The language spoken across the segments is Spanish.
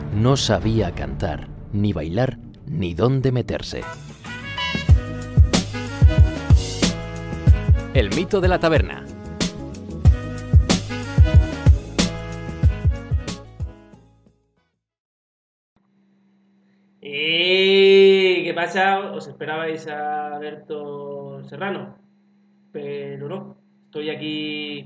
no sabía cantar, ni bailar, ni dónde meterse. El mito de la taberna. ¿Qué pasa? ¿Os esperabais a Berto Serrano? Pero no, estoy aquí.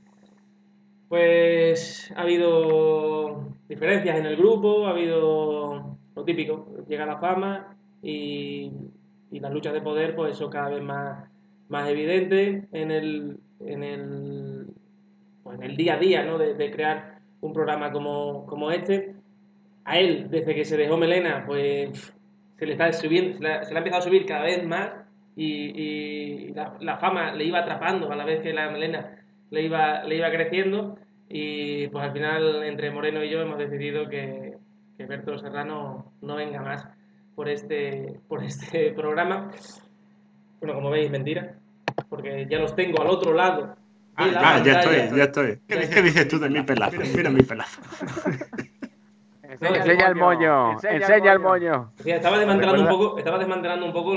Pues ha habido diferencias en el grupo, ha habido lo típico, llega la fama y las luchas de poder pues son cada vez más evidentes pues, en el día a día, ¿no? de crear un programa como este. A él, desde que se dejó melena, pues se le está subiendo, se le ha empezado a subir cada vez más y la fama le iba atrapando a la vez que la melena le iba creciendo y pues al final entre Moreno y yo hemos decidido que Berto Serrano no venga más por este programa. Bueno, como veis, mentira, porque ya los tengo al otro lado de la pantalla. Ya estoy. ¿Qué dices tú de mi pelazo? Mira mi pelazo. Enseña el moño, enseña el moño. Mira, estaba desmantelando un poco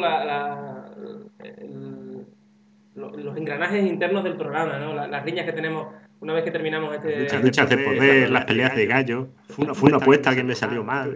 los engranajes internos del programa, ¿no? Las riñas que tenemos una vez que terminamos Las luchas de poder, las peleas de gallo. Fue una apuesta que me salió mal.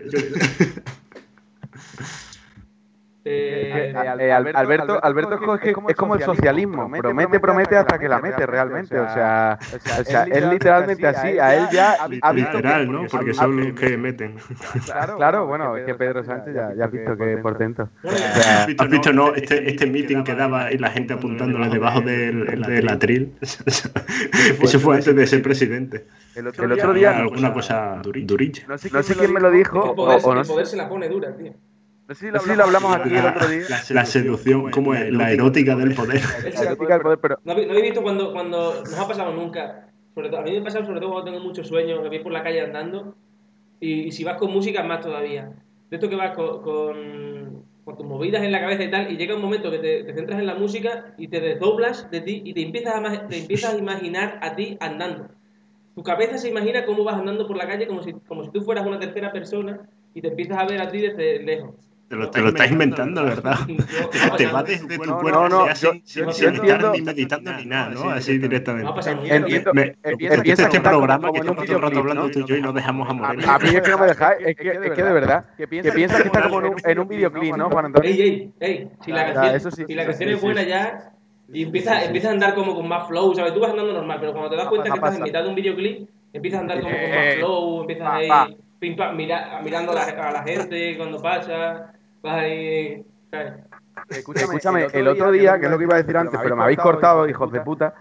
Alberto es como el socialismo, promete hasta que la mete realmente, o sea, es literalmente así, a él ya ha visto literal, ¿no? Porque son los que meten. Claro, bueno, es que Pedro Sánchez ya has visto que por dentro. ¿Has visto, no? Este meeting que daba y la gente apuntándole debajo del atril. Eso fue antes de ser presidente. El otro día alguna cosa durilla. No sé quién me lo dijo. El poder se la pone dura, tío. No sé si lo hablamos aquí el otro día. La seducción, como es la erótica del poder. La erótica del poder, pero... ¿No habéis visto cuando nos ha pasado nunca? A mí me ha pasado sobre todo cuando tengo mucho sueño, que voy por la calle andando, y si vas con música más todavía. De esto que vas con tus movidas en la cabeza y tal, y llega un momento que te centras en la música y te desdoblas de ti y te empiezas a imaginar a ti andando. Tu cabeza se imagina cómo vas andando por la calle como si tú fueras una tercera persona y te empiezas a ver a ti desde lejos. Te lo estás inventando, ¿verdad? Te vas desde tu cuerpo sin estar ni meditando ni nada, ¿no? Así directamente. Empieza este programa que estamos todo el rato hablando tú y yo y nos dejamos a morir. A mí es que no me dejáis, es que de verdad, que piensas que está como en un videoclip, ¿no, Juan Antonio? Ey, si la canción es buena ya y empieza a andar como con más flow, ¿sabes? Tú vas andando normal, pero cuando te das cuenta que estás en mitad de un videoclip, empiezas a andar como con más flow, empiezas ahí mirando a la gente cuando pasa. Vas ahí, ¿sabes? Escúchame, el otro día, que es lo que iba a decir antes, pero me habéis cortado, hijos de puta.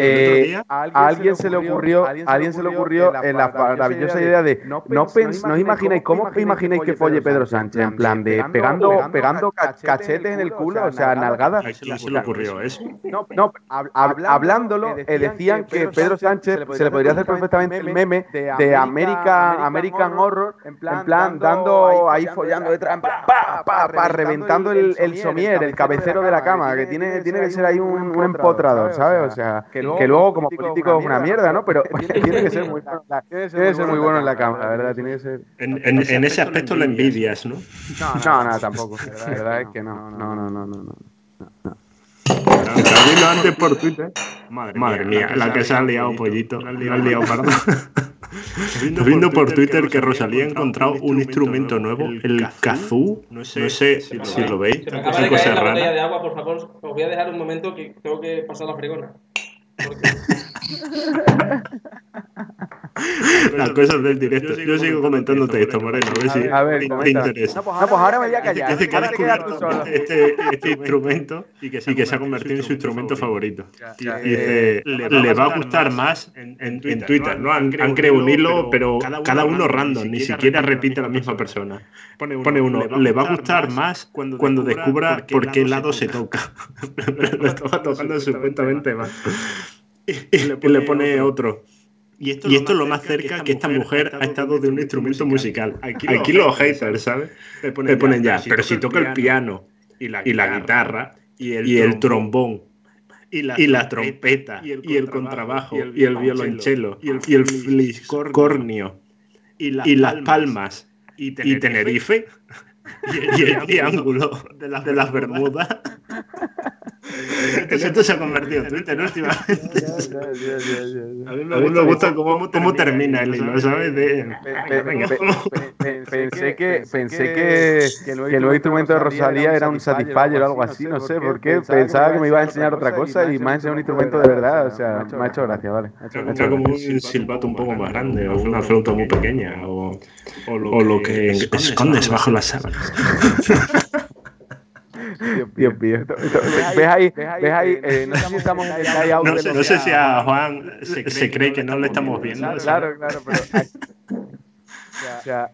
A alguien se le ocurrió la maravillosa idea de no os imagináis, ¿cómo os imagináis que folle Pedro Sánchez? En plan de pegando cachetes en el culo, o sea, nalgadas. ¿A quién se le ocurrió eso? No, hablándolo, decían que Pedro Sánchez se le podría hacer perfectamente el meme de American Horror, en plan dando ahí follando detrás, reventando el somier, el cabecero de la cama, que tiene que ser ahí un empotrador, ¿sabes? O sea, que luego como político es una mierda, ¿no? Pero tiene que ser muy bueno en la cama, la verdad, tiene que ser... En ese aspecto lo envidias, ¿no? No, tampoco. La verdad es que no. Estás viendo antes por Twitter. Madre mía, la que se ha liado, pollito. La ha liado, perdón. Estoy viendo por Twitter que Rosalía ha encontrado un instrumento nuevo, el kazoo. No sé si lo veis. Se me acaba de caer la botella de agua, por favor. Os voy a dejar un momento que tengo que pasar la fregona. Las cosas del directo. Yo sigo comentándote esto, Moreno, a ver si te interesa. No, pues ahora me voy a callar. Dice que ha descubierto este instrumento y que se ha convertido en su instrumento favorito. Y dice, le va a gustar más en Twitter, ¿no? Han creado un hilo, pero cada uno random, ni siquiera repite la misma persona. Pone uno, le va a gustar más cuando descubra por qué lado se toca. Lo estaba tocando supuestamente más. Y le pone otro. Y esto es lo más cerca que esta mujer ha estado de un instrumento musical. Aquí los haters, ¿sabes? Le ponen ya, pero si toca el piano y la guitarra y el trombón y la trompeta y el contrabajo y el violonchelo y el fliscornio y las palmas y Tenerife y el triángulo de las Bermudas. Esto se ha convertido en Twitter últimamente. A mí me gusta cómo termina el hilo, ¿sabes? Pensé que el nuevo instrumento de Rosalía era un Satisfyer o algo así, no sé por qué. Pensaba que me iba a enseñar otra cosa y me ha enseñado un instrumento de verdad. O sea, me ha hecho gracia, vale. Me ha hecho como un silbato un poco más grande, o una flauta muy pequeña, o lo que escondes bajo las sábanas. Dios mío. ¿Ves ahí? No sé si estamos en el layout. No sé si a Juan se cree que no le estamos viendo. Claro, pero... O sea...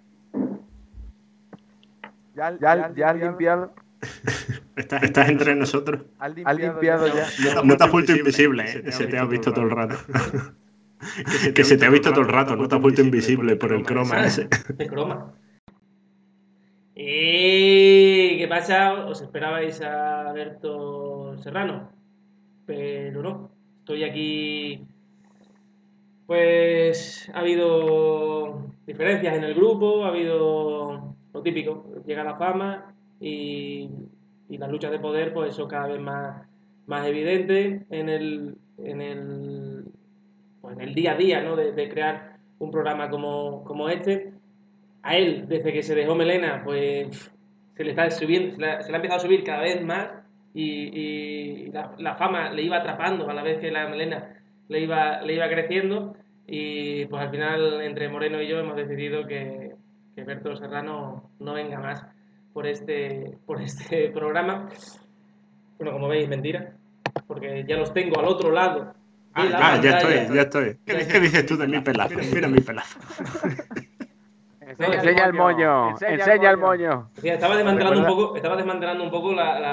¿Ya has limpiado? ¿Estás entre nosotros? ¿Has limpiado ya? No te has vuelto invisible, se te ha visto todo el rato. Que se te ha visto todo el rato, no te has vuelto invisible por el croma ese. ¿El croma? ¿Qué pasa? ¿Os esperabais a Berto Serrano? Pero no, estoy aquí. Pues ha habido diferencias en el grupo, ha hado lo típico, llega la fama y las luchas de poder pues son cada vez más evidentes en el día a día, ¿no? de crear un programa como este. A él, desde que se dejó melena, pues se le está subiendo, se le ha empezado a subir cada vez más y la fama le iba atrapando a la vez que la melena le iba creciendo, y pues al final entre Moreno y yo hemos decidido que Berto Serrano no venga más por este programa. Bueno, como veis, mentira, porque ya los tengo al otro lado. Ya estoy. ¿Qué dices tú de mi pelazo? Mira mi pelazo. Enseña el moño. Enseña el moño. Sí, estaba desmantelando un poco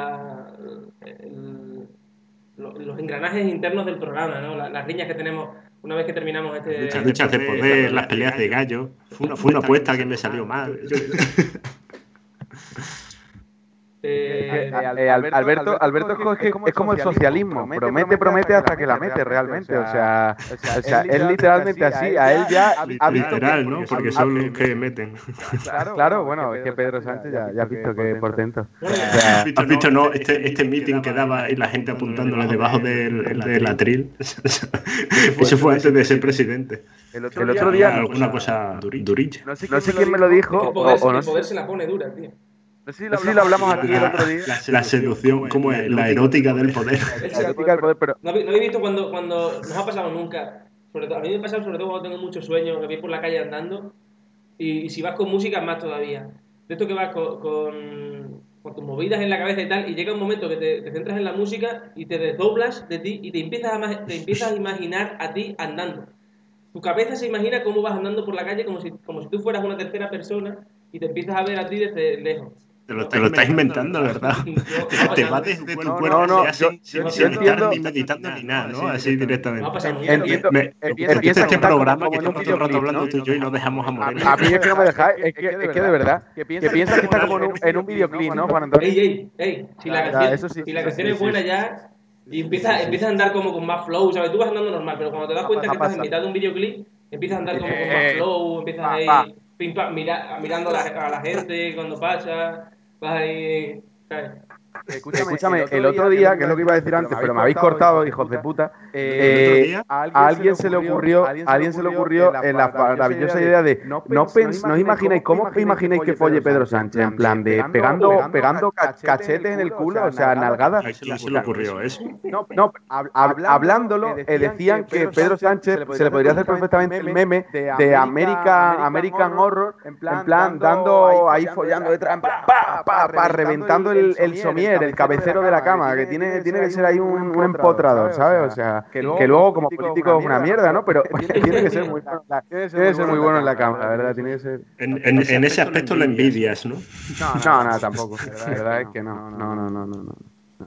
los engranajes internos del programa, ¿no? Las riñas que tenemos una vez que terminamos este... Luchas de poder, las peleas de gallo. Fue una apuesta que me salió mal. Alberto es como el socialismo, promete hasta que la mete realmente, o sea, es literalmente así, a él ya ha visto literal, ¿no? Porque son los que meten. Claro, bueno, es que Pedro Sánchez ya ha visto que portento. ¿Has visto, no? Este meeting que daba y la gente apuntándole debajo del atril? Eso fue antes de ser presidente. El otro día alguna cosa durilla. No sé quién me lo dijo, o no sé. El poder se la pone dura, tío. No sé si lo hablamos aquí el otro día. La seducción, como es la erótica del poder. La erótica del poder, pero... ¿No habéis visto cuando nos ha pasado nunca? Sobre todo, a mí me pasa sobre todo cuando tengo mucho sueño, que voy por la calle andando, y si vas con música más todavía. De esto que vas con tus movidas en la cabeza y tal, y llega un momento que te centras en la música y te desdoblas de ti y te empiezas a imaginar a ti andando. Tu cabeza se imagina cómo vas andando por la calle como si tú fueras una tercera persona y te empiezas a ver a ti desde lejos. Te lo estás inventando, ¿verdad? Te va desde tu cuerpo, sin estar ni meditando ni nada, ¿no? Así directamente. Empieza este programa que estamos todo el rato hablando tú y yo y no dejamos a Moreno. A mí es que no me dejáis, es que de verdad, que piensas que está como en un videoclip, ¿no, Juan Antonio? Ey, si la canción es buena ya, y empiezas a andar como con más flow, ¿sabes? Tú vas andando normal, pero cuando te das cuenta que estás en mitad de un videoclip, empiezas a andar como con más flow, empiezas ahí mirando a la gente cuando pasa. Ahí, Escúchame, el otro día, que es lo que iba a decir antes, pero me habéis cortado, hijos de puta. A alguien se le ocurrió en la maravillosa idea de no os imagináis, ¿cómo os imagináis que folle Pedro Sánchez? En plan de pegando cachetes en el culo, o sea, nalgadas. ¿A quién se le ocurrió eso? No, hablándolo, decían que Pedro Sánchez se le podría hacer perfectamente el meme de American Horror, en plan dando ahí follando detrás, reventando el somier, el cabecero de la cama, que tiene que ser ahí un empotrador, ¿sabes? O sea, que luego como político es una mierda, ¿no? Pero tiene que ser muy bueno en la cama, la verdad, tiene que ser... En ese aspecto lo envidias, ¿no? No, tampoco. La verdad es que no.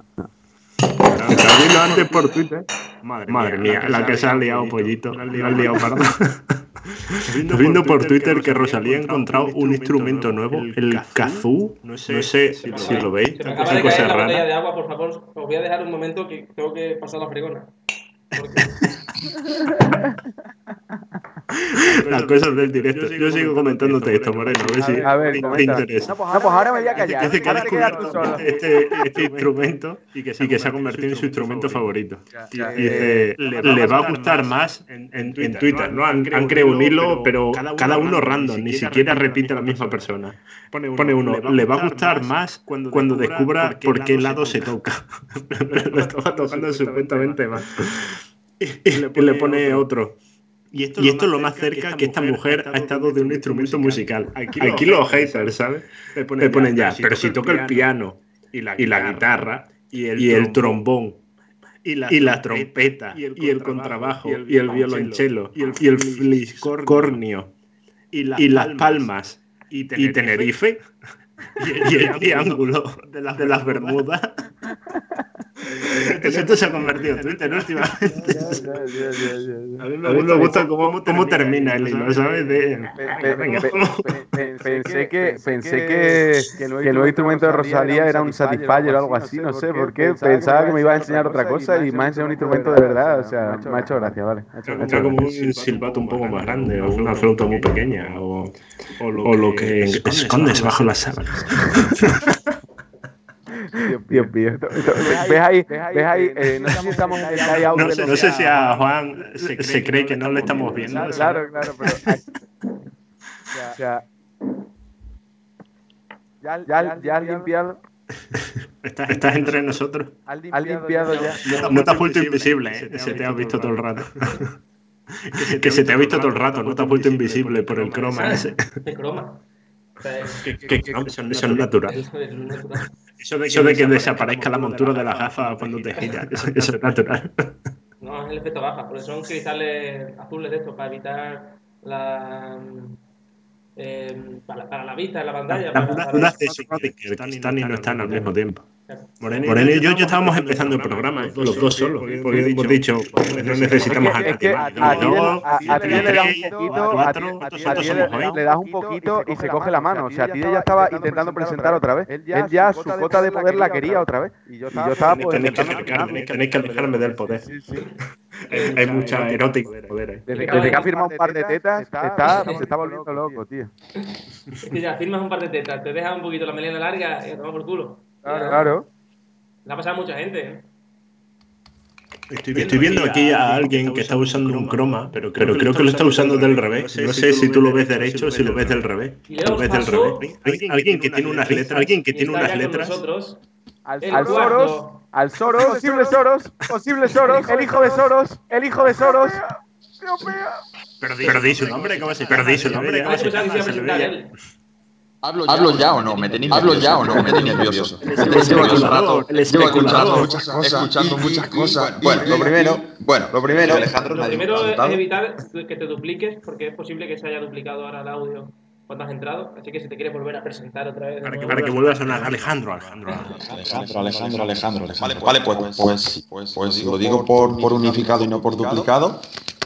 Estaba viendo antes por Twitter. Madre mía, la que se ha liado, pollito. La han liado pardo. Estoy viendo por Twitter que Rosalía ha encontrado un instrumento nuevo, el kazoo. No sé si lo veis. Se me acaba de caer la botella de agua, por favor. Os voy a dejar un momento que tengo que pasar la fregona. Las cosas del directo. Yo sigo comentándote esto, Moreno, a ver si te interesa. No, pues ahora me voy a callar. Dice que ha descubierto este instrumento y que se ha convertido en su instrumento favorito. Y dice, le va a gustar más en Twitter, ¿no? Han creado un hilo, pero cada uno random, ni siquiera repite la misma persona. Pone uno, le va a gustar más cuando descubra por qué lado se toca. Lo estaba tocando supuestamente más. Y le pone otro. Y esto es lo más cerca que esta mujer ha estado de un instrumento musical. Aquí los haters, ¿sabes? Le ponen ya, pero si toca el piano y la guitarra y el trombón y la trompeta y el contrabajo y el violonchelo y el fliscornio y las palmas y Tenerife y el triángulo de las Bermudas. Esto se ha convertido en Twitter últimamente. A mí me gusta cómo termina el hilo, ¿sabes? Pensé que el nuevo instrumento de Rosalía era un Satisfyer o algo así, no sé por qué. Pensaba que me iba a enseñar otra cosa y me ha enseñado un instrumento de verdad. O sea, me ha hecho gracia, vale. Está como un silbato un poco más grande o una flauta muy pequeña o lo que escondes bajo las sábanas. Dios mío. ¿Ves ahí? No sé si estamos en el audio. No sé si a Juan se cree que no le estamos viendo. Claro, pero... O sea... ¿Ya has limpiado? ¿Estás entre nosotros? ¿Has limpiado ya? No te has vuelto invisible, se te ha visto todo el rato. Que se te ha visto todo el rato, no te has vuelto invisible por el croma ese. ¿Qué croma? Eso es natural. Eso de que desaparezca la montura de las gafas cuando te giras, eso es natural. No, es el efecto gafa, porque son cristales azules de estos para evitar para la vista en la pantalla. Las dudas de que están y no están al mismo tiempo. Moreno y yo estábamos empezando el programa, los dos solos, porque hemos dicho, no necesitamos a nadie. A ti le das un poquito y se coge la mano. O sea, a ti ya estaba intentando presentar otra vez. Él ya su cuota de poder la quería otra vez. Y yo estaba tenéis que alejarme del poder. Hay mucha erótica de poder ahí. Desde que ha firmado un par de tetas, se está volviendo loco, tío. Es que ya firmas un par de tetas, te dejas un poquito la melena larga y te vas por culo. Claro. Le ha pasado a mucha gente, ¿eh? Estoy viendo aquí a alguien que está usando un croma, pero creo que lo está usando del revés. No sé si tú lo ves derecho o si lo ves del revés. Alguien que tiene unas letras. Al Soros, posible Soros, el hijo de Soros. Dios mío. Perdí su nombre, ¿cómo se llama? ¿Hablo ya o no? ¿Me tenéis nervioso? Escuchando muchas cosas. Bueno, lo primero, Alejandro, lo primero es evitar que te dupliques, porque es posible que se haya duplicado ahora el audio cuando has entrado, así que si te quieres volver a presentar otra vez. Para que vuelva a sonar Alejandro. Vale, pues lo digo por unificado y no por duplicado.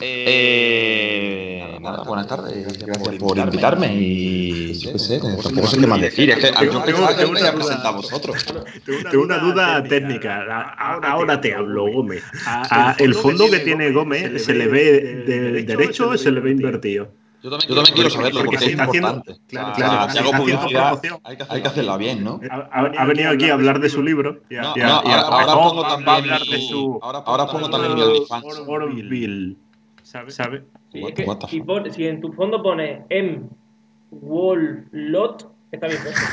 Nada, buenas tardes, gracias por invitarme y yo qué sé, no sé qué más decir, es que yo pensaba que me presentado a vosotros. Tengo una duda técnica, ahora te hablo, Gómez. ¿El fondo que tiene Gómez se le ve de derecho o se le ve invertido? Yo también quiero saberlo porque es importante. Claro, si hago publicidad hay que hacerla bien, ¿no? Ha venido aquí a hablar de su libro. Ahora pongo también mi OnlyFans. Orville. ¿Sabe? Sí, es que si en tu fondo pone Wolf-Lot, está bien puesto.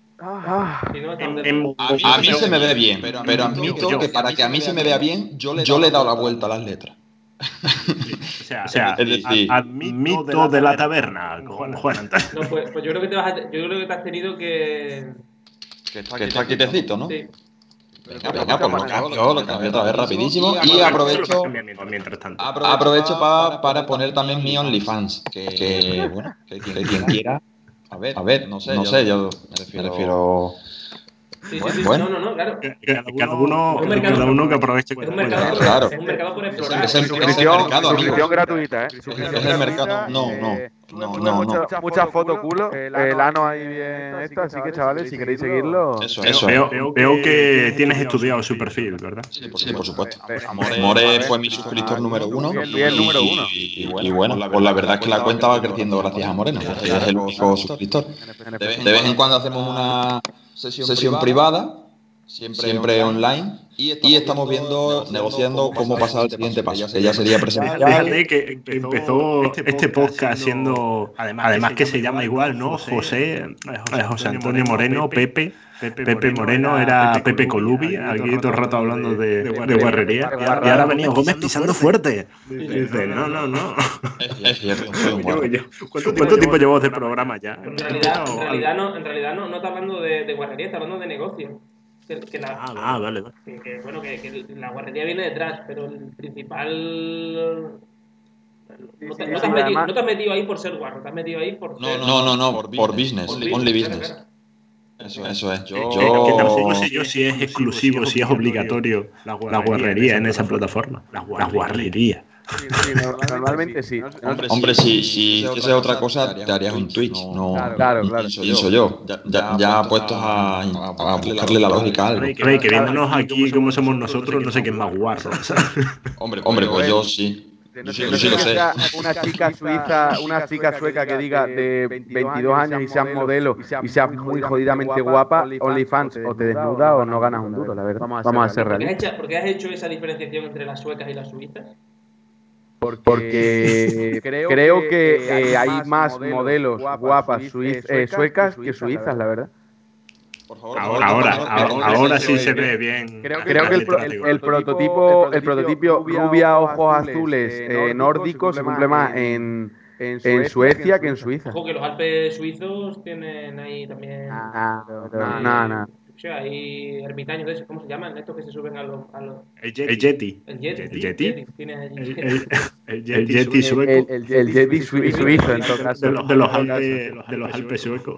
A mí se me ve bien, pero admito que para que a mí se me vea bien, yo le he dado la vuelta a las letras. O sea, es decir, admito de la taberna con Juan Antonio. No, pues yo creo que te has tenido que está quietecito, ¿no? Sí. Venga, pues lo cambio otra vez rapidísimo y aprovecho para poner también mi OnlyFans, que quien quiera, a ver, no sé, yo me refiero... Sí. Bueno. No, claro. Cada uno que aproveche. Es un mercado, claro. Es un mercado por explorar. Es el mercado, suscripción gratuita, ¿eh? Es el mercado, no. Muchas fotos culo. El ano ahí bien esto, así que chavales, si queréis seguirlo. Eso. Veo que tienes estudiado su perfil, ¿verdad? Sí, por supuesto. More fue mi suscriptor número 1. Y el número 1. Y bueno, pues la verdad es que la cuenta va creciendo gracias a Moreno. Es el único suscriptor. De vez en cuando hacemos una sesión privada, siempre online. Y estamos negociando cómo pasar al siguiente paso, que ya sería presencial. Fíjate que empezó este podcast siendo, además que se llama igual, ¿no? José Antonio Moreno, Pepe Moreno era Pepe Colubi, aquí todo el rato hablando de guarrería. Y ahora venía Gómez pisando fuerte. Y dice, no. Es cierto, soy un guarro. ¿Cuánto tiempo llevamos de programa ya? En realidad no está hablando de guarrería, está hablando de negocio. Vale. Que la guarrería viene detrás, pero el principal... No te has metido ahí por ser guarro, te has metido ahí por ser... No, por business, only business. Eso es. Que tampoco sé yo si es exclusivo, si es obligatorio la guarrería en esa plataforma. La guarrería. Sí, normalmente sí. Hombre, si hiciese otra cosa, te harías un Twitch. No, claro. Pienso yo. Ya puestos a buscarle la lógica a algo. Que viéndonos aquí como somos nosotros, no sé quién es más guarro. Hombre, pues yo sí. Yo sí lo sé. Una chica sueca que diga de 22 años y sea modelo y sea muy jodidamente guapa, OnlyFans, o te desnuda o no ganas un duro, la verdad. Vamos a ser realistas. ¿Por qué has hecho esa diferenciación entre las suecas y las suizas? Porque creo que hay más modelos guapas suecas que suizas, la verdad. Por favor, ahora sí se ve bien. Creo que el prototipo rubia, ojos azules, nórdico se cumple más en Suecia que en Suiza. Ojo que los Alpes suizos tienen ahí también... Nada. O sea, hay ermitaños de esos, ¿cómo se llaman? Estos que se suben a los... El Yeti. El Yeti. El Yeti sueco. El Yeti suizo, en todo caso. De los Alpes suecos.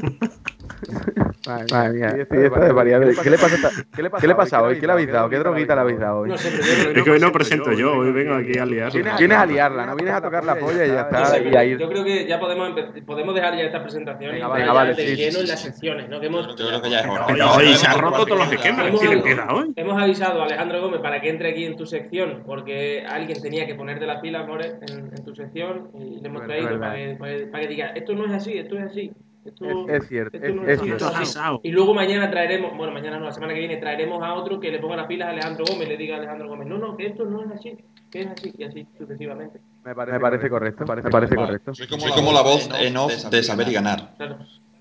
Madre mía, esto de variedades. ¿Qué le pasa hoy? ¿Qué le habéis dado? ¿Qué droguita le habéis dado hoy? No sé, es que hoy no presento yo, hoy vengo aquí a liarla. Vienes a liarla, no vienes a tocar la polla y ya está. Yo creo que ya podemos dejar ya esta presentación de lleno en las secciones, ¿no? Yo creo que ya es hora. Hoy se ha roto todos los esquemas. ¿Qué le queda hoy? Hemos avisado a Alejandro Gómez para que entre aquí en tu sección, porque alguien tenía que ponerte la pila, More, en tu sección, y le hemos traído para que diga, esto no es así, esto es así. Es cierto. Y luego mañana traeremos, mañana no, la semana que viene traeremos a otro que le ponga las pilas a Alejandro Gómez y le diga a Alejandro Gómez, no, que esto no es así, que es así, y así sucesivamente. Me parece correcto. Soy como la voz en off de Saber y Ganar. Claro.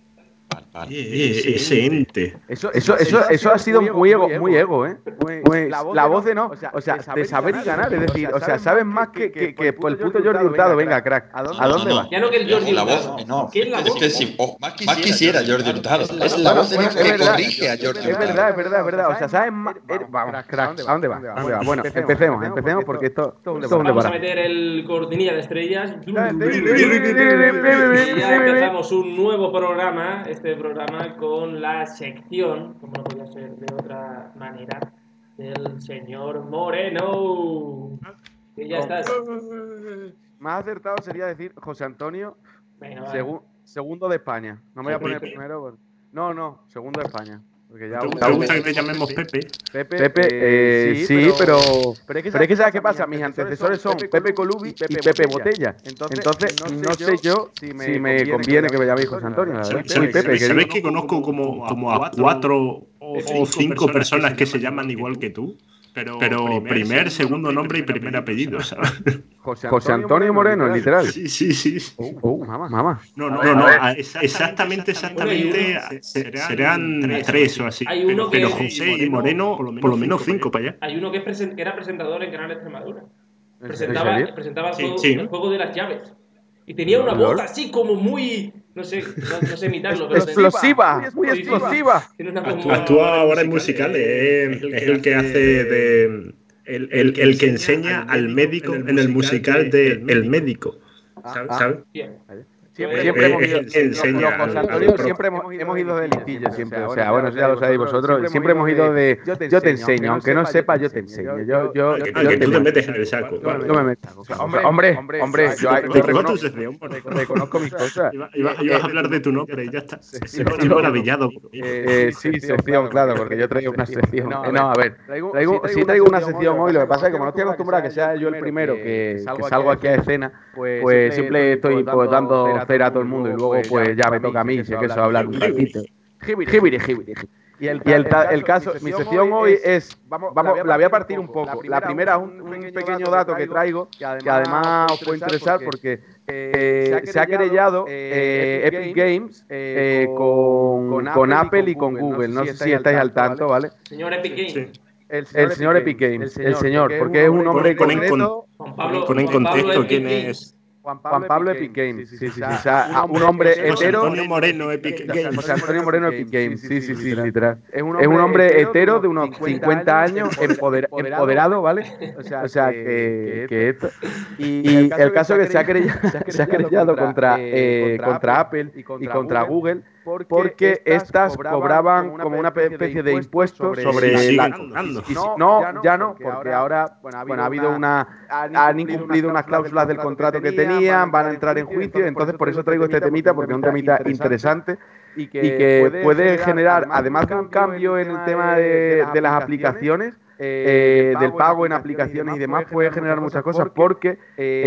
Ese ente. Eso ha sido muy ego, ¿eh? La voz de no, o sea, de saber y ganar, es decir, o sea, sabes más que por el puto Jordi Hurtado. Venga, crack, ¿a dónde vas? Ya no que el Jordi Hurtado. ¿Qué es la voz? Más quisiera Jordi Hurtado. Es la voz que corrige a Jordi Hurtado. Es verdad. O sea, sabes más. Vamos, crack, ¿a dónde vas? Bueno, empecemos porque esto es un debate. Vamos a meter el cortinilla de estrellas. Y ya empezamos un nuevo programa. Este programa con la sección, como no podía ser de otra manera, del señor Moreno. Que ya estás. Más acertado sería decir José Antonio, segundo de España. No me voy a poner primero. No, segundo de España. Porque ya ¿Te gusta que te llamemos Pepe? Sí, pero es que ¿sabes qué pasa? Mis antecesores son Pepe Colubi y Pepe Botella. Entonces no sé yo si me conviene que me llaméis José Antonio. ¿Sabéis que conozco como a 4 o 5 personas que se llaman igual que tú? Pero primer, segundo nombre y primer apellido, ¿sabes? José Antonio Moreno, literal. Sí. Mamá. No. Exactamente. Serán 3 o así. Pero José y Moreno, por lo menos 5 para allá. Hay uno que era presentador en Canal Extremadura. Presentaba el juego de las llaves. Y tenía una voz así como muy... No sé imitarlo, pero... Explosiva, muy explosiva. Actúa ahora en musicales. Es el que hace de... El que enseña al médico en el musical de El Médico. ¿Sabes? Bien. Siempre hemos ido. Los José Antonio siempre hemos ido de listillo, siempre. O sea, bueno, ya lo sabéis vosotros. Siempre hemos ido de. Yo te enseño, aunque no sepas, yo te enseño. Que tú te metes en el saco. Yo me meto. Hombre, yo reconozco mis cosas. Ibas a hablar de tu nombre y ya está. Estoy maravillado. Sí, sección, claro, porque yo traigo una sección. No, a ver, sí traigo una sección hoy. Lo que pasa es que como no estoy acostumbrado a que sea yo el primero que salgo aquí a escena, pues siempre estoy dando cera a todo el mundo y luego pues ya me toca a mí, si acaso hablar un ratito. Jibiri. Y el caso, mi sección hoy es, la voy a partir un poco. La primera es un pequeño dato que traigo, que además os puede interesar porque se ha querellado Epic Games con Apple y con Google. No sé si estáis al tanto, ¿vale? Señor Epic Games. El señor Epic Games, el señor, porque es un hombre concreto. Pon en contexto quién es. Juan Pablo Epic Games, sí. O sea, un hombre hetero. Antonio Moreno Epic Games. O sea, Antonio Moreno Epic Games, sí, literal. Es un hombre hetero de unos 50 años, empoderado, ¿vale? O sea, que esto. Y el caso es que se ha querellado contra Apple y contra Google porque estas cobraban como una especie de impuesto sobre la. No, ya no, porque ahora ha habido han incumplido unas cláusulas del contrato que tenían, van a entrar en juicio, entonces por eso traigo este temita, porque es un temita interesante y que puede generar, además de un cambio en el tema de las aplicaciones, del pago en aplicaciones y demás, puede generar muchas cosas porque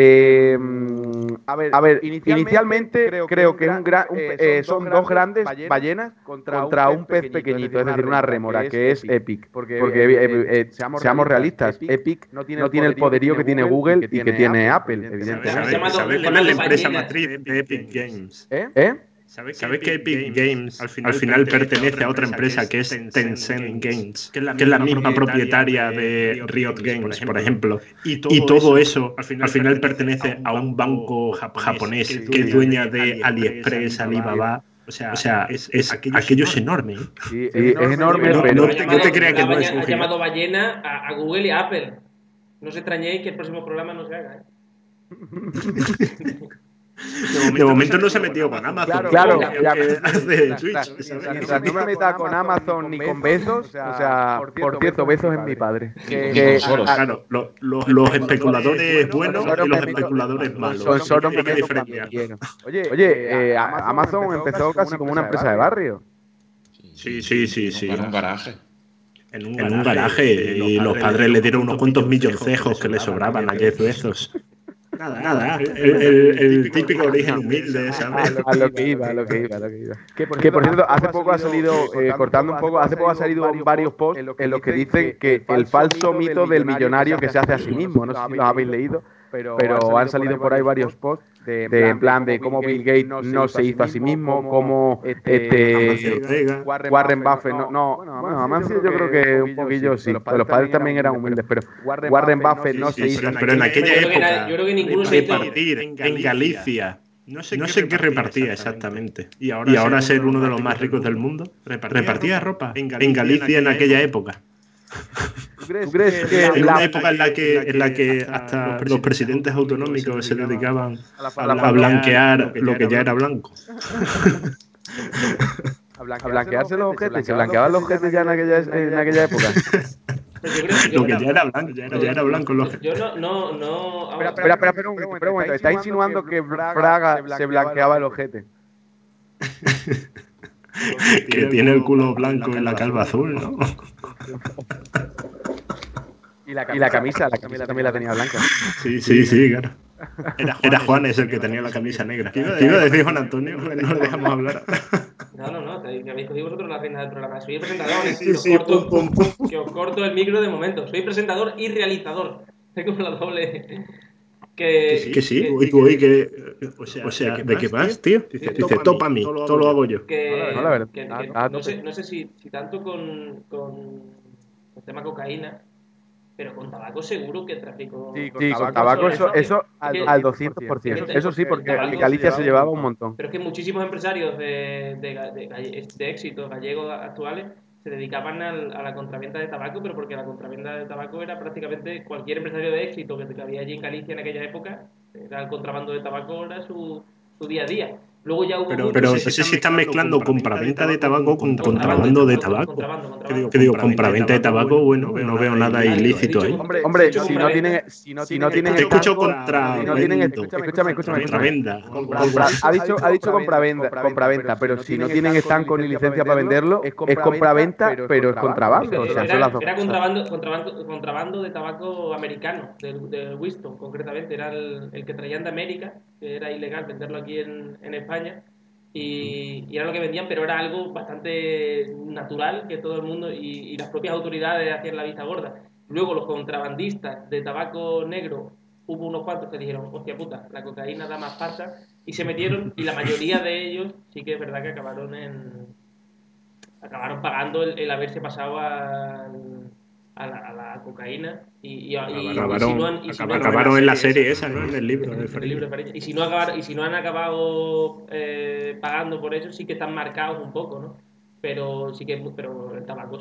a ver, inicialmente creo que son dos grandes ballenas contra un pez pequeñito, es decir, una rémora, que es Epic, porque seamos realistas, Epic no tiene el poderío que tiene Google y que tiene Apple, evidentemente. ¿Sabes cuál es la empresa matriz de Epic Games? ¿Sabes que Epic Games al final pertenece a otra empresa que es Tencent Games, que es la misma propietaria de Riot Games, por ejemplo? Y todo eso al final pertenece a un banco japonés que es dueña de AliExpress, Alibaba. O sea, aquello es enorme. Sí, es enorme, pero no te creas que no es un... Ha llamado ballena a Google y a Apple. No os extrañéis que el próximo programa no se haga, De momento no se ha metido con Amazon. Claro, hace Twitch. Mientras no me meta con Amazon ni con Bezos, o sea, por cierto, Bezos es mi padre. Claro, los especuladores buenos y los especuladores malos. Son hay que diferenciar. Oye, Amazon empezó casi como una empresa de barrio. Sí. En un garaje. En un garaje y los padres le dieron unos cuantos milloncejos que le sobraban a Jeff Bezos. Nada, el típico origen humilde, ¿sabes? A lo que iba. Que por cierto, hace poco ha salido, cortando un poco, hace poco ha salido varios posts en los que dicen que el falso mito del millonario que se hace a sí mismo, no sé si los habéis leído, pero han salido por ahí varios posts en plan de cómo Bill Gates no se hizo a sí mismo, cómo Warren Buffett bueno, Amancio yo creo que un poquillo sí, pero los padres también eran humildes, pero Warren Buffett no se hizo. Pero en aquella época, yo creo que ninguno se hizo repartir en Galicia, no sé qué repartía exactamente, y ahora ser uno de los más ricos del mundo, repartía ropa en Galicia en aquella época. ¿Tú crees que en una época en la que hasta los presidentes autonómicos se dedicaban a blanquear lo que ya era blanco? A blanquearse los objetos, se blanqueaban los objetos ya en aquella época. Lo que ya era blanco los objetos. Yo no. Espera un momento, ¿estás insinuando que Fraga se blanqueaba el ojete? Que tiene el culo blanco en la calva azul, ¿no? Y la camisa también la tenía blanca. Sí, claro. Era Juanes el que tenía la camisa negra. ¿Qué iba a decir Juan Antonio? No le dejamos hablar. No, que habéis cogido vosotros la reina del programa. Soy el presentador. Que os corto el micro de momento. Soy presentador y realizador. Tengo la doble... Que sí, o sea, ¿de qué vas, tío? Dice, topa a mí, todo lo hago yo. No sé si tanto con el tema cocaína, pero con tabaco seguro que tráfico... Sí, con tabaco eso al 200%. Eso sí, porque Galicia se llevaba un montón. Pero es que muchísimos empresarios de éxito gallegos actuales se dedicaban a la compraventa de tabaco, pero porque la compraventa de tabaco era prácticamente cualquier empresario de éxito que había allí en Galicia en aquella época, era el contrabando de tabaco, era su tu día a día. Luego ya hubo pero no sé si están mezclando compraventa de tabaco con contrabando de tabaco. ¿Qué digo? Compraventa de tabaco, bueno, no veo nada ilícito ahí. Hombre, si no tienen te escucho contraventa. Contraventa. Ha dicho compraventa, pero si no tienen estanco ni licencia para venderlo, es compraventa, pero es contrabando. O sea, era contrabando de tabaco americano, de Winston, concretamente. Era el que traían de América, que era ilegal venderlo aquí en España. Y era lo que vendían, pero era algo bastante natural que todo el mundo y las propias autoridades hacían la vista gorda. Luego los contrabandistas de tabaco negro, hubo unos cuantos que dijeron, hostia puta, la cocaína da más pasta, y se metieron, y la mayoría de ellos sí que es verdad que acabaron pagando el haberse pasado a la cocaína acabaron en la serie esa, ¿no? En el libro de Farinha. Y si no han acabado pagando por eso, sí que están marcados un poco, ¿no? Pero el tabaco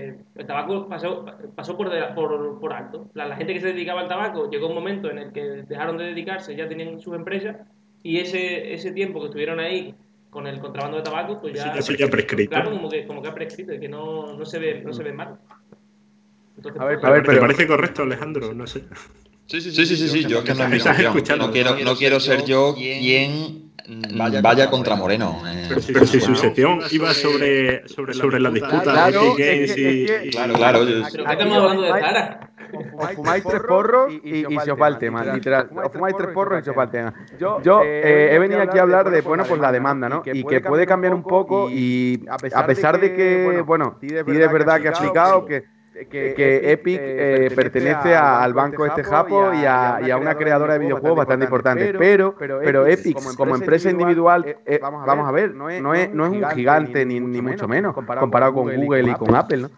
pasó por alto. La gente que se dedicaba al tabaco, llegó un momento en el que dejaron de dedicarse, ya tenían sus empresas, y ese tiempo que estuvieron ahí con el contrabando de tabaco, pues ya prescrito. Claro, como que ha prescrito, y que no se ve mal. Entonces, a ver, ¿te parece correcto, Alejandro? No sé. Sí. Yo es que no quiero ser yo quien vaya contra Moreno. Pero si su sección iba sobre la disputa de Epic Games Claro. Estamos hablando de Zara. Os fumáis 3 porros y se os va el tema, literal. Os fumáis 3 porros y se os va el tema. Yo he venido aquí a hablar de, pues la demanda, ¿no? Y que puede cambiar un poco, y a pesar de que, sí es verdad que ha explicado que Epic pertenece al banco japo y a una creadora de videojuegos bastante importante, pero Epic como empresa individual, vamos a ver, no es un gigante ni mucho menos comparado con Google y con Apple, ¿no?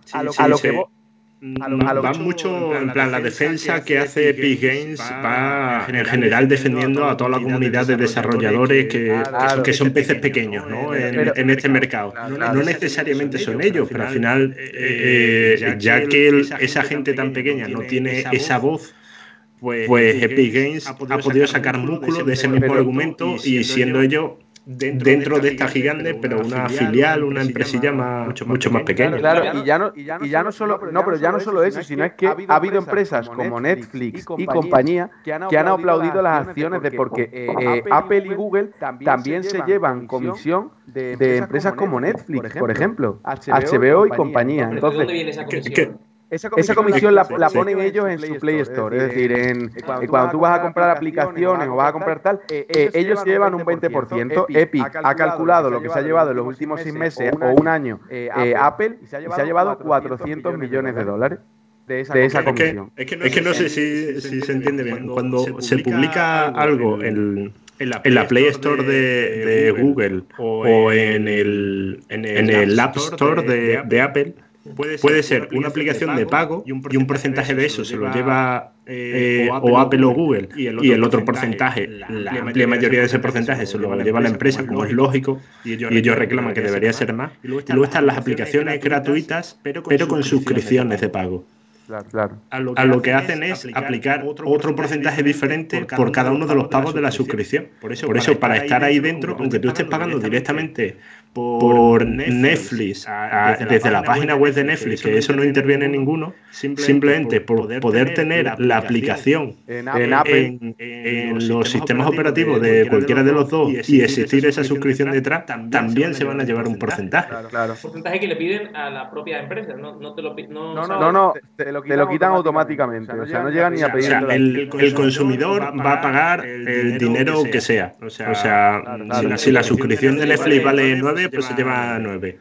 Va mucho en plan la defensa que hace Epic Games, va en general defendiendo a toda la comunidad de desarrolladores que son peces pequeños, ¿no? en este mercado. No necesariamente son ellos, pero al final, ya que esa gente tan pequeña no tiene esa voz, pues Epic Games ha podido sacar músculo de ese mismo argumento, y siendo ellos dentro de esta gigante, pero una filial, una empresilla mucho más pequeña. Claro, y ya no solo eso, sino es que ha habido empresas como Netflix y compañía que han aplaudido las acciones porque Apple y Google también se llevan comisión de empresas como Netflix, por ejemplo, HBO y compañía. Entonces, ¿de dónde viene esa comisión? Esa comisión la ponen ellos en su Play Store, es decir, cuando tú vas a comprar aplicaciones o vas a comprar tal, ellos se llevan un 20%. Epic ha calculado lo que se ha llevado en los últimos 6 meses o un año Apple, y se ha llevado $400 millones de esa comisión. Es que no sé si se entiende bien. Cuando se publica algo en la Play Store de Google o en el App Store de Apple, puede ser una aplicación de pago, y un porcentaje de eso se lo lleva o Apple o Google, y el otro porcentaje, la amplia mayoría de ese porcentaje, se lo lleva la empresa, como es lógico, y ellos reclaman que debería ser más. Y luego están las aplicaciones gratuitas, pero con suscripciones de pago. Claro. A lo que hacen es aplicar otro porcentaje diferente por cada uno de los pagos de la suscripción. Por eso, para estar ahí dentro, aunque tú estés pagando directamente por Netflix, desde la página web de Netflix, que eso no interviene ninguno, simplemente por poder tener la aplicación en los sistemas operativos de cualquiera de los dos y existir esa suscripción detrás, también se van a llevar un porcentaje. Claro. Porcentaje que le piden a la propia empresa, no te lo piden. No, te lo quitan automáticamente, o sea, no llegan ni a pedir. El consumidor va a pagar el dinero que sea. O sea, si la suscripción de Netflix vale 9, pues se lleva 9.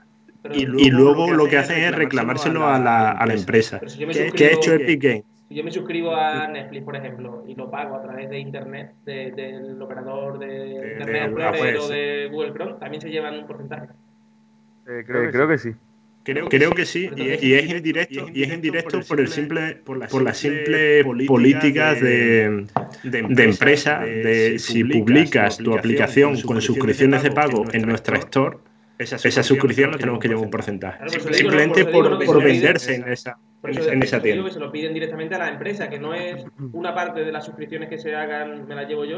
Y luego lo que hacen es reclamárselo a la empresa. ¿Qué ha hecho Epic Games? Si yo me suscribo a Netflix, por ejemplo, y lo pago a través de internet, del operador de Internet Explorer o de Google Chrome, también se llevan un porcentaje. Creo que sí. Creo que sí, y es indirecto por las simples políticas de empresa, de si publicas tu aplicación con suscripciones de pago en nuestra store, esa suscripción no tenemos que llevar un porcentaje. Simplemente por venderse en esa tienda. Que se lo piden directamente a la empresa, que no es una parte de las suscripciones que se hagan, me las llevo yo,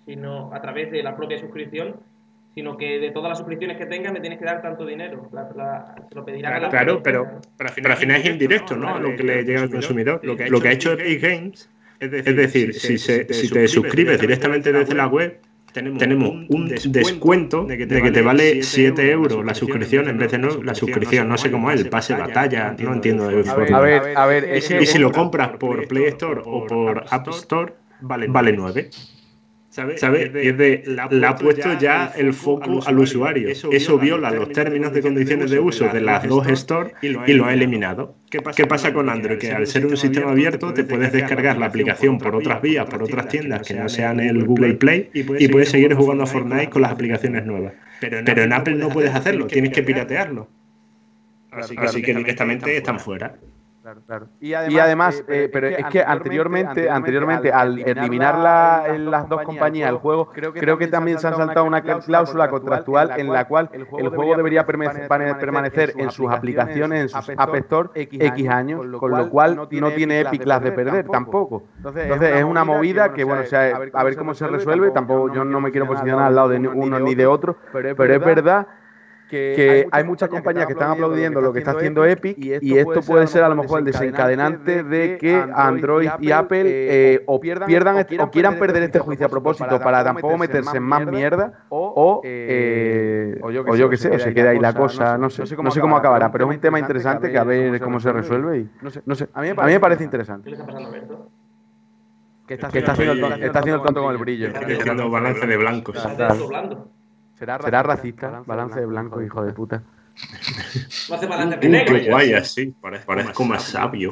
sino a través de la propia suscripción, sino que de todas las suscripciones que tengas me tienes que dar tanto dinero. Te lo pedirán a la Claro, pero al final es indirecto, ¿no? Lo que le llega al consumidor. Lo que ha hecho Epic Games, es decir, si te suscribes directamente desde la web, tenemos un descuento de que te vale 7 euros la suscripción en vez de la suscripción, no sé cómo es, el pase batalla, no entiendo de forma. A ver, y si lo compras por Play Store o por App Store, vale 9. ¿Sabes? Y es de, le ha puesto ya el foco al usuario. Eso viola los términos de condiciones de uso de las dos stores y lo ha eliminado. ¿Qué pasa con Android? Que al ser un sistema abierto te puedes descargar la aplicación por otras vías, por otras tiendas que no sean el Google Play y puedes seguir jugando a Fortnite con las aplicaciones nuevas. Pero en Apple no puedes hacerlo, tienes que piratearlo. Así que directamente están fuera. Claro. Y además pero es que anteriormente al eliminar las dos compañías el juego, creo que también se han saltado una cláusula contractual en la cual el juego debería permanecer en sus aplicaciones, en sus App Store, X años, con lo cual no tiene Epic las de perder tampoco. Entonces es una movida que, bueno, o sea, a ver cómo se resuelve. Tampoco yo no me quiero posicionar al lado de uno ni de otro, pero es verdad que hay muchas compañías que están aplaudiendo lo que está haciendo Epic y esto puede ser a lo mejor el desencadenante de que Android y Apple o pierdan o quieran perder este juicio a propósito para tampoco meterse en más mierda o yo qué sé, o se queda ahí la cosa, no sé cómo acabará, pero es un tema interesante que a ver cómo se resuelve y no sé, a mí me parece interesante. ¿Qué le está pasando a Alberto? Que está haciendo el tonto con el brillo. Está haciendo balance de blancos. Está doblando. ¿Será racista? Balance de blanco, hijo de puta. No hace balance de negro. Qué guay, así. Parezco más sabio.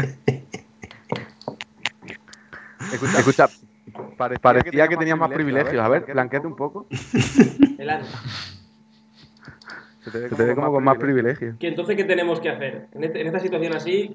Escucha, parecía que tenías más privilegios. A ver, blanqueate un poco. El año. Se te ve como con más privilegios. Entonces, ¿qué tenemos que hacer? En esta situación así,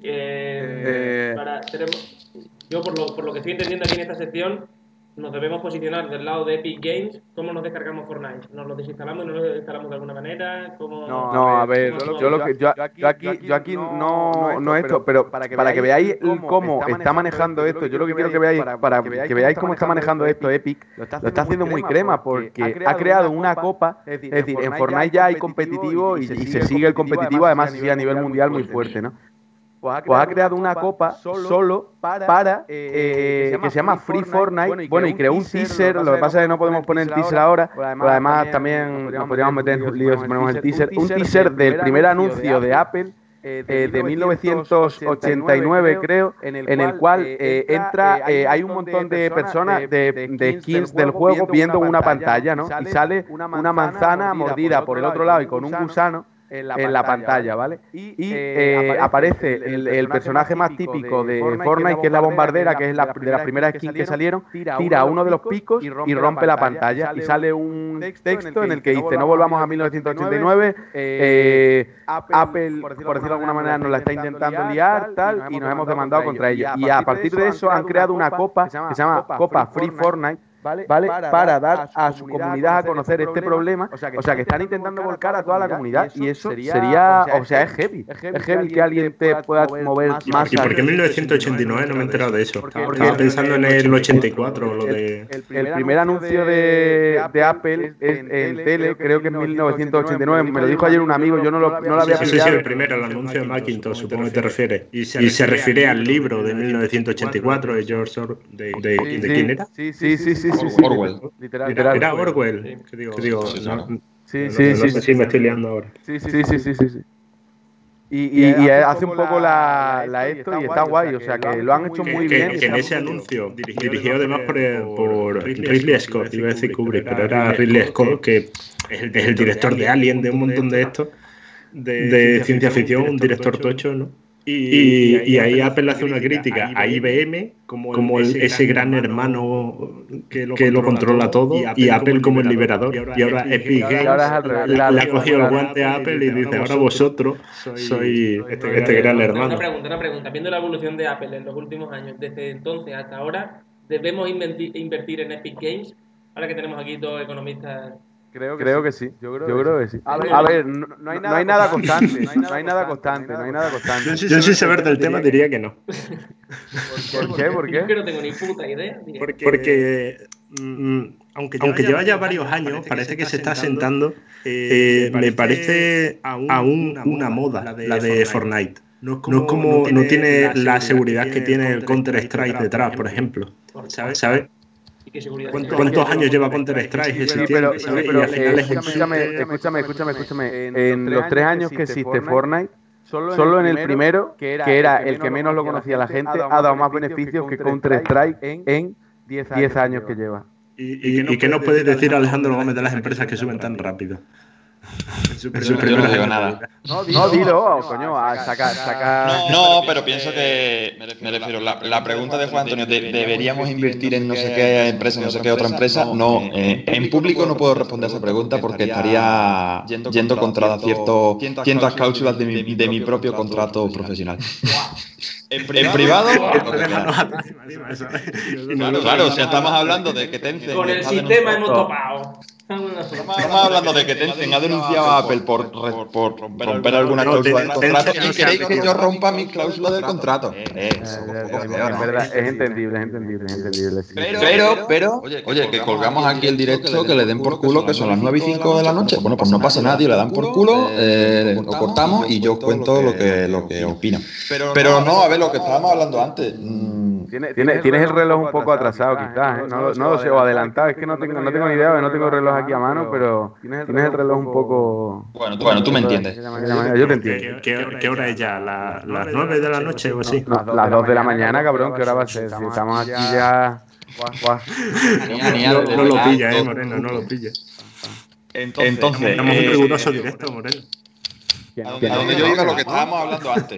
yo por lo que estoy entendiendo aquí en esta sección, nos debemos posicionar del lado de Epic Games. ¿Cómo nos descargamos Fortnite? ¿Nos lo desinstalamos y nos lo instalamos de alguna manera? No, a ver, yo aquí no esto, pero para que veáis cómo está manejando esto, yo lo que quiero que veáis, para que veáis cómo está manejando esto Epic, lo está haciendo muy crema porque ha creado una copa, es decir, en Fortnite ya hay competitivo y se sigue el competitivo, además sigue a nivel mundial muy fuerte, ¿no? Pues ha creado una copa solo para que se llama Free Fortnite. Bueno, y creó un teaser. Lo que pasa es que no podemos poner el teaser ahora. Pero además también nos podríamos meter en líos si ponemos el teaser. Un teaser del primer anuncio de Apple de 1989, creo, en el cual hay un montón de personas de skins del juego viendo una pantalla, ¿no? Y sale una manzana mordida por el otro lado y con un gusano en la pantalla, ¿vale? Y aparece el personaje más típico de Fortnite, que es la bombardera, que es de las primeras skins que salieron, tira uno de los picos y rompe la pantalla. Y sale un texto en el que dice: no volvamos a 1989, Apple, por decirlo de alguna manera, nos la está intentando liar, tal, y nos hemos demandado contra ella. Y a partir de eso han creado una copa que se llama Copa Free Fortnite, ¿vale? Para dar a su comunidad a conocer este problema. O sea, que están intentando volcar a toda la comunidad y eso sería, o sea, es heavy. Es heavy que alguien te pueda mover más. ¿Y por qué en 1989 no me he enterado de eso? Estaba pensando en el 84, lo de... El primer anuncio de Apple en tele, creo que en 1989, me lo dijo ayer un amigo, yo no lo había pensado. Sí, el primero, el anuncio de Macintosh, supongo que te refieres. Y se refiere al libro de 1984 de George Orwell, ¿de quién era? Sí. Orwell. Literal. Era Orwell. Sí, me estoy liando ahora. Sí. Y hace un poco la esto y está guay, o sea que lo han hecho muy bien. Que en ese anuncio, dirigido además por Ridley Scott, iba a decir Kubrick, pero era Ridley Scott, que es el director de Alien, de un montón de esto, de ciencia ficción, un director tocho, ¿no? Y ahí Apple hace una crítica a IBM como ese gran hermano que lo controla todo, y Apple como el liberador. Y ahora Epic Games le ha cogido el guante a Apple y dice: ahora vosotros sois este gran hermano. Una pregunta. Viendo la evolución de Apple en los últimos años, desde entonces hasta ahora, ¿debemos invertir en Epic Games? Ahora que tenemos aquí dos economistas. Creo que sí. Yo creo que sí. A ver, no hay nada constante. No hay nada constante. Yo sin saber del tema diría que no. ¿Por qué? Yo que no tengo ni puta idea. Porque aunque lleva ya varios años, parece que se está asentando, me parece aún una moda, la de Fortnite. No tiene la seguridad que tiene el Counter-Strike detrás, por ejemplo. ¿Sabes? ¿Cuántos años lleva Counter-Strike? Sí, pero escúchame. En los 3 años que existe Fortnite, solo en el primero, que era el que menos lo conocía la gente, ha dado más beneficios que Counter-Strike en 10 años que lleva. ¿Y qué nos puedes decir, Alejandro Gómez, de las empresas que suben tan rápido? Yo no digo nada. No, dilo, coño, saca. No, pero pienso que, me refiero, la pregunta de Juan Antonio, ¿deberíamos invertir en no sé qué empresa, no sé qué otra empresa? No, en público no puedo responder esa pregunta porque estaría yendo contra ciertas cláusulas de mi propio contrato profesional. En privado, claro, si estamos hablando de que Tencent... Con el sistema hemos topado. Estamos hablando de que Tencent ha denunciado a Apple por romper alguna cláusula del contrato y queréis que yo rompa mi cláusula del contrato. Es verdad, es entendible. Pero, oye, que colgamos aquí el directo, que le den por culo, que son las 9:05 de la noche. Bueno, pues no pasa nada, tío, le dan por culo, lo cortamos y yo os cuento lo que opino. Pero no, a ver, lo que estábamos hablando antes. Tienes el reloj un poco atrasado, quizás, ¿eh? No lo sé, o adelantado. Es que no tengo ni idea, no tengo el reloj aquí a mano, pero tienes el reloj un poco... Bueno, tú me entiendes. Yo te entiendo. ¿Qué hora es ya? ¿Las 9 de la noche o así? Las 2 de la mañana, cabrón, ¿qué hora va a ser? Si estamos aquí ya... No lo pilla, Moreno, no lo pilla. Entonces, estamos en riguroso directo, Moreno. A donde yo iba, lo que estábamos hablando antes,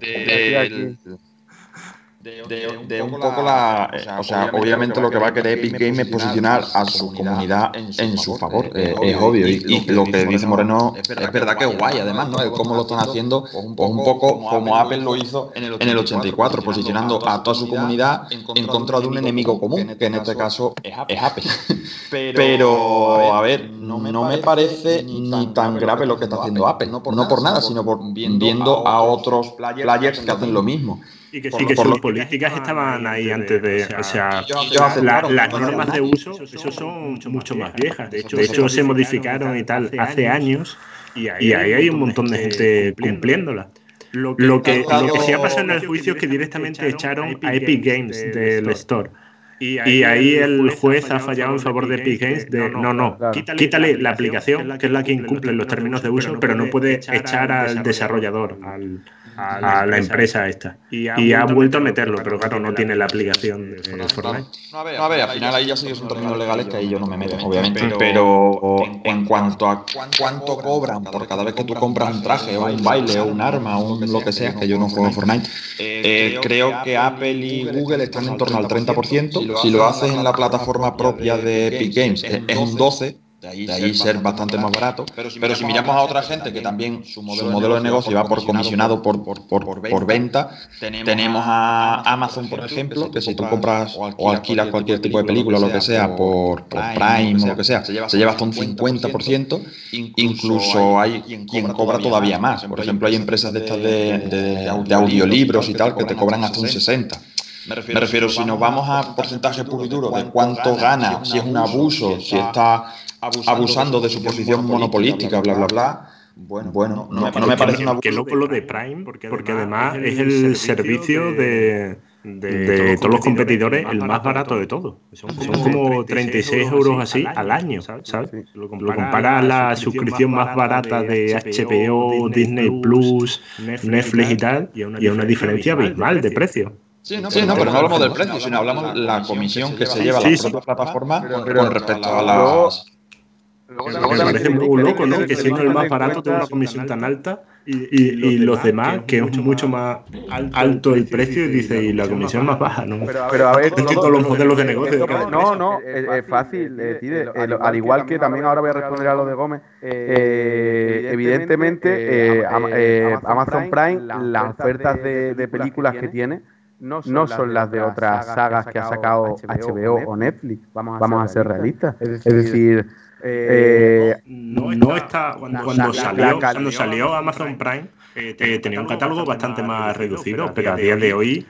de un poco o sea, obviamente lo que va a querer Epic Games es posicionar a su comunidad en su favor, es obvio, y lo que dice Moreno es verdad que es guay, además, ¿no? Cómo lo están haciendo, pues un poco como Apple lo hizo en el 84, posicionando a toda su comunidad en contra de un enemigo común, que en este caso es Apple. Pero, a ver, no me parece ni tan grave lo que está haciendo Apple, no por nada, sino por viendo a otros players que hacen lo mismo. Y que sus políticas estaban ahí antes de... O sea, las normas de uso, eso son mucho más viejas. De hecho, se modificaron y tal hace años y ahí hay un montón de gente cumpliéndolas. Lo que sí ha pasado en el juicio es que directamente echaron a Epic Games del Store. Y ahí el juez ha fallado en favor de Epic Games de quítale la aplicación, que es la que incumple los términos de uso, pero no puede echar al desarrollador, a la empresa esta. Y ha vuelto a meterlo, pero claro, no tiene la aplicación de Fortnite. A ver, al final ahí ya sí que son términos legales que ahí yo no me meto, obviamente, pero en cuanto a cuánto cobran por cada vez que tú compras un traje o un baile o un arma o lo que sea, que yo no juego Fortnite, creo que Apple y Google están en torno al 30%. Si lo haces en la plataforma propia de Epic Games es un 12%. De ahí ser bastante más barato, pero si miramos a otra gente que también su modelo de negocio va por comisionado por venta, tenemos a Amazon, por ejemplo, que si tú compras o alquilas cualquier tipo de película o lo que sea por Prime o lo que sea, se lleva hasta un 50%, incluso hay quien cobra todavía más. Por ejemplo, hay empresas de estas de audiolibros y tal que te cobran hasta un 60%. Me refiero, si nos vamos a porcentaje puro y duro de cuánto gana, si es un abuso, si está abusando de su posición monopolística, bla, bla, bla. Bueno, no me parece una... Qué loco lo de Prime, porque además es el servicio de todos los competidores el más barato de todos. Son como 36 euros así al año, ¿sabes? Lo compara a la suscripción más barata de HBO, Disney Plus, Netflix y tal, y a una diferencia abismal de precio. Sí, pero no hablamos del precio, sino hablamos de la comisión que se lleva a la propia plataforma con respecto a las... Me parece muy loco, ¿no? Que siendo el más barato tenga una comisión tan alta y los demás, que es mucho más alto el precio, y dice, y la comisión más baja, ¿no? Pero a ver, es que todos los modelos de negocio de cada No, es fácil, Tide. Al igual que también ahora voy a responder a lo de Gómez, evidentemente Amazon Prime, las ofertas de películas que tiene no son las de otras sagas que ha sacado HBO o Netflix, vamos a ser realistas. Es decir, no está cuando salió Amazon Prime. Tenía un catálogo bastante más reducido, pero a día de hoy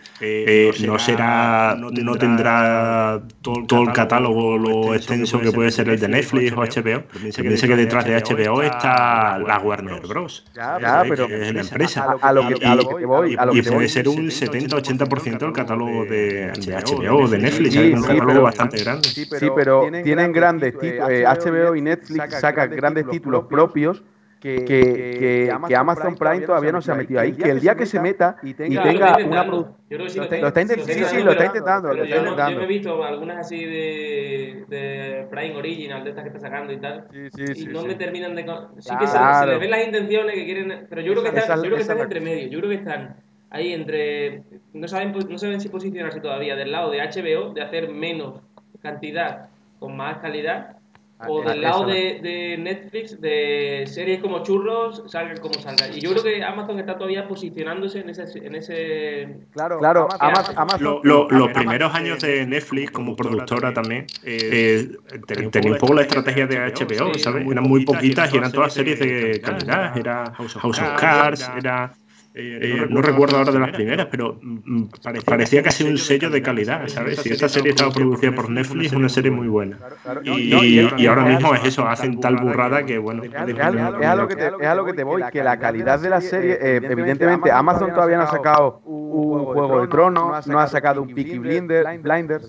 no tendrá todo el catálogo lo extenso que puede ser el de Netflix o HBO. Piensa que detrás de HBO está la Warner Bros. Pero es la empresa. A lo que voy. Y puede ser un 70-80% del catálogo de HBO o de Netflix. Es un catálogo bastante grande. Sí, pero tienen grandes títulos. HBO y Netflix sacan grandes títulos propios que Amazon Prime todavía no se ha metido ahí. Que el día que se meta y tenga una producción. Lo está intentando. Yo me he visto algunas así de Prime Original, de estas que está sacando y tal. Y no me terminan de. Sí que se les ven las intenciones que quieren. Pero yo creo que están entre medio. Yo creo que están ahí entre. No saben si posicionarse todavía del lado de HBO, de hacer menos cantidad con más calidad. O del lado de Netflix, de series como churros, salgan como salgan. Y yo creo que Amazon está todavía posicionándose en ese... Claro, Amazon... Los primeros años de Netflix como productora también tenía un poco la estrategia de HBO, ¿sabes? Eran muy poquitas y eran todas series de calidad. Era House of Cards, era... no recuerdo ahora de las primeras, pero parecía casi un sello de calidad, ¿sabes? Si esta serie estaba producida por Netflix, es una serie muy buena. Y ahora mismo es eso, hacen tal burrada que, bueno... Es a lo que te voy, que la calidad de la serie, evidentemente, Amazon todavía no ha sacado un Juego de Tronos, no ha sacado un Peaky Blinders,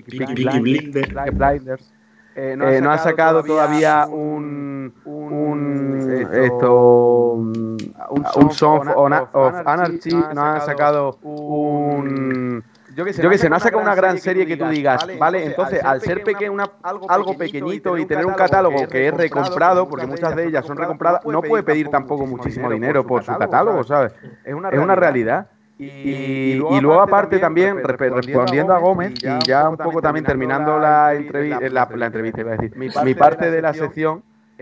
no ha sacado todavía un Song of Anarchy, no ha sacado un... Yo que sé, no ha sacado una gran serie que tú digas, ¿vale? Entonces, al ser algo pequeñito y tener un catálogo que es recomprado, porque muchas de ellas son recompradas, no puede pedir tampoco muchísimo dinero por su catálogo, ¿sabes? Es una realidad. Y luego aparte también, respondiendo a Gómez, y ya un poco también terminando la entrevista, iba a decir, mi parte de la sección,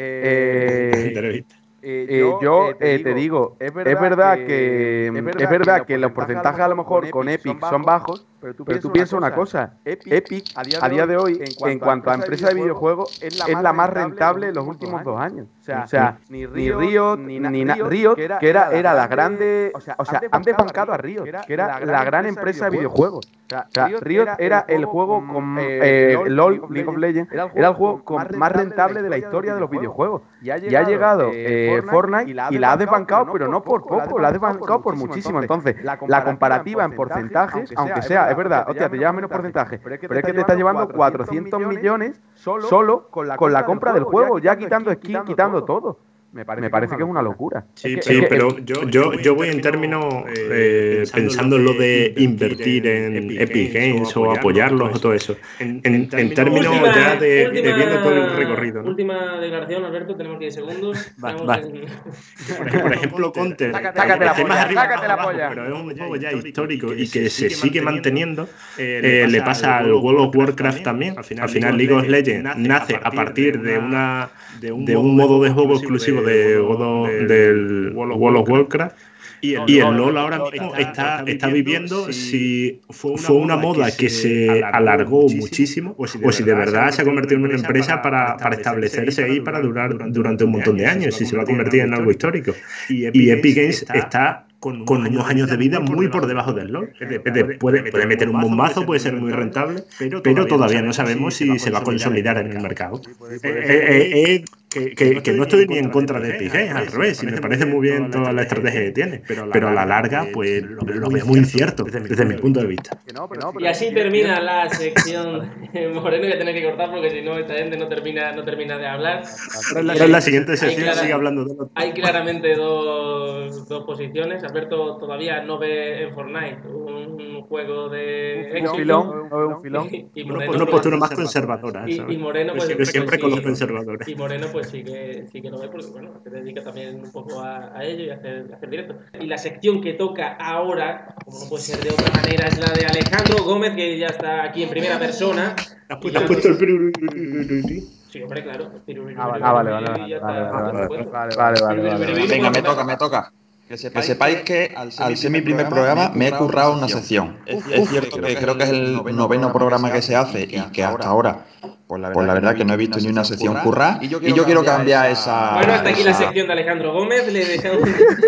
yo te digo, es verdad que los porcentajes a lo mejor con Epic son bajos, pero tú piensas una cosa, Epic a día de hoy, en cuanto a empresa de videojuegos, es la más rentable en los últimos 2 años. O sea, ni Riot, Riot, que era la grande, o sea, han desbancado a Riot, que era la gran empresa de videojuegos. O sea, Riot era el juego con LOL, League of Legends, era el juego más rentable de la historia de los videojuegos. Y ha llegado Fortnite y la ha desbancado, pero no por poco, la ha desbancado por muchísimo. Entonces, la comparativa en porcentajes, aunque sea, es verdad, hostia, te llevas menos porcentaje, pero es que te estás llevando 400 millones solo con la compra del juego, ya quitando skin, quitando todo. Me parece que es una locura. Sí, pero yo voy en términos pensando en lo de invertir en Epic Games o apoyarlos o todo eso. En términos ya de viendo todo el recorrido, ¿no? Última declaración, Alberto, tenemos 10 segundos. Por ejemplo, Counter. Sácate la polla. Pero es un juego ya histórico y que se sigue manteniendo. Le pasa al World of Warcraft también. Al final League of Legends nace a partir de un modo de juego exclusivo del World of Warcraft. Y el LoL ahora mismo está viviendo si fue una moda que se alargó muchísimo o si de verdad se ha convertido en una empresa para establecerse ahí para durar durante un montón de años, si se va a convertir en algo histórico. Y Epic Games está con unos años de vida muy por debajo del LoL. Puede meter un bombazo, puede ser muy rentable, pero todavía no sabemos si se va a consolidar en el mercado. Que no estoy ni en contra de Epic Games, al revés, y me parece muy bien toda la estrategia que tiene, pero a la larga pues lo veo muy incierto desde mi punto de vista. Y así termina la sección. Moreno voy a tener que cortar porque si no esta gente no termina de hablar. Pero en la siguiente sección sigue hablando de lo... Hay claramente dos posiciones. Alberto todavía no ve en Fortnite un juego de un filón. Y Moreno, una postura más conservadora. Y Moreno pues siempre con los conservadores. Y Moreno pues sí que lo ve porque bueno, se dedica también un poco a ello y a hacer directo. Y la sección que toca ahora, como no puede ser de otra manera, es la de Alejandro Gómez, que ya está aquí en primera persona. ¿Has puesto el Sí, hombre, claro. Vale. Venga, me toca. Que sepáis que al ser mi primer programa me he currado una sección. Es cierto que creo que es el 9º programa que se hace y que hasta ahora, pues la verdad que no he visto ni una sección currada y yo quiero cambiar esa... Bueno, hasta aquí la sección de Alejandro Gómez, le dejamos...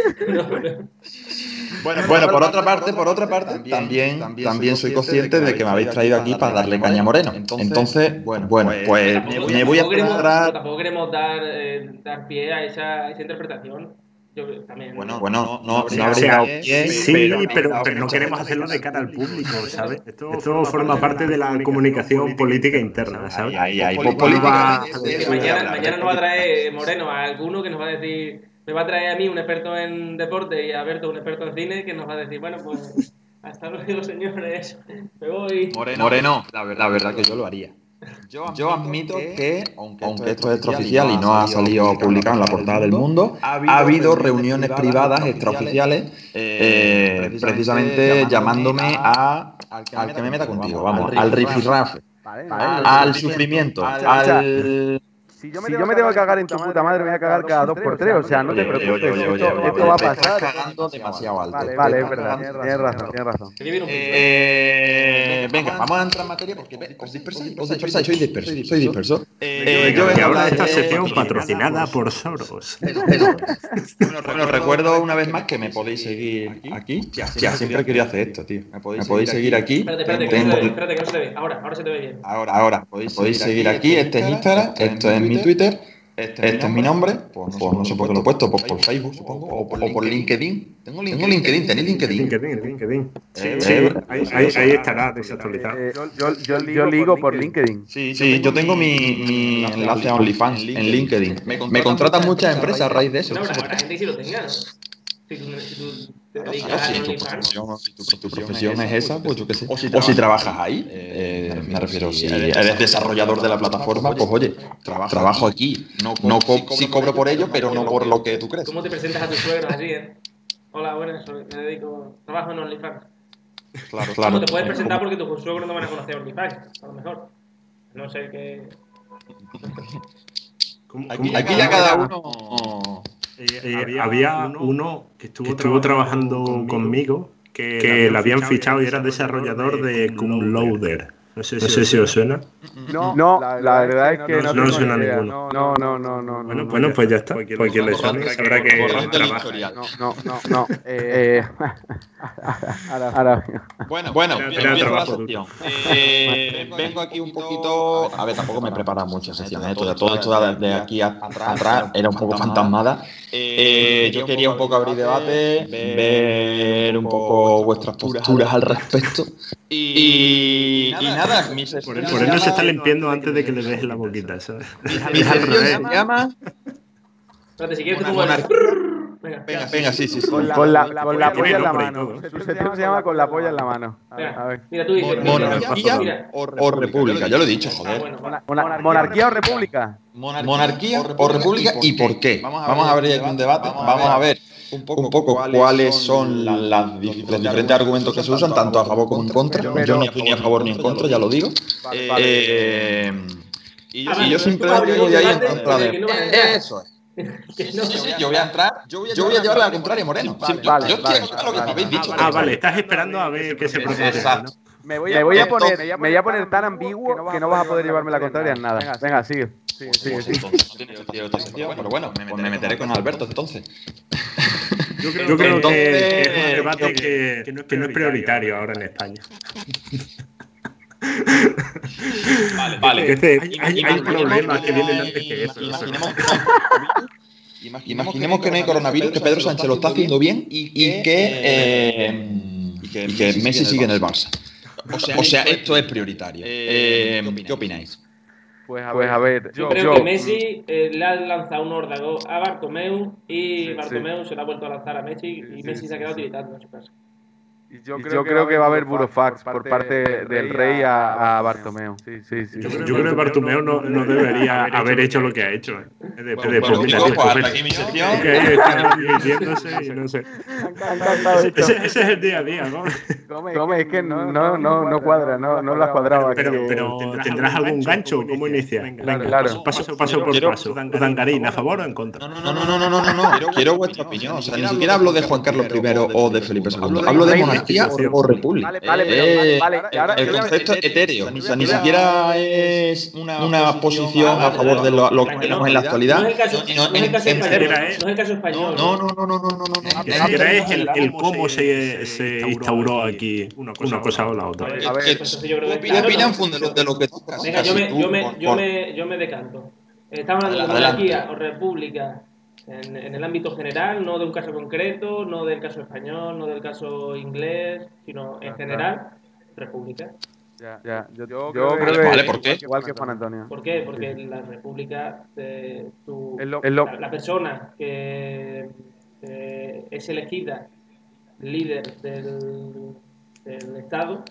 Bueno, por otra parte, también soy consciente de que me habéis traído aquí para darle caña a Moreno. Entonces, bueno, pues me voy a centrar... Tampoco queremos dar pie a esa interpretación. Yo también. Bueno, no habréis dado pie, sí, pero no queremos hacerlo de cara al público, ¿sabes? Esto forma parte de la comunicación política interna, ¿sabes? Mañana nos va a traer Moreno a alguno que nos va a decir... Me va a traer a mí un experto en deporte y a Berto un experto en cine que nos va a decir, bueno, pues hasta luego, señores, me voy. Moreno, la verdad que yo lo haría. Yo admito que, aunque esto es extraoficial y no ha salido publicado en la portada del Mundo, ha habido reuniones privadas extraoficiales precisamente llamándome al que me meta contigo, vamos, al rifirrafe, al sufrimiento, al... Si yo me tengo que cagar en tu puta madre, me voy a cagar cada 2 por 3, o sea, no te preocupes, esto va a pasar. Estás cagando demasiado alto. Vale, es verdad, tienes razón. Venga, vamos a entrar en materia porque os dispersáis, soy disperso. Y ahora esta sección patrocinada por Soros. Bueno, recuerdo una vez más que me podéis seguir aquí. Ya, siempre he querido hacer esto, tío. Me podéis seguir aquí. Espérate, que no se te ve. Ahora se te ve bien. Ahora, podéis seguir aquí. Este es Instagram, esto es mi Twitter, este es mi nombre, pues no sé por qué lo he puesto, pues por Facebook, supongo, o por LinkedIn. Tengo LinkedIn, ¿tenéis LinkedIn. Sí, ahí estará desactualizado. Yo ligo por LinkedIn. Sí, yo tengo mi enlace a OnlyFans en LinkedIn. Me contratan muchas empresas a raíz de eso. No, pero la gente sí lo tenga, ¿no? Si tú te dedicas a OnlyFans. Si tu profesión es esa, pues yo qué sé. O si trabajas ahí, me refiero, si eres desarrollador de la plataforma, pues oye, trabajo aquí. Sí cobro por ello, pero no por lo que tú crees. ¿Cómo te presentas a tus suegros así, Hola, buenas, trabajo en OnlyFans. Claro. ¿Cómo te puedes presentar porque tus suegros no van a conocer OnlyFans? A lo mejor. No sé qué... Aquí ya cada uno... Había uno que estuvo trabajando conmigo que le habían fichado y era desarrollador de Cumloader. No sé si os suena. No, la verdad es que no suena ninguno. No. Bueno, pues ya está. Cualquier le suene sabrá que trabaja. No. Ahora. Bueno, empiezo la sección. Vengo aquí un poquito... A ver, tampoco me he preparado muchas secciones. Todo esto de aquí atrás era un poco fantasmada. Yo quería un poco abrir debate, ver un poco vuestras posturas al respecto. Y nada, por eso se está limpiando antes de que le dejes la boquita, ¿sabes? Mi sección se llama... Espérate, si quieres tú Venga, sí. Con la polla en la mano. Su sección se llama Con la polla en la mano. A ver. Mira, tú dices... ¿Monarquía o república? Ya lo he dicho, joder. ¿Monarquía o república? Monarquía o república y por qué. Vamos a abrir aquí un debate. Vamos a ver un poco cuáles son los diferentes argumentos que se usan, tanto a favor como en contra. Yo no estoy ni a favor ni en contra, ya lo digo. Y yo siempre voy ahí en contra de... Eso es. Yo voy a entrar, yo voy a llevarle la contraria a Moreno. Yo estoy en contra de lo que habéis dicho. Vale, estás esperando a ver qué se propone. Exacto. Me voy a poner tan ambiguo que no vas a poder llevarme la contraria en nada. Venga, sigue. Entonces no tiene sentido esta sección, pero bueno, pues me meteré con Alberto entonces. Yo creo que es un debate que no es prioritario ahora en España. Vale. Hay problemas que vienen antes que eso. Imaginemos que no hay coronavirus, que Pedro Sánchez lo está haciendo bien y que Messi sigue en el Barça. O sea, esto es prioritario. ¿Qué opináis? Pues a ver, yo creo que Messi le ha lanzado un órdago a Bartomeu y Bartomeu se lo ha vuelto a lanzar a Messi y Messi se ha quedado tiritando en su casa. Yo creo que va a haber burofax por parte del rey a Bartomeu. Sí. Yo creo que Bartomeu no debería haber hecho lo que ha hecho. Aquí mi sección. Está divirtiéndose y no sé. Ese es el día a día, ¿no? Gómez, es que no cuadra, no lo has cuadrado aquí. Pero ¿tendrás algún gancho? ¿Cómo iniciar? Venga, claro. Paso por paso. Dangarín, ¿a favor o en contra? No. Quiero vuestra opinión. O sea, ni siquiera hablo de Juan Carlos I o de Felipe II. Hablo de monarquía o república. El concepto es etéreo. O sea, ni siquiera es una posición a favor de lo que tenemos en la actualidad. No es el caso español. No. Ni siquiera es el cómo se instauró aquí una cosa o la otra. ¿Qué opinan de lo que toca? Venga, yo me decanto. Estamos hablando de monarquía o república en el ámbito general, no de un caso concreto, no del caso español, no del caso inglés, sino en general, república. Yo creo que vale, ¿por qué? Igual que Juan Antonio. ¿Por qué? Porque en la república la persona que es elegida líder del Estado,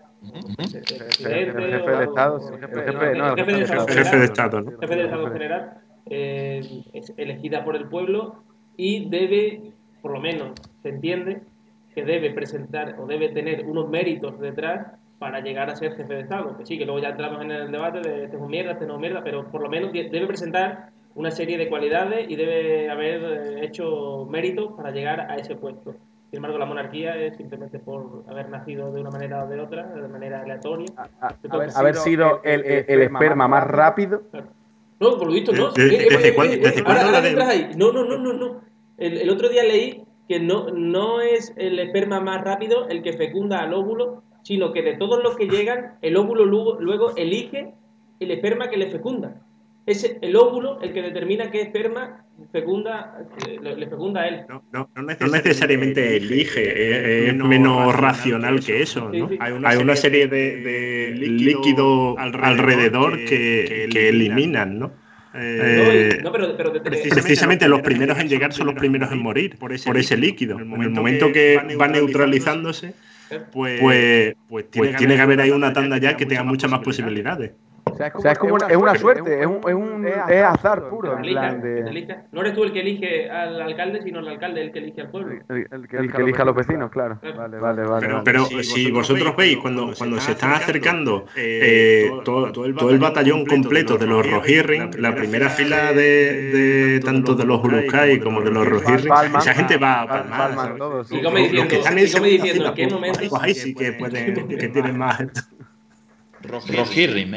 el jefe del Estado, el jefe de Estado, ¿no? Jefe del Estado general, es elegida por el pueblo y debe, por lo menos se entiende, que debe presentar o debe tener unos méritos detrás para llegar a ser jefe de Estado. Que sí, que luego ya entramos en el debate de este es un mierda, este no es mierda, pero por lo menos debe presentar una serie de cualidades y debe haber hecho méritos para llegar a ese puesto. Sin embargo, la monarquía es simplemente por haber nacido de una manera o de otra, de manera aleatoria. Haber sido el esperma más rápido. Claro. No, por lo visto no. ¿Desde cuándo ahora entras ahí. No. El otro día leí que no es el esperma más rápido el que fecunda al óvulo, sino que de todos los que llegan, el óvulo luego elige el esperma que le fecunda. Es el óvulo el que determina qué esperma le fecunda a él. No necesariamente elige, es menos racional que eso, ¿no? Sí. Hay una serie de líquido alrededor que eliminan, ¿no? Pero precisamente los primeros en llegar son los primeros en morir por ese líquido. En el momento que va neutralizándose, pues tiene que haber ahí una tanda ya que tenga muchas más posibilidades. O sea, es una suerte, es azar puro. No eres tú el que elige al alcalde, sino el alcalde el que elige al pueblo. El que elija a los vecinos, claro. Vale. Pero si vosotros veis, cuando se están acercando todo el batallón completo de los Rohirrim, la primera fila de tanto de los Uruk-hai como de los Rohirrim, esa gente va a palmar. Y como diciendo, ¿en qué momento? Pues ahí sí que tienen más esto. Rohirrim,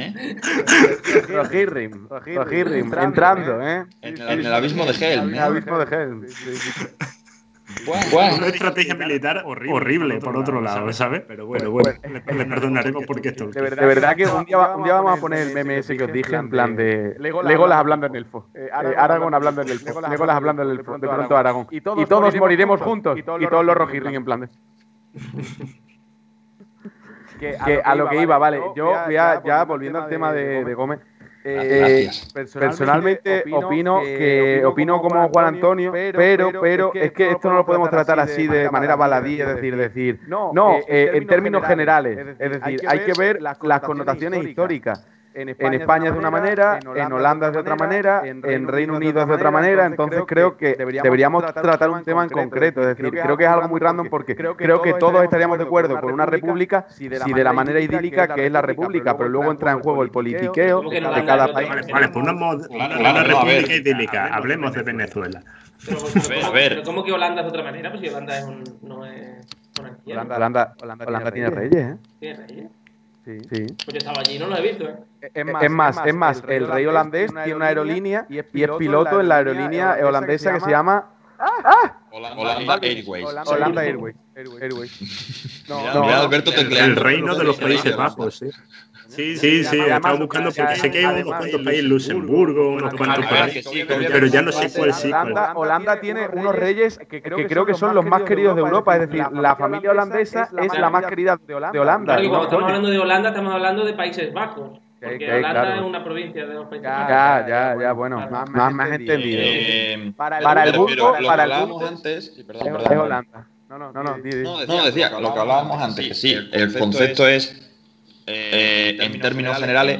Rohirrim, entrando, En el abismo de Helm. En el abismo de Helm. Una estrategia militar horrible, por otro lado, ¿sabes? Pero bueno, le perdonaremos porque esto. De verdad que un día vamos a poner el meme ese que os dije, en plan de Legolas hablando en elfo, Aragorn hablando en elfo, Legolas hablando en elfo, de pronto Aragorn. Y todos moriremos juntos, y todos los Rohirrim en plan de... Que a lo que iba, vale. Yo ya volviendo al tema de Gómez. Personalmente opino como Juan Antonio, pero es que esto no lo podemos tratar así de manera baladí, es decir, en términos generales, es decir, hay que ver las connotaciones históricas. En España es de una manera, en Holanda es de otra manera, en Reino Unido es de otra manera, entonces creo que deberíamos tratar un tema en concreto, es decir, creo que es algo muy random porque creo que todos estaríamos de acuerdo con una república si de la manera idílica que es la república, pero luego entra en juego el politiqueo de cada país. Vale, pues una república idílica, hablemos de Venezuela. A ver. ¿Cómo que Holanda es de otra manera? Pues si Holanda no es monarquía. Holanda tiene reyes, ¿eh? ¿Tiene reyes? Sí. Pues yo estaba allí y no lo he visto, ¿eh? Es más, el rey holandés tiene una aerolínea y es piloto en la aerolínea holandesa que se llama... Holanda Airways. Holanda Airways. Mira, Alberto el reino de los Países Bajos, sí. Sí, estaba buscando porque sé que hay unos cuantos países, Luxemburgo, unos cuantos países, pero ya no sé cuál sí. Holanda tiene unos reyes que creo que son los más queridos de Europa, es decir, la familia holandesa es la más querida de Holanda. Cuando estamos hablando de Holanda, estamos hablando de Países Bajos. Porque Holanda es una provincia de los Países Bajos. Ya, bueno, más entendido. Para el mundo, antes, es Holanda. Decía lo que hablábamos antes, que sí, el concepto es, en términos generales,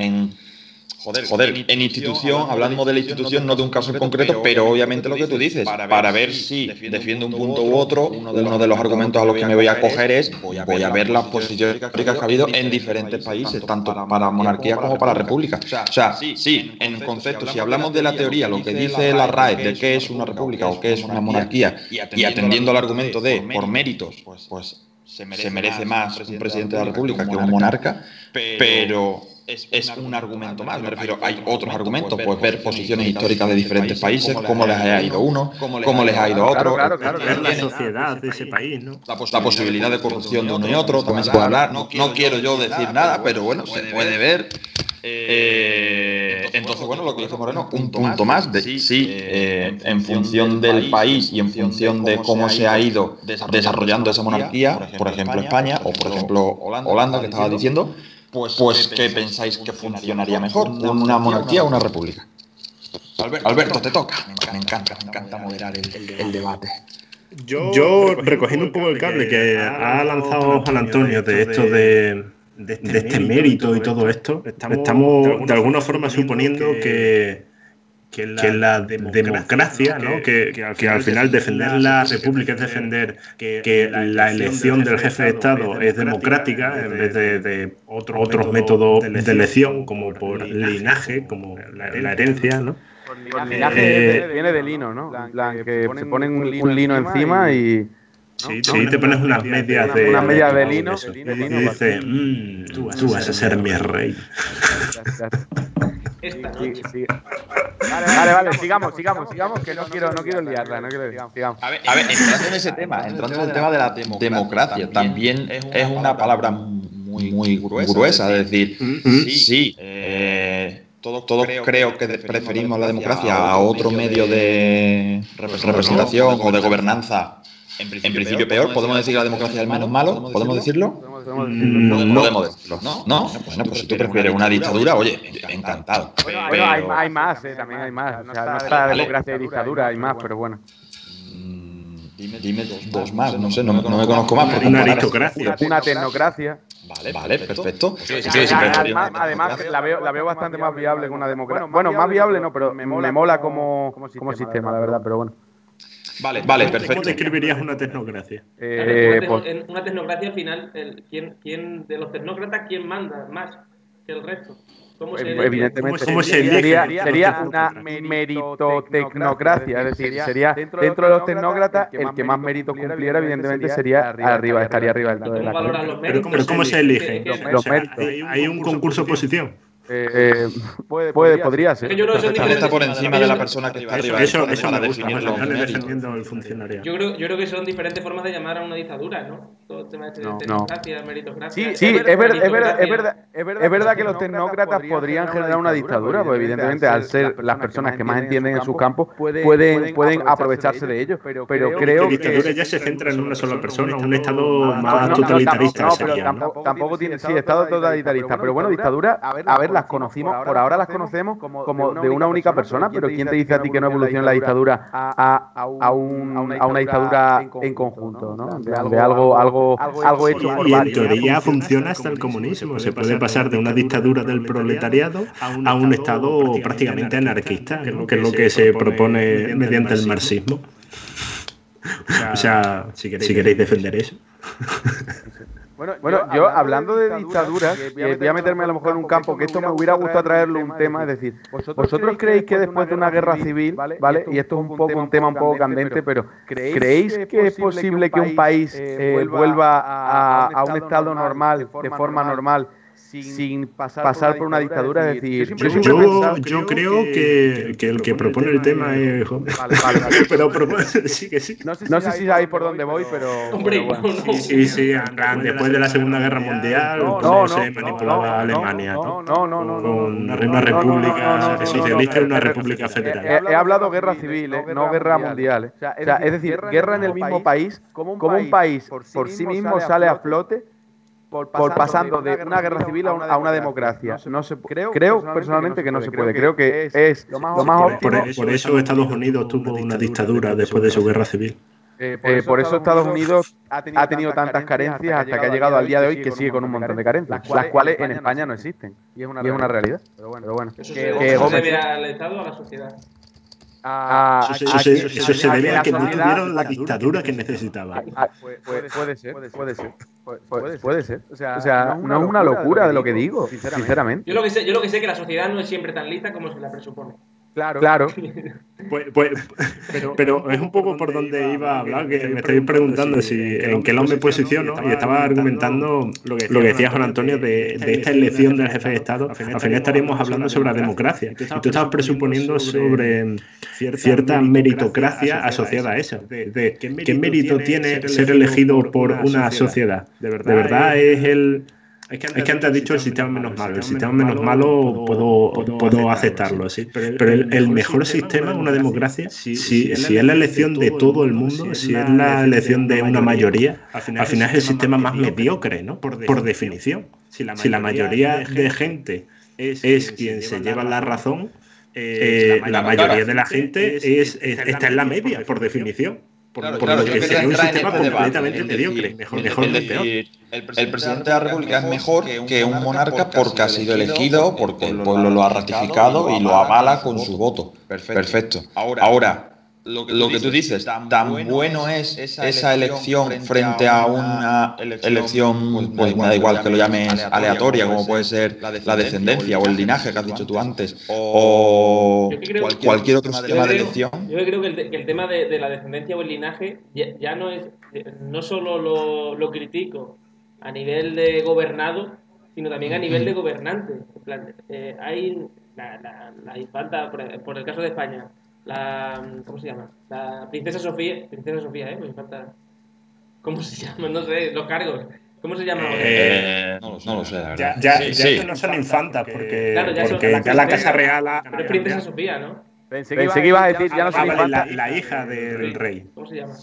en institución, hablamos de la institución, no de un caso en concreto, pero obviamente lo que tú dices, para ver si defiendo un punto u otro, uno de los argumentos a los que me voy a acoger es, voy a ver las posiciones históricas que ha habido en diferentes países, tanto para monarquía como para república. O sea, sí, en concepto, si hablamos de la teoría, lo que dice la RAE de qué es una república o qué es una monarquía, y atendiendo al argumento de, por méritos, pues se merece más un presidente de la república que un monarca, pero es un argumento más, me refiero, hay otros argumentos, pues ver posiciones históricas de diferentes países, cómo les ha ido a uno, cómo les ha ido a otro, ver la sociedad de ese país, ¿no? La posibilidad de corrupción de uno y otro, también se puede hablar, no quiero yo decir nada, pero bueno, se puede ver. Entonces, bueno, lo que dice Moreno, un punto más de en función del país y en función de cómo se ha ido desarrollando esa monarquía, por ejemplo España o por ejemplo Holanda, que estaba diciendo, pues ¿qué pensáis que funcionaría mejor? ¿Una monarquía o una república? Alberto, te toca. Me encanta moderar el debate. Yo, recogiendo un poco el cable que ha lanzado Juan Antonio de esto de este mérito y todo esto, estamos de alguna forma suponiendo que la democracia, ¿no? que al final defender la república es defender que la elección del jefe de Estado es democrática en vez de otros métodos de elección, como por linaje, como la herencia, ¿no? El linaje viene de lino, ¿no? En plan, que se ponen un lino encima y... Sí, te pones unas medias de lino. Y dices, tú vas a ser mi rey. Sí. Vale, sigamos, que no quiero liarla, sigamos. A ver, entrando en ese tema, entrando en el tema de la democracia, también es una palabra muy gruesa, es decir, todos creo que preferimos la democracia a otro medio de representación o de gobernanza. En principio peor, ¿podemos decir que la democracia es el menos malo? ¿Podemos decirlo? No podemos decirlo. ¿No? Bueno, pues si tú prefieres una dictadura, oye, encantado. Bueno, hay más, también hay más. O sea, no está la democracia y dictadura, hay más, pero bueno. Dime dos más, no sé, no me conozco más. Porque una aristocracia. Una tecnocracia. Vale, perfecto. Además, la veo bastante más viable que una democracia. Bueno, más viable no, pero me mola como sistema, la verdad, pero bueno. Vale, perfecto. ¿Cómo describirías una tecnocracia? Una tecnocracia al final, ¿quién de los tecnócratas quién manda más que el resto? Evidentemente, ¿Cómo sería una meritotecnocracia, es decir, sería dentro de los tecnócratas el que más méritos cumpliera, evidentemente estaría arriba del todo de la clase. Pero ¿cómo se eligen? Los méritos. ¿Hay un concurso de oposición? Podría ser. Yo creo que está por encima de la persona que está arriba. Eso me gusta, defendiendo el funcionariado. Yo creo que son diferentes formas de llamar a una dictadura, ¿no? Todo el tema de democracia, meritocracia. Sí, es verdad que los tecnócratas podrían generar una dictadura, pues evidentemente al ser las personas que más entienden en su campo pueden aprovecharse de ello, pero creo que la dictadura ya se centra en una sola persona, un estado más totalitarista. No, pero tampoco tiene, sí, estado totalitarista, pero bueno, dictadura, a ver, las conocimos, por ahora las conocemos como de una única persona, pero ¿quién te dice a ti que no evoluciona la dictadura a una dictadura en conjunto, ¿no? De algo hecho por varios. Y en teoría funciona hasta el comunismo. Se puede pasar de una dictadura del proletariado a un estado prácticamente anarquista, que es lo que se propone mediante el marxismo. O sea, si queréis defender eso. Bueno, yo hablando de dictaduras, voy a meterme a lo mejor en un campo que esto me hubiera gustado traerlo un tema, es decir, ¿vosotros creéis que después de una guerra civil, ¿vale? Y esto es un tema un poco candente, pero ¿creéis que es posible que un país vuelva a un estado normal, de forma normal, sin pasar por una dictadura? Es decir, yo creo que el que propone el tema es... Pero sí. No sé si sabéis por dónde voy, pero... Hombre, bueno. Sí, después de la Segunda Guerra Mundial, se manipulaba Alemania, ¿no? Con una república socialista y una república federal. He hablado guerra civil, no guerra mundial. O sea, es decir, guerra en el mismo país, como un país por sí mismo sale a flote, por pasando de una guerra civil a una democracia. Creo personalmente que no se puede. Creo que es lo más óptimo. Por eso Estados Unidos tuvo una dictadura después de su guerra civil. Por eso Estados Unidos ha tenido tantas carencias hasta que ha llegado al día de hoy, que sigue con un montón de carencias, las cuales en España no existen. Y es una realidad. Pero bueno. ¿Eso se debe al Estado o a la sociedad? Eso se debe a que no tuvieron la dictadura que necesitaban. Puede ser. O sea, no es una locura de lo que digo, sinceramente. Yo lo que sé es que la sociedad no es siempre tan lista como se la presupone. Claro. Pero es un poco por donde iba a hablar, que me estáis preguntando en qué lado me posiciono, y estaba argumentando lo que decía Juan Antonio de esta elección del jefe de Estado. Al final estaríamos hablando sobre la democracia, y tú estabas presuponiendo sobre cierta meritocracia asociada a eso. De ¿qué mérito tiene ser elegido por una sociedad? De verdad es el... Es que antes has dicho el sistema menos malo. El sistema menos malo puedo aceptarlo, sí. Pero el mejor sistema en una democracia, si es la elección de todo el mundo, si es la elección de una mayoría, al final es el sistema más mediocre, ¿no? Por definición. Si la mayoría de gente es quien se lleva la razón, la mayoría de la gente está en la media, por definición. Por lo que sería un sistema completamente mediocre, mejor de peor. El presidente de la República es mejor que un monarca porque ha sido elegido, porque el pueblo lo ha ratificado y lo avala con su voto. Perfecto. Ahora, lo que tú dices, tan bueno es esa elección frente a una elección, pues me da igual que lo llames aleatoria, como puede ser la descendencia o el linaje que has dicho tú antes, o cualquier otro sistema de elección. Yo creo que el tema de la descendencia o el linaje ya no es, no solo lo critico a nivel de gobernado, sino también a nivel de gobernante. En plan, hay la infanta, por el caso de España, ¿cómo se llama? La princesa Sofía, me falta. ¿Cómo se llama? No sé, los cargos. ¿Cómo se llama? No lo sé, la verdad. Ya no son infantas, porque ya la Casa Real... Pero es princesa Sofía, ¿no? Pensé que ibas a decir, ya no son infantas. La hija del rey. ¿Cómo se llama?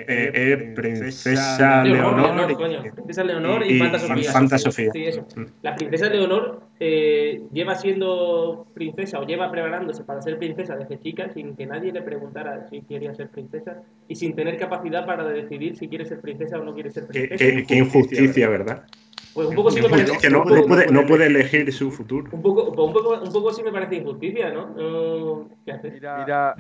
Princesa Leonor. Princesa Leonor y Infanta Sofía. Sí, eso. La princesa Leonor lleva siendo princesa o lleva preparándose para ser princesa desde chica sin que nadie le preguntara si quería ser princesa y sin tener capacidad para decidir si quiere ser princesa o no quiere ser princesa. Qué injusticia, ¿verdad? Pues un poco sí me parece... Que no puede elegir su futuro. Un poco sí me parece injusticia, ¿no? ¿Qué haces? Mira,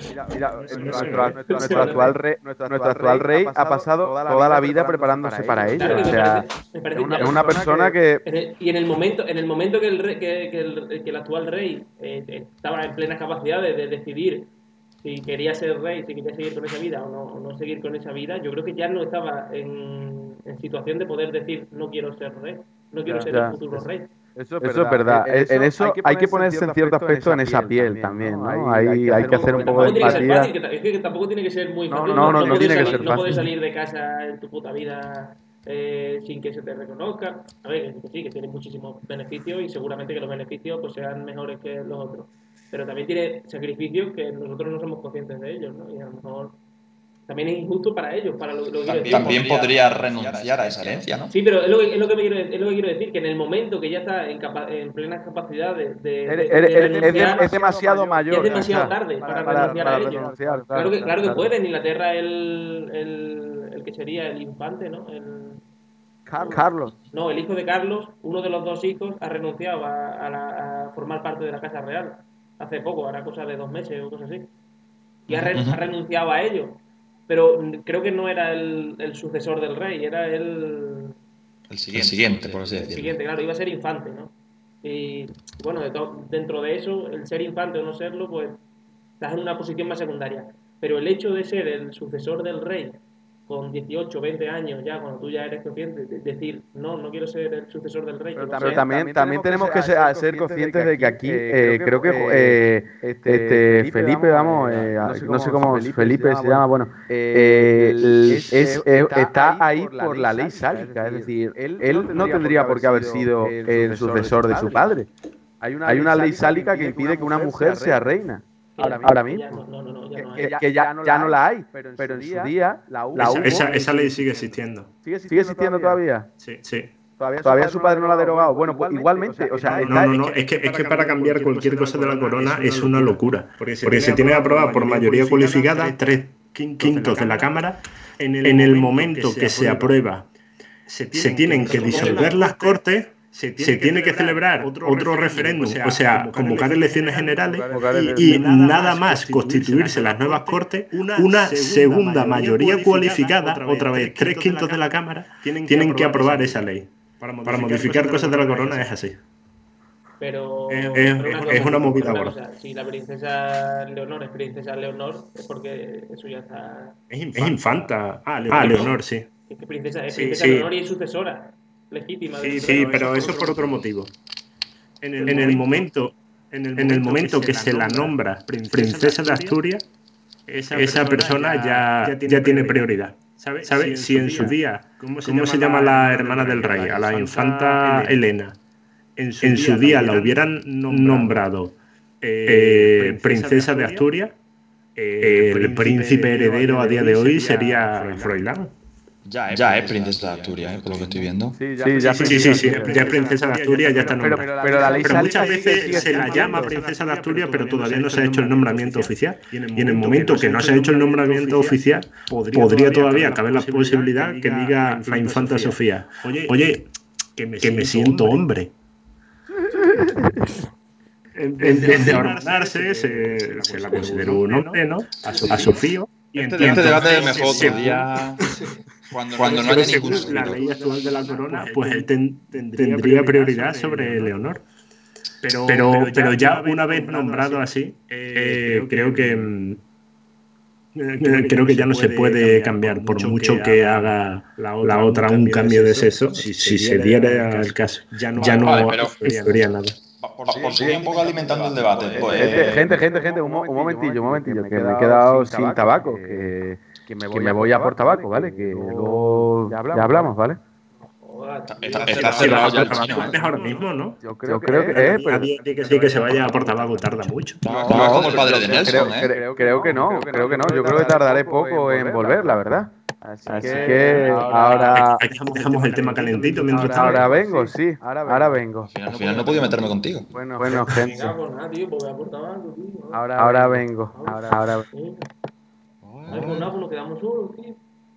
nuestro actual rey ha pasado toda la vida preparándose para ello. O sea, es una persona que... Y en el momento que el actual rey estaba en plena capacidad de decidir si quería ser rey, si quería seguir con esa vida o no seguir con esa vida, yo creo que ya no estaba en situación de poder decir no quiero ser rey, no quiero ser el futuro rey. Eso es verdad. En eso hay que ponerse en cierto aspecto en esa piel también, ¿no? Hay que hacer un poco de empatía. Es que tampoco tiene que ser muy fácil. No tiene que ser fácil. No puedes salir de casa en tu puta vida sin que se te reconozca. A ver, que sí, que tiene muchísimos beneficios y seguramente que los beneficios pues sean mejores que los otros. Pero también tiene sacrificios que nosotros no somos conscientes de ellos, ¿no? Y a lo mejor también es injusto para ellos, para lo que también podría renunciar a esa herencia, ¿no? Sí, pero es lo que quiero decir, que en el momento que ya está en plena capacidad de renunciar, es demasiado mayor. Es demasiado tarde para renunciar a ellos. Claro que puede. En Inglaterra el que sería el infante, ¿no? Carlos. No, el hijo de Carlos, uno de los dos hijos, ha renunciado a formar parte de la Casa Real. Hace poco, hará cosa de 2 meses o cosas así. Y ha renunciado a ello. Pero creo que no era el sucesor del rey, era el siguiente, por así decirlo. El siguiente, claro, iba a ser infante, ¿no? Y bueno, dentro de eso, el ser infante o no serlo, pues estás en una posición más secundaria. Pero el hecho de ser el sucesor del rey con 18, 20 años ya, cuando tú ya eres consciente, decir, no quiero ser el sucesor del rey. Pero también tenemos que ser conscientes de que aquí, creo que Felipe, vamos, no sé cómo Felipe se llama, bueno, está ahí por la ley sálica, es decir, él no tendría por qué haber sido el sucesor de su padre. Hay una ley sálica que impide que una mujer sea reina. Ahora mismo. Que ya no la hay, pero en su día la hubo. Esa ley sigue existiendo. ¿Sigue existiendo todavía? Sí. Todavía su padre no la ha derogado. Bueno, pues igualmente, o sea, no, es que para cambiar cualquier cosa de la corona es una locura. Porque se tiene aprobada por mayoría cualificada 3 quintos de la Cámara, en el momento que se aprueba, se tienen que disolver las Cortes, se tiene que celebrar otro referéndum, o sea, convocar elecciones generales y nada más constituirse las nuevas Cortes, una segunda mayoría cualificada, otra vez 3/5 de la Cámara, tienen que aprobar esa ley. Para modificar cosas de la corona es así. Pero es una movida gorda. gorda. O sea, si la princesa Leonor es princesa Leonor, es porque eso ya está... Es infanta. Leonor, sí. Es princesa Leonor y es sucesora legítima. Sí, pero eso es por otro motivo. En el momento que se la nombra princesa de Asturias, esa persona ya tiene prioridad. ¿Sabe? Si en su día, ¿cómo se llama la hermana del rey? A la infanta Elena. En su día la hubieran nombrado princesa de Asturias, el príncipe heredero a día de hoy sería Froilán. Ya es princesa de Asturias, por lo que estoy viendo. Ya es princesa de Asturias, ya está nombrada. Pero muchas veces se la llama princesa de Asturias, pero todavía no se ha hecho el nombramiento oficial. Y en el momento que no se ha hecho el nombramiento oficial, podría todavía caber la posibilidad que diga la infanta Sofía: oye, que me siento hombre. En vez de ordenarse, se la consideró un hombre, ¿no? A Sofía. Y este debate es mejor todavía. Cuando no haya ningún la ley actual de la corona, pues él tendría prioridad sobre Leonor. Pero ya una vez nombrado así, creo que ya no se puede cambiar, por mucho que haga la otra un cambio de sexo. Si se diera el caso, ya no sería nada. Por seguir un poco alimentando el debate. Pues... Gente, un momentillo, que me he quedado sin tabaco, que me voy a por tabaco, ¿vale? Que luego ya hablamos, ¿vale? Está cerrado ya el chino. Ahora mismo, ¿no? Yo creo que nadie que se vaya a por tabaco tarda mucho. No, es como el padre de Nelson, creo que no. Yo creo que tardaré poco en volver, la verdad. Así que ahora... Dejamos el tema calentito mientras ahora vengo, sí. Ahora vengo. Al final no he podido meterme contigo. Bueno, gente. Ahora Ahora vengo. nos quedamos solos, tío.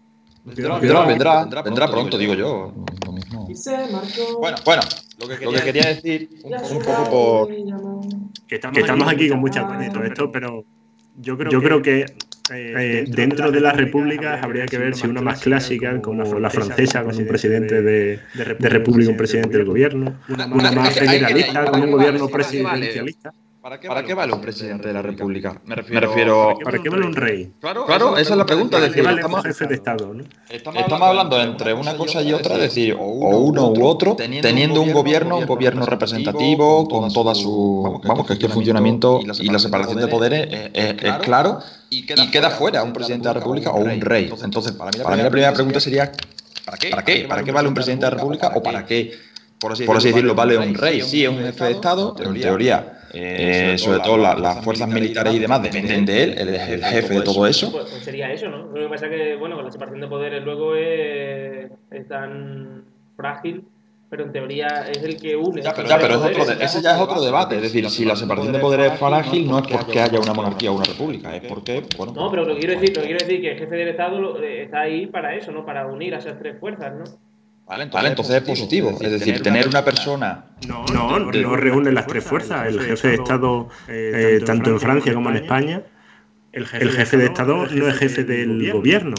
Vendrá pronto, digo yo. Lo mismo. Bueno, lo que quería decir un poco por... Que estamos aquí con mucha pena y todo esto, pero yo creo que dentro de las repúblicas habría que ver si una más clásica, como la francesa, con un presidente de república, un presidente del gobierno, una más federalista, con un gobierno presidencialista. ¿Para qué vale un presidente de la República? Me refiero... ¿Para qué vale un rey? Claro, esa es la pregunta. Es decir, estamos jefe de Estado, ¿no? Estamos hablando entre una cosa y otra, es decir, o uno u otro, teniendo un gobierno representativo, con toda su... Vamos, que es que el funcionamiento y la separación de poderes es claro, y queda fuera un presidente de la República o un rey. Entonces, para mí la primera pregunta sería, ¿para qué? ¿Para qué vale un presidente de la República o para qué, por así decirlo, vale un rey? Sí, es un jefe de Estado, pero en teoría... sobre todo las fuerzas militares y demás dependen de él es el jefe de todo eso. Pues sería eso, ¿no? Lo que pasa es que, bueno, con la separación de poderes luego es tan frágil, pero en teoría es el que une. Pero ese ya es otro debate. Es decir, si la separación de poderes es frágil, no es porque haya una monarquía o una república, es porque, bueno... No, pero lo que quiero decir que el jefe del Estado está ahí para eso, ¿no? Para unir a esas tres fuerzas, ¿no? Vale, entonces es positivo. Es decir, tener una persona... No reúne las tres fuerzas. El jefe de Estado, tanto en Francia como en España, el jefe de Estado no es jefe del gobierno.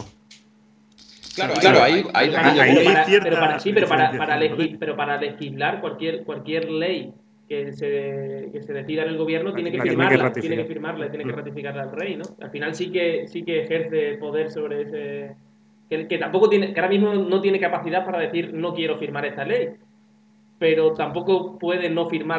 Claro, ahí pero para legislar cualquier ley que se decida en el gobierno tiene que ratificarla el rey, ¿no? Al final sí que ejerce poder sobre ese... Que tampoco tiene, que ahora mismo no tiene capacidad para decir no quiero firmar esta ley, pero tampoco puede no firmar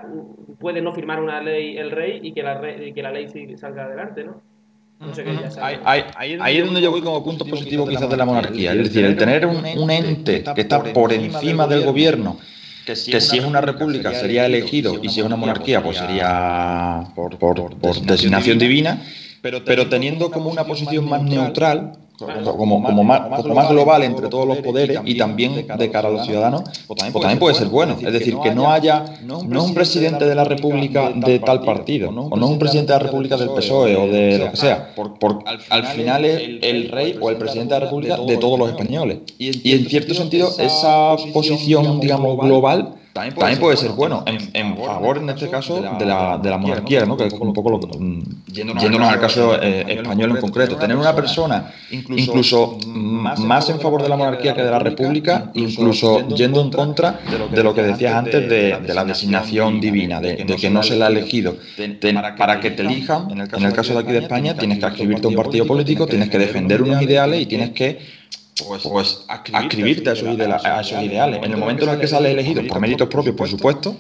una ley el rey y que la ley salga adelante, ¿no? No sé qué ya sabe. Ahí es donde yo voy como punto positivo quizás de la monarquía, es decir, el tener un ente que está por encima del gobierno, que si es una república sería elegido y si es una monarquía pues sería por designación divina, pero teniendo como una posición más neutral, como más global entre todos los poderes y también de cara a los ciudadanos, pues también puede ser bueno. Es decir, que no es un presidente de la República de tal partido, o no es un presidente de la República del PSOE o de lo que sea. Al final es el rey o el presidente de la República de todos los españoles. Y en cierto sentido, esa posición, digamos, global también puede ser bueno, en favor, en este caso, de la monarquía, ¿no? Que es un poco yéndonos al caso español en concreto. Tener una persona incluso más en favor de la monarquía que de la república, incluso yendo en contra de lo que decías antes de la designación divina, de que no se la ha elegido. Para que te elijan, en el caso de aquí de España, tienes que adscribirte a un partido político, tienes que defender unos ideales y tienes que pues adscribirte a esos ideales. En el momento en el que sales elegido, por méritos propios, por supuesto,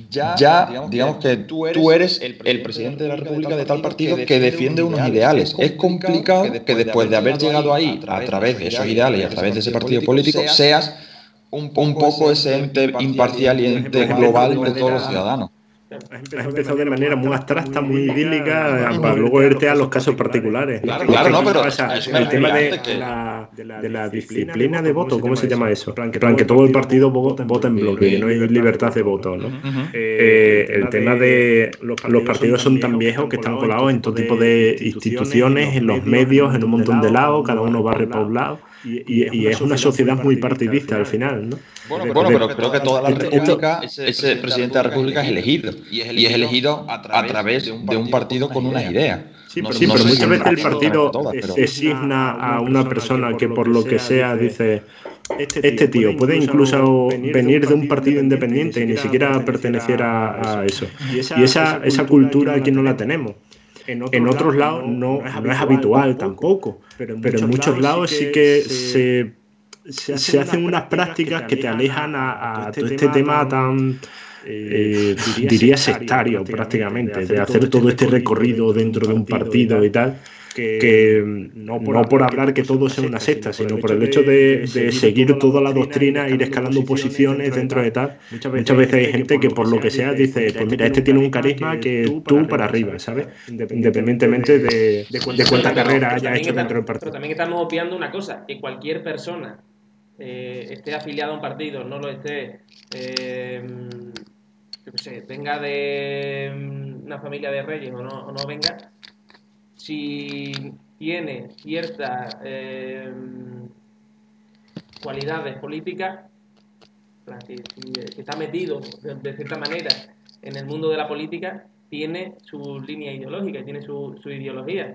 ya digamos que tú eres el presidente de la República de tal partido que defiende unos ideales. Es complicado que después de haber llegado ahí a través de esos ideales y a través de ese partido político, seas un poco ese ente imparcial y ente global de todos los ciudadanos. Has empezado de manera muy abstracta, muy idílica, para luego irte a los casos particulares. Claro, no, pero el tema de la disciplina de voto, ¿cómo se llama eso? En plan, que todo el partido vota en bloque, que no hay libertad de voto, ¿no? El tema de los partidos son tan viejos que están colados en todo tipo de instituciones, en los medios, en un montón de lados, cada uno barre para un lado. Y es una sociedad muy partidista al final, ¿no? Bueno, pero creo que toda la República, ese presidente de la República es elegido. Y es elegido a través de un partido con unas ideas. Sí, pero muchas veces el partido designa a una persona que por lo que sea dice, este tío puede incluso venir de un partido independiente y ni siquiera pertenecer a eso. Y esa cultura aquí no la tenemos. En otros lados no es habitual tampoco, pero en muchos lados sí que se hacen unas prácticas que te alejan a todo este tema tan, diría sectario prácticamente, de hacer todo este recorrido dentro de un partido y tal, que no por hablar que todo sea una secta, sino por el hecho de seguir toda la doctrina, ir escalando posiciones dentro de tal. Muchas veces hay gente que por lo que sea dice, pues mira, este tiene un carisma que tú para arriba, ¿sabes? Independientemente de cuánta carrera haya hecho dentro del partido. Pero también estamos obviando una cosa, que cualquier persona esté afiliado a un partido, no lo esté, yo qué sé, venga de una familia de reyes o no venga, si tiene ciertas cualidades políticas, que está metido de cierta manera en el mundo de la política, tiene su línea ideológica, tiene su ideología.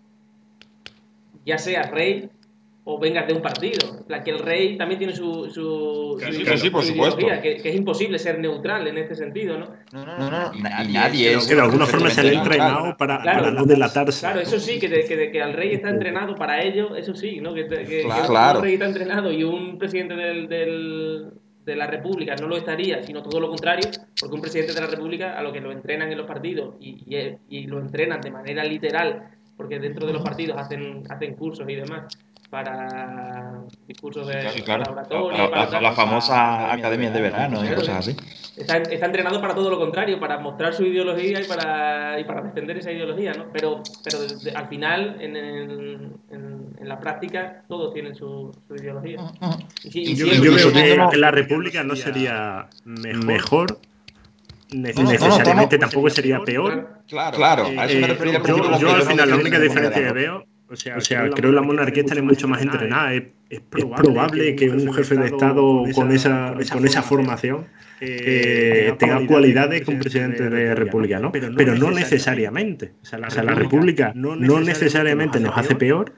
Ya sea rey o vengas de un partido. La que el rey también tiene su por supuesto. ideología, que es imposible ser neutral en este sentido, ¿no? No, nadie es. Que de alguna forma se le ha entrenado para no delatarse. Claro, eso sí, que al rey está entrenado para ello, eso sí, ¿no? Que claro. Un rey está entrenado y un presidente de la República no lo estaría, sino todo lo contrario, porque un presidente de la República, a lo que lo entrenan en los partidos y lo entrenan de manera literal, porque dentro de los partidos hacen cursos y demás, para discursos de oratoria, las famosas academias de verano y cosas así. Está entrenado para todo lo contrario, para mostrar su ideología y para defender esa ideología, ¿no? Pero al final, en la práctica, todos tienen su ideología. Yo creo que en la República no sería mejor. Necesariamente tampoco sería peor. Claro, a eso me refería. Yo al final la única diferencia que veo, o sea, creo que la monarquía estaría mucho más entrenada. Es probable que un jefe de Estado con esa formación tenga cualidades que un presidente de República, ¿no? Pero no necesariamente. O sea, la República no necesariamente nos hace peor.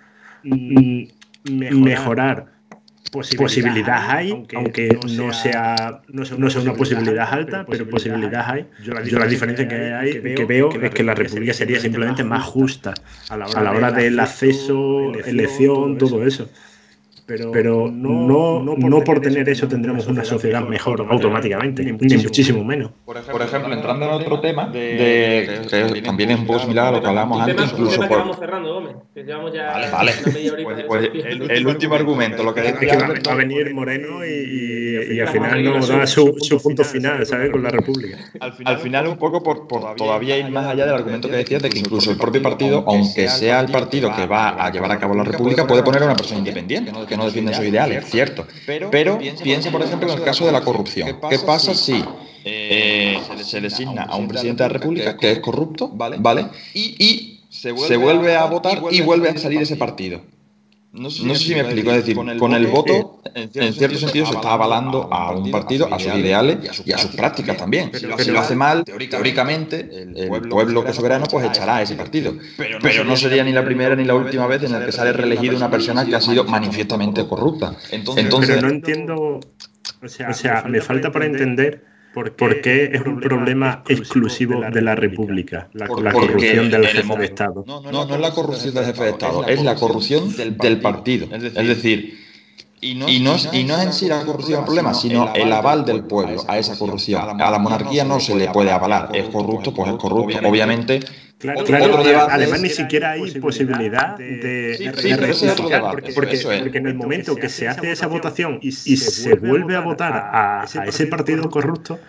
Mejorar posibilidad hay, aunque no sea una posibilidad alta, pero posibilidad hay. Yo la diferencia que veo es que la República sería simplemente más justa a la hora del acceso, elección, todo eso. pero no por tener eso tendremos una sociedad mejor automáticamente, ni muchísimo menos. Por ejemplo, entrando en otro tema, que también es un poco similar a lo que hablábamos antes, incluso que vamos cerrando, Gómez, que llevamos ya vale. una media horita. Pues el último argumento, lo que decía va a venir Moreno y al final nos da su punto final, ¿sabes? Con la República. Al final un poco por todavía ir más allá del argumento que decías de que incluso el propio partido, aunque sea el partido que va a llevar a cabo la República, puede poner a una persona independiente, que no defiende sus ideales, cierto. Pero piensa, por ejemplo, en el caso de la corrupción. ¿Qué pasa si se designa a un presidente de la República que es corrupto, ¿vale? Y se vuelve a votar y vuelve a salir ese partido? No sé si me explico, es decir, con el voto, en cierto sentido, se está avalando a un partido, a sus ideales y a sus prácticas también. Si lo hace mal, teóricamente, el pueblo que es soberano pues echará a ese partido. Pero no sería ni la primera ni la última vez en la que sale reelegido una persona que ha sido manifiestamente corrupta. Entonces, pero no entiendo, o sea, me falta para entender por qué es un problema exclusivo de la República, la corrupción del jefe de Estado. No es la corrupción del jefe de Estado, es la corrupción del partido. Es decir, y no es en sí la corrupción el problema, sino el aval del pueblo a esa corrupción. A la monarquía no se le puede avalar, es corrupto, pues es corrupto. Obviamente. Claro, además ni siquiera hay posibilidad de rectificar, porque en el momento que se hace esa votación y se vuelve a votar a ese partido corrupto,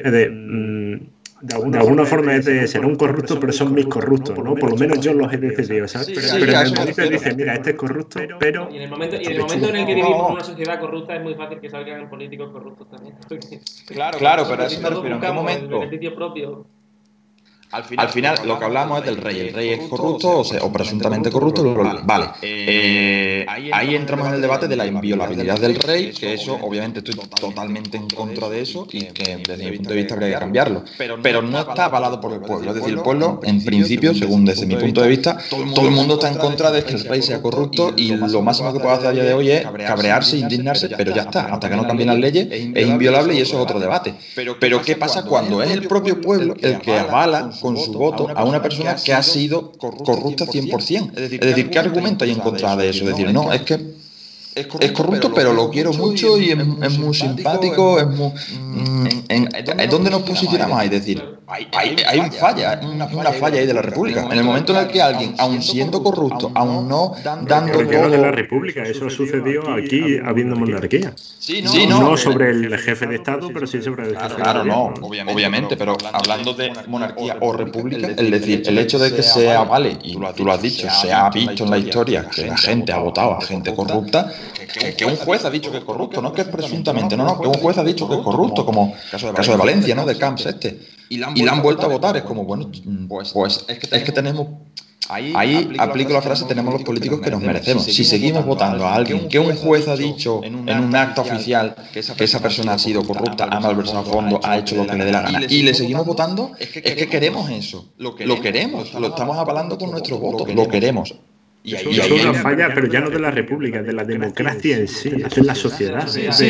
de alguna forma será un corrupto, pero son mis corruptos, ¿no? Por lo menos yo los he decidido, ¿sabes? Pero en el momento dice, mira, este es corrupto, pero... Y en el momento en el que vivimos en una sociedad corrupta es muy fácil que salgan políticos corruptos también. Claro, pero a eso me refiero. ¿En qué momento? El beneficio propio. Al final, lo que hablamos es del rey. El rey es corrupto o presuntamente corrupto. Vale. Ahí entramos en el debate de la inviolabilidad del rey, que eso, obviamente, estoy totalmente en contra de eso y que, desde mi punto de vista, habría que cambiarlo. Pero no está avalado por el pueblo. Es decir, el pueblo, en principio, según desde mi punto de vista, todo el mundo está en contra de que el rey sea corrupto y lo máximo que puede hacer a día de hoy es cabrearse, indignarse, pero ya está. Hasta que no cambien las leyes, es inviolable y eso es otro debate. Pero ¿qué pasa cuando es el propio pueblo el que avala con su voto a una persona que ha sido corrupta 100%? Es decir, ¿qué argumento hay en contra de eso? Es decir, no, es que es corrupto, pero lo quiero mucho y es muy simpático, es muy... ¿Es donde nos posicionamos ahí? Es decir, hay una falla ahí de la República. En el momento en el que alguien, aun siendo corrupto, aun no dando... Pero no de la República, eso sucedió aquí habiendo monarquía. No sobre el jefe de Estado, pero sí sobre el jefe de Estado. Claro, no, obviamente, pero hablando de monarquía o república, es decir, el hecho de que se avale, y tú lo has dicho, se ha visto en la historia que la gente ha votado a gente corrupta, que un juez ha dicho que es corrupto, no que es presuntamente, no, que un juez ha dicho que es corrupto, como el caso de Valencia, ¿no? De Camps y la han vuelto a votar. Es como, bueno, pues es que tenemos... Ahí aplico la frase, tenemos los políticos que nos merecemos. Si seguimos votando a alguien que un juez ha dicho en un acto oficial que esa persona ha sido corrupta, ha malversado fondos, ha hecho lo que le dé la gana, y le seguimos votando, es que queremos eso. Lo queremos, lo estamos avalando con nuestro voto, lo queremos. Y eso es una falla, pero ya no de la República, de la democracia en sí, es en la sociedad.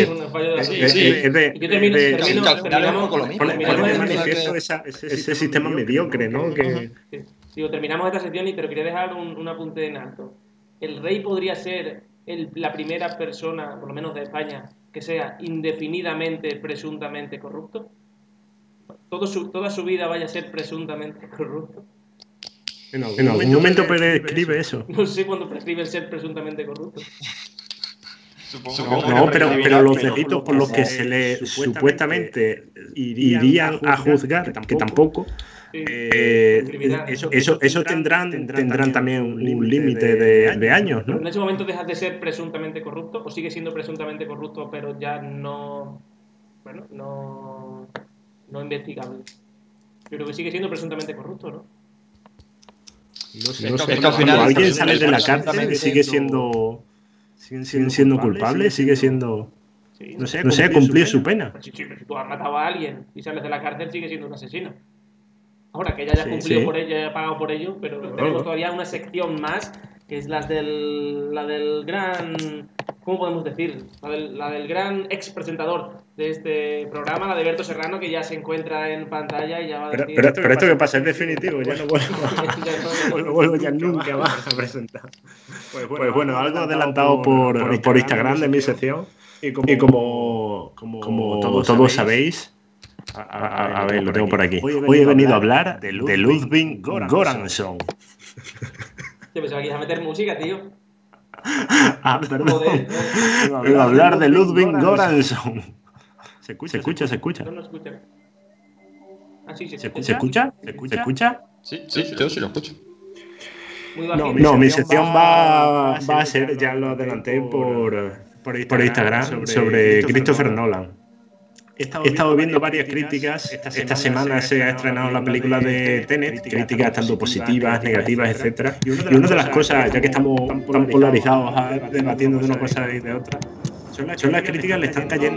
Poner de manifiesto ese sistema mediocre, ¿no? Digo, terminamos esta sección, pero quería dejar un apunte en alto. ¿El rey podría ser la primera persona, por lo menos de España, que sea indefinidamente, presuntamente corrupto? ¿Toda su vida vaya a ser presuntamente corrupto? En algún momento prescribe eso. No sé cuándo prescribe el ser presuntamente corrupto. No, pero los delitos por los que se le supuestamente irían a juzgar, que tampoco... Eso tendrán también un límite de años, ¿no? ¿En ese momento dejas de ser presuntamente corrupto o sigue siendo presuntamente corrupto pero ya no investigable? Yo creo que sigue siendo presuntamente corrupto, ¿no? No sé, al final alguien sale de la cárcel siguen siendo culpables, sigue siendo... No sé, cumplir su pena. Si tú has matado a alguien y sales de la cárcel, sigue siendo un asesino. Ahora que ya haya cumplido por ello, ya haya pagado por ello, pero tenemos todavía una sección más, que es la del gran ¿cómo podemos decir? La del gran ex presentador de este programa, la de Berto Serrano, que ya se encuentra en pantalla y ya va a decir... Pero esto que pasa es definitivo, ya no vuelvo ya nunca más a presentar. Pues bueno, algo adelantado por Instagram de mi sección, y como todos sabéis, a ver, lo tengo por aquí. Hoy he venido a hablar de Ludwig Göransson. Yo pensaba que ibas a meter música, tío. Perdón. Vengo a hablar de Ludwig Göransson. ¿Se escucha? No escucha. Ah, sí, ¿Se escucha? Sí, yo sí lo escucho. No, mi sección va a ser, ya lo adelanté por Instagram, sobre Christopher Nolan. He estado viendo varias críticas. Esta semana se ha estrenado la película de Tenet, críticas tanto positivas, negativas, etc. Y una de las cosas, ya que estamos tan polarizados debatiendo de una cosa y de otra, son las críticas que le están cayendo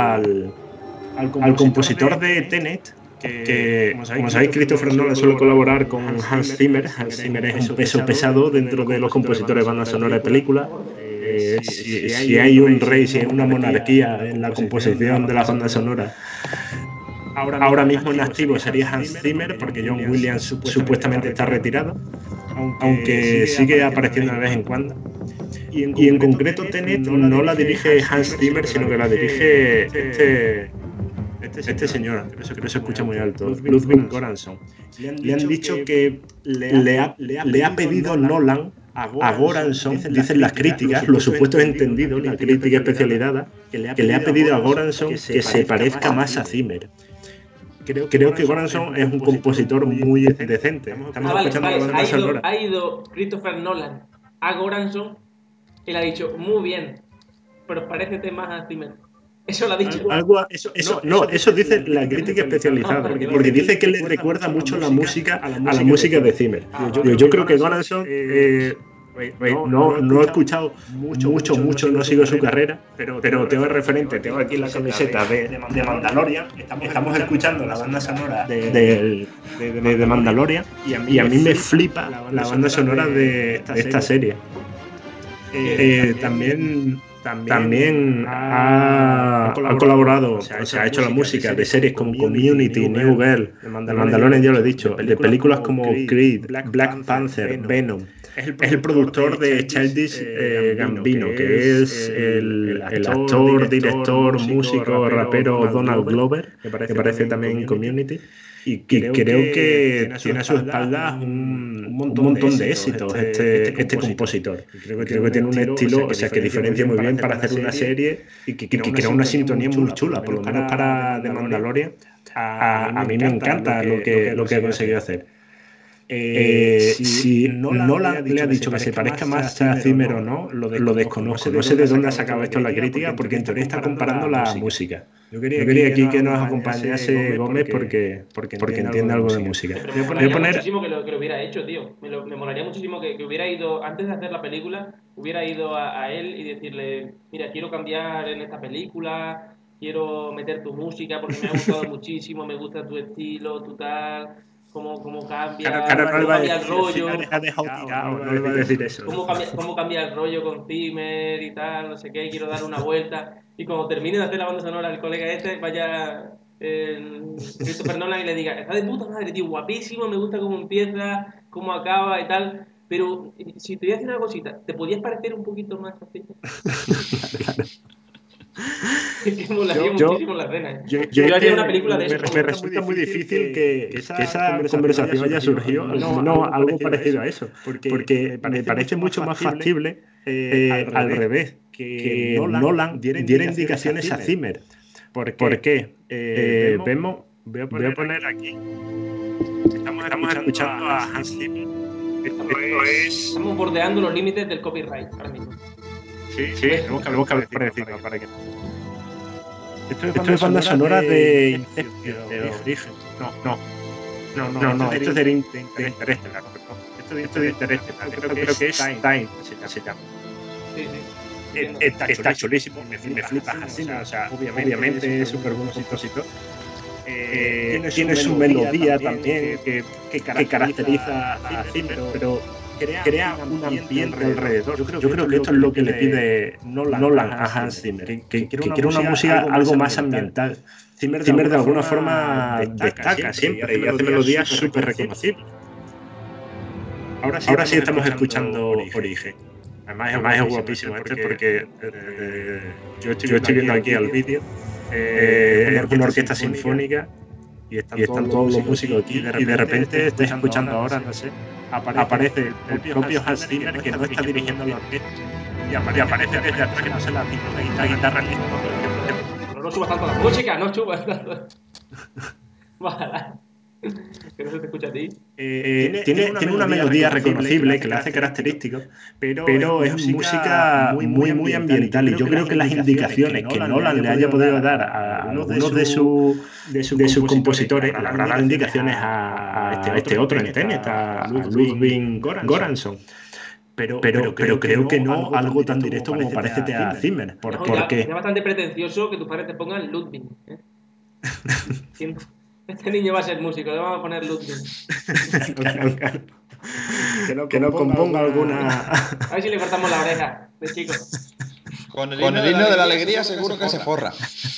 al compositor de Tenet, que, como sabéis, Christopher Nolan suele colaborar con Hans Zimmer. Hans Zimmer es un peso pesado dentro de los compositores de bandas sonoras de películas. Si hay un rey, si hay una monarquía en la composición de las bandas sonoras, ahora mismo en activo sería Hans Zimmer, porque John Williams supuestamente está retirado, aunque sigue apareciendo de vez en cuando. Y en concreto Tenet no la dirige Hans Zimmer, sino que la dirige este señor, que se escucha muy alto, Ludwig Göransson. Le han dicho que le ha pedido Nolan a Göransson, dicen las críticas, los supuestos entendidos, la crítica especializada, que le ha pedido a Göransson que se parezca más a Zimmer. Creo que Göransson es un compositor muy decente. Estamos escuchando la banda sonora. Ha ido Christopher Nolan a Göransson y le ha dicho, muy bien, pero parécete más a Zimmer. Eso lo ha dicho. Eso dice la crítica especializada, porque dice que le recuerda mucho la música a la música de Zimmer. Yo creo que Göransson, no he escuchado mucho, no sigo su carrera, pero tengo el referente, tengo aquí la camiseta de Mandalorian. Estamos escuchando la banda sonora de Mandalorian, y a mí me flipa la banda sonora de esta serie. También ha colaborado, o sea, ha hecho la música de series como Community, New Girl, de Mandalorian, ya lo he dicho, de películas como Creed, Black Panther, Venom. Es el productor de Childish Gambino, que es el actor, director, músico, rapero Donald Glover, que aparece también en Community. Y creo que tiene a sus espaldas un montón de éxitos este compositor. Creo que tiene un estilo, o sea, que diferencia muy bien para hacer una serie y que crea una sintonía muy chula, por lo menos para The Mandalorian. A mí me encanta lo que ha conseguido hacer. Si Nolan le ha dicho que se parezca más a Zimmer o no, lo desconozco. No sé de dónde ha sacado esto la crítica, porque en teoría está comparando la música. Yo quería aquí que nos acompañase Gómez porque entiende algo de música. Me molaría muchísimo que lo hubiera hecho, tío. Me molaría muchísimo que hubiera ido, antes de hacer la película, hubiera ido a él y decirle, mira, quiero cambiar en esta película, quiero meter tu música porque me ha gustado muchísimo, me gusta tu estilo, tu tal... Cómo cambia, cambia el rollo. No le va a decir eso. Cómo cambia el rollo con Zimmer y tal, no sé qué, quiero dar una vuelta. Y cuando termine de hacer la banda sonora, el colega vaya Christopher Nolan y le diga, está de puta madre, tío, guapísimo, me gusta cómo empieza, cómo acaba y tal. Pero si te voy a decir una cosita, ¿te podías parecer un poquito más a Zimmer? Claro. Es que molaría muchísimo la escena. Yo haría una película de eso. Me resulta muy difícil que esa conversación haya surgido, no algo parecido a eso, porque me parece mucho más factible al revés, que Nolan diera indicaciones a Zimmer. ¿Por qué? Voy a poner aquí. Estamos escuchando a Hans Zimmer. Estamos bordeando los límites del copyright ahora mismo. Sí, tenemos que decirlo para que... Esto es banda sonora de Origen. No, esto es de Interestelar. Esto es de Interestelar. Creo que es Time, se llama. Sí. Está chulísimo, me flipa así, o sea, obviamente es súper buen compositor. Tiene su melodía también que caracteriza a Zimmer, pero crea un ambiente alrededor. Yo creo que esto es lo que le pide Nolan a Hans Zimmer, que quiere una música algo más ambiental. Zimmer de alguna forma destaca siempre y hace melodías súper reconocibles. Ahora sí estamos escuchando Origen. Además es guapísimo porque yo estoy viendo aquí el vídeo. Es una orquesta sinfónica y están todos los músicos aquí y de repente estáis escuchando ahora, no sé, aparece el propio Hans Zimmer que no está dirigiendo la orquesta y aparece desde atrás que no se la guitarra lista. No subas tanto la música, no subas tanto. Bájala. Que no se te escucha a ti. Tiene una melodía reconocible que le hace característico, pero es música muy ambiental y yo creo que las indicaciones que Nolan le haya podido dar a algunos de sus compositores, le habrá dado indicaciones a este otro en Tenet, a Ludwig Göransson. Pero creo que no algo tan directo como parece a Zimmer. Porque es bastante pretencioso que tus padres te pongan Ludwig. Este niño va a ser músico, le vamos a poner Ludwig. Claro. Que no componga alguna. A ver si le cortamos la oreja de chico. Con el himno de la alegría seguro que se forra.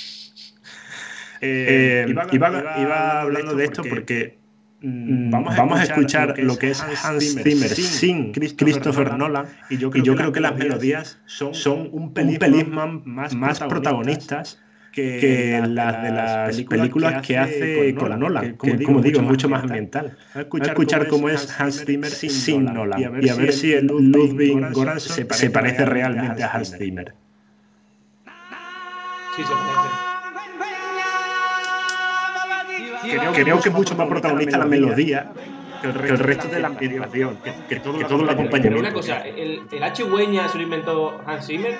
Iba hablando de esto porque vamos a escuchar lo que es Hans Zimmer sin Christopher Nolan y yo creo que las melodías son un pelín más protagonistas que las de las películas que hace con Nolan, que como digo, es mucho más ambiental. A escuchar cómo es Hans Zimmer sin Nolan y a ver si el Ludwig Göransson se parece realmente a Hans Zimmer. Sí, se parece. Creo que es mucho más protagonista la melodía que el resto de la ambientación, que todo el acompañamiento. Una cosa, ¿el H-Hueña se lo inventó Hans Zimmer?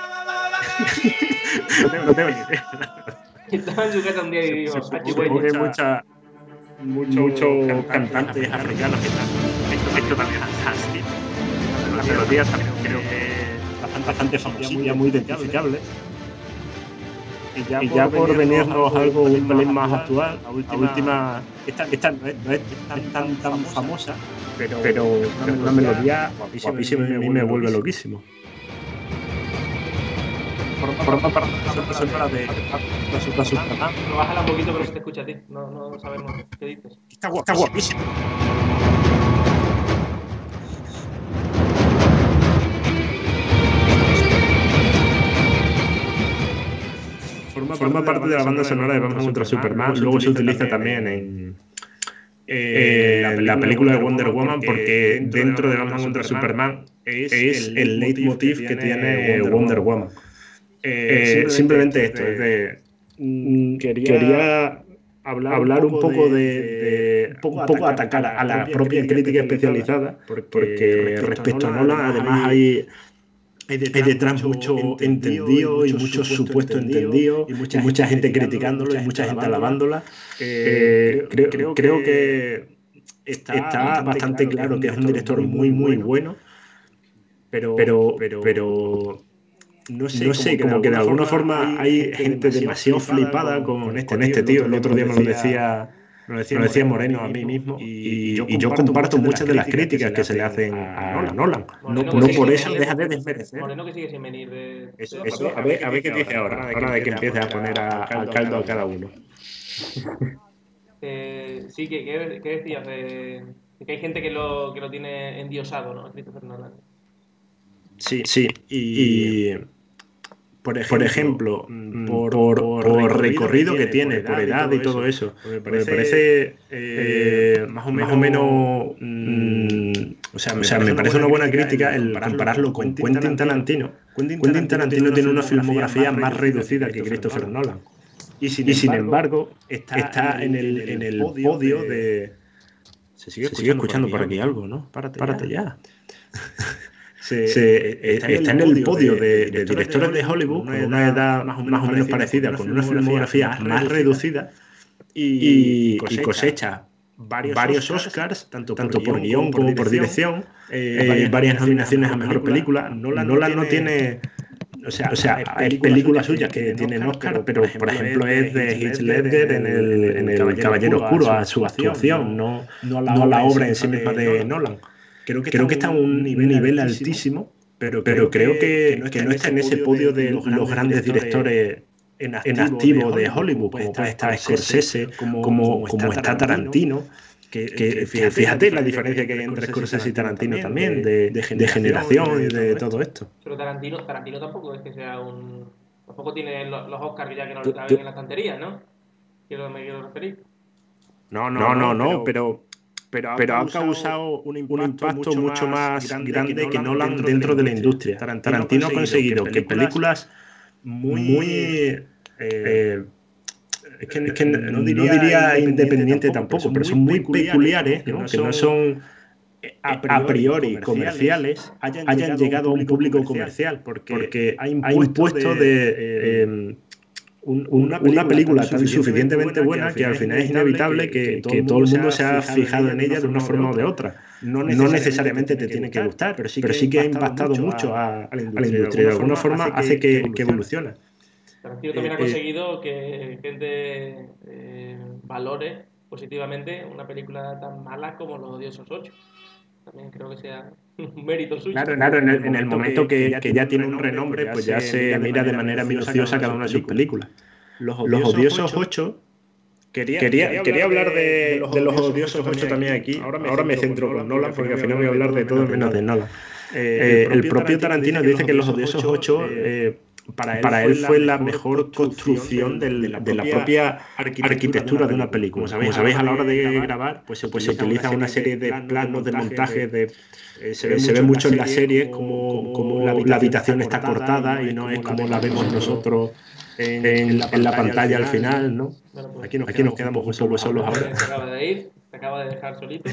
No tengo ni idea. Estaba en su casa un día y digo, H-Hueña. Muchos cantantes africanos que están hecho también Hans Zimmer. Las melodías también creo que bastante famosilla, muy identificable. Y ya por venirnos algo un pelín más actual, la última esta no es tan famosa, pero una melodía guapísima y a mí me vuelve loquísimo. Forma parte de la Superman. Bájala un poquito que no se te escucha a ti, no sabemos qué dices. Está guapísimo. Forma parte de la banda sonora de Batman contra Superman. Luego se utiliza también en la película de Wonder Woman porque dentro de Batman contra Superman es el leitmotiv que tiene Wonder Woman. Simplemente esto, quería hablar un poco un poco atacar a la propia crítica especializada porque respecto a Nolan además hay detrás mucho entendido y mucho supuesto entendido y mucha gente criticándolo y mucha gente alabándola. Creo que está bastante claro que es un director muy bueno, pero no sé, como que de alguna forma hay gente demasiado flipada con este tío. El otro día me lo decía Moreno a mí mismo y yo comparto muchas de las críticas que se le hacen a Nolan. No por eso deja de desmerecer. Moreno que sigue sin venir de... Eso, a ver qué dice ahora de que empiece a poner al caldo a cada uno. Sí, ¿qué decías? De que hay gente que lo tiene endiosado, ¿no? Christopher Nolan. Sí, y por ejemplo, por recorrido que tiene, por edad y todo eso, me parece más o menos o sea, me parece una buena crítica el compararlo con Quentin Tarantino. Quentin Tarantino tiene una filmografía más reducida que Christopher Nolan. Y sin embargo, está en el podio de... Se sigue escuchando por aquí algo, ¿no? Párate ya. Está en el podio de directores de Hollywood con una edad más o menos parecida, con una filmografía más reducida y cosecha varios Oscars, tanto por guión como por dirección, varias nominaciones a mejor película. Nolan no tiene... O sea, hay películas suyas que tienen Oscar, pero por ejemplo es de Heath Ledger en el Caballero Oscuro, a su actuación, no la obra en sí misma de Nolan. creo que está a un nivel altísimo, pero creo que no está en ese podio de los grandes directores en activo de Hollywood, como puede estar Scorsese, como está Tarantino. Que fíjate la diferencia que hay entre Scorsese y Tarantino también, de generación y de todo esto. Pero Tarantino tampoco es que sea un... Tampoco tiene los Oscars ya que no le caben en la estantería, ¿no? Me quiero referir. No, pero ha causado un impacto mucho más grande que Nolan dentro de la industria. Tarantino ha conseguido que películas muy... es que no diría independiente tampoco, pero son muy peculiares, ¿no? Que no son a priori comerciales, hayan llegado a un público comercial, porque ha impuesto una película tan suficientemente buena que al final es inevitable que todo el mundo se ha fijado en ella de una forma o de otra. No necesariamente te tiene que gustar, pero sí que ha impactado mucho a la industria. De alguna forma hace que evolucione. Tarantino también ha conseguido que gente valore positivamente una película tan mala como Los Odiosos 8. También creo que sea un mérito suyo. Claro, en el momento que ya tiene un renombre, pues ya se mira de manera minuciosa cada una de sus películas. Los Odiosos 8... Quería hablar de Los Odiosos 8 también aquí. Ahora me centro con Nolan, porque al final voy a hablar de todo menos de Nolan. El propio Tarantino dice que Los Odiosos 8... para él fue la mejor construcción de la propia arquitectura de una película. Como sabéis, a la hora de grabar, pues se utiliza una serie de planos de montaje. Se ve mucho en las series como la habitación está cortada y no es como la vemos nosotros en la pantalla al final, ¿no? Bueno, pues, aquí nos quedamos un poco solos ahora. Se acaba de ir, te acaba de dejar solito.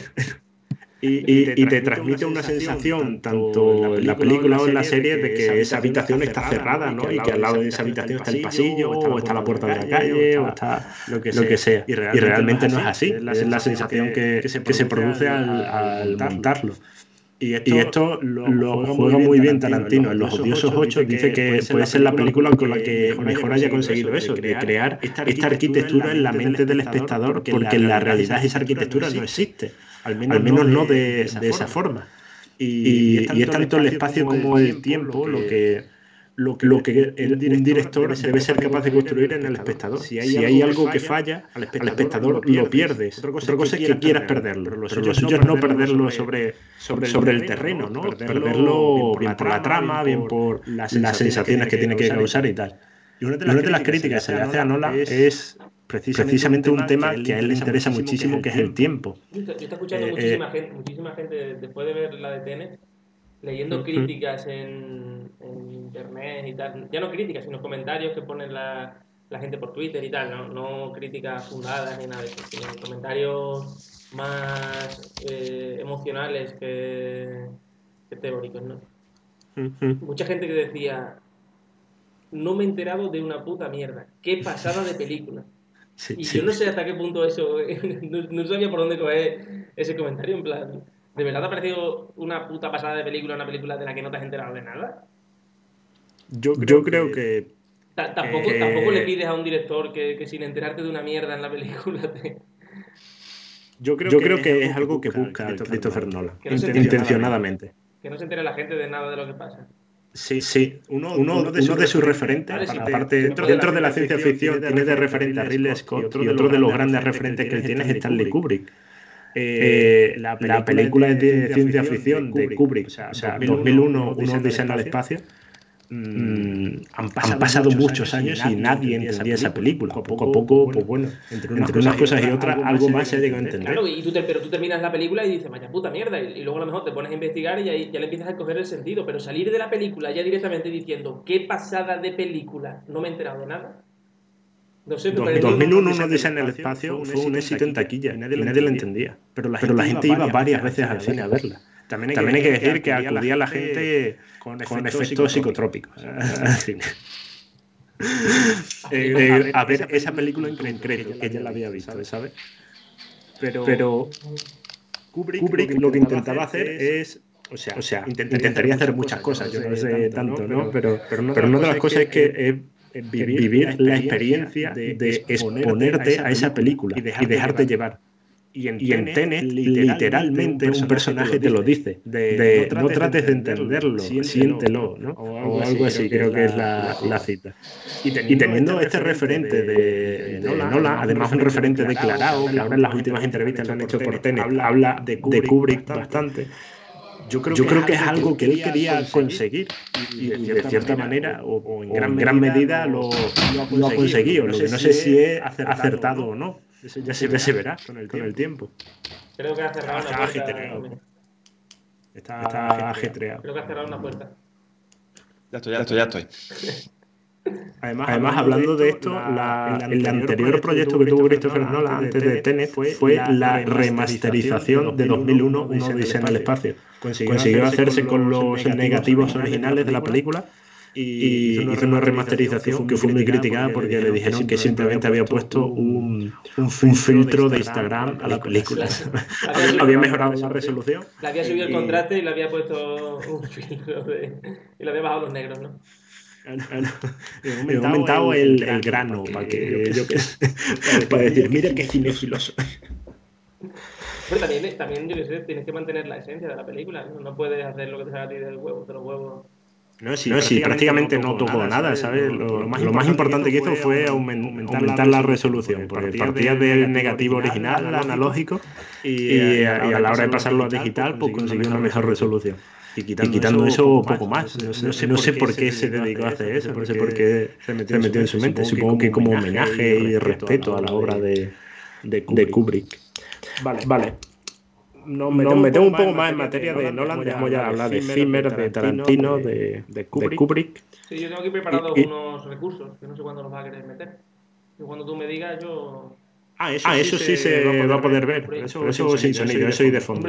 Y te transmite una sensación, tanto en la película o en la serie, de que esa habitación está cerrada, ¿no? Y que al lado de esa habitación está el pasillo, o está la puerta de la calle, o está lo que sea. Y realmente no es así. Es la sensación que se produce al montarlo. Y esto lo juega muy bien Tarantino. En Los Odiosos 8 dice que puede ser la película con la que mejor haya conseguido eso, de crear esta arquitectura en la mente del espectador, porque en la realidad esa arquitectura no existe. Al menos no de esa forma. Y es tanto el espacio como el tiempo lo que un director debe ser capaz de construir en el espectador. Si hay algo que falla, al espectador lo pierdes. Otra cosa es que quieras perderlo, pero lo suyo es no perderlo sobre el terreno, ¿no? Perderlo bien por la trama, bien por las sensaciones que tiene que causar y tal. Y una de las críticas que se le hace a Nolan es precisamente un tema que a él le interesa muchísimo, que es el tiempo. Yo estoy escuchando muchísima gente después de ver la de Tenet, leyendo críticas en internet y tal, ya no críticas, sino comentarios que ponen la gente por Twitter y tal, no críticas fundadas ni nada de eso, sino comentarios más emocionales que teóricos, ¿no? Mucha gente que decía, no me he enterado de una puta mierda, qué pasada de película. Yo no sé hasta qué punto eso, no sabía por dónde coger ese comentario, en plan, ¿de verdad te ha parecido una puta pasada de película, una película de la que no te has enterado de nada? Yo creo que... Tampoco le pides a un director que sin enterarte de una mierda en la película te... Yo creo que es algo que busca Christopher Nolan, intencionadamente. Que no se entere la gente de nada de lo que pasa. Sí. Uno de sus referentes, aparte dentro de la ciencia ficción, tiene de referente a Ridley Scott, y otro de los grandes referentes que él tiene es Stanley Kubrick. La película es de ciencia ficción de Kubrick, o sea 2001, Unos Odisea en el espacio. Han pasado muchos años y nadie entendía esa película. Poco a poco, pues bueno, entre unas cosas y otras, algo más se ha llegado a entender. Claro, pero tú terminas la película y dices, vaya puta mierda, y luego a lo mejor te pones a investigar y ahí ya le empiezas a coger el sentido, pero salir de la película ya directamente diciendo, qué pasada de película, no me he enterado de nada. No sé, 2001, Unos Odisea en el espacio fue un éxito en taquilla y nadie la entendía, pero la gente iba varias veces al cine a verla. También hay que decir que acudía la gente con efectos psicotrópicos a ver esa película en concreto, que ella la había visto, ¿sabes? Pero Kubrick lo que intentaba hacer es, o sea, intentaría hacer muchas cosas, yo no sé tanto, ¿no? Pero una de las cosas es que vivir la experiencia de exponerte a esa película y dejarte llevar. Y en Tenet, literalmente, un personaje te lo dice, de no trates de entenderlo, siéntelo, ¿no? O algo así, creo que es la cita. Y teniendo este referente de Nolan, además un referente declarado, que ahora en las últimas entrevistas que han hecho por Tenet, habla de Kubrick bastante. Yo creo que es algo que él quería conseguir y de cierta manera o en gran medida lo ha conseguido. Lo que no sé si es acertado o no. Eso ya se verá con el tiempo. Creo que ha cerrado una puerta. Está ajetreado. Creo que ha cerrado una puerta. Ya estoy. Además, hablando de esto, el anterior proyecto que tuvo Christopher Nolan antes de Tenet fue la remasterización de 2001, Una Odisea en el espacio. Consiguió hacerse con los negativos originales de la película y hizo una remasterización que fue muy criticada porque le dijeron que simplemente había puesto un filtro de Instagram a la película. Había mejorado la resolución. Le había subido el contraste y le había puesto un filtro y le había bajado los negros, ¿no? He aumentado el grano para que yo para decir, mira qué cinéfilo soy. Pero también, yo qué sé, tienes que mantener la esencia de la película, no puedes hacer lo que te salga a ti del huevo, de los huevos. Sí, prácticamente no tocó nada, ¿sabes? Lo más importante que hizo fue aumentar la resolución, porque partía del negativo original, analógico, y a la hora de pasarlo a digital, pues consiguió una mejor resolución. Y quitando eso, poco más. No sé por qué se dedicó a hacer eso, no sé por qué se metió en su mente. Supongo que como homenaje y respeto a la obra de Kubrick. Vale. Nos metemos un poco más en materia de Nolan. Dejamos ya hablar de Zimmer, de Tarantino, de Kubrick. Sí, yo tengo aquí preparados unos recursos que no sé cuándo los va a querer meter. Y cuando tú me digas, yo... Eso sí se va a poder ver. Eso sin sonido, eso y de fondo.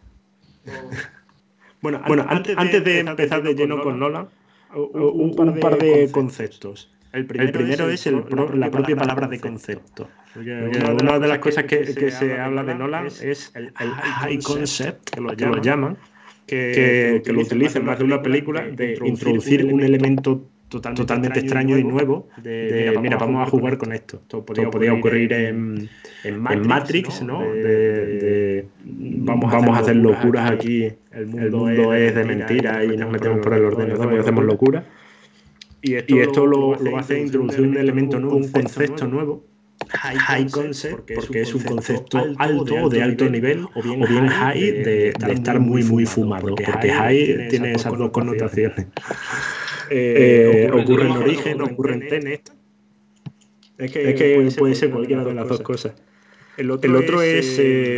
Bueno, antes de empezar de lleno con Nolan, un par de conceptos. El primero es la propia palabra de concepto. Porque una de las cosas que se habla de Nolan es el high concept, que lo llaman, que lo utiliza en más de una película, de introducir un elemento totalmente extraño y nuevo, mira, vamos a jugar con esto. Esto podría ocurrir en Matrix, ¿no? Vamos a hacer locuras aquí, el mundo es de mentira y nos metemos por el ordenador y hacemos locuras. Y esto lo hace introducir un elemento nuevo, un concepto nuevo, high concept, porque es un concepto alto o de alto nivel, o bien high de estar muy fumado, porque high tiene esas dos connotaciones. Ocurre en Origen, ocurre en Tenet. Es que puede ser cualquiera de las dos cosas. El otro es...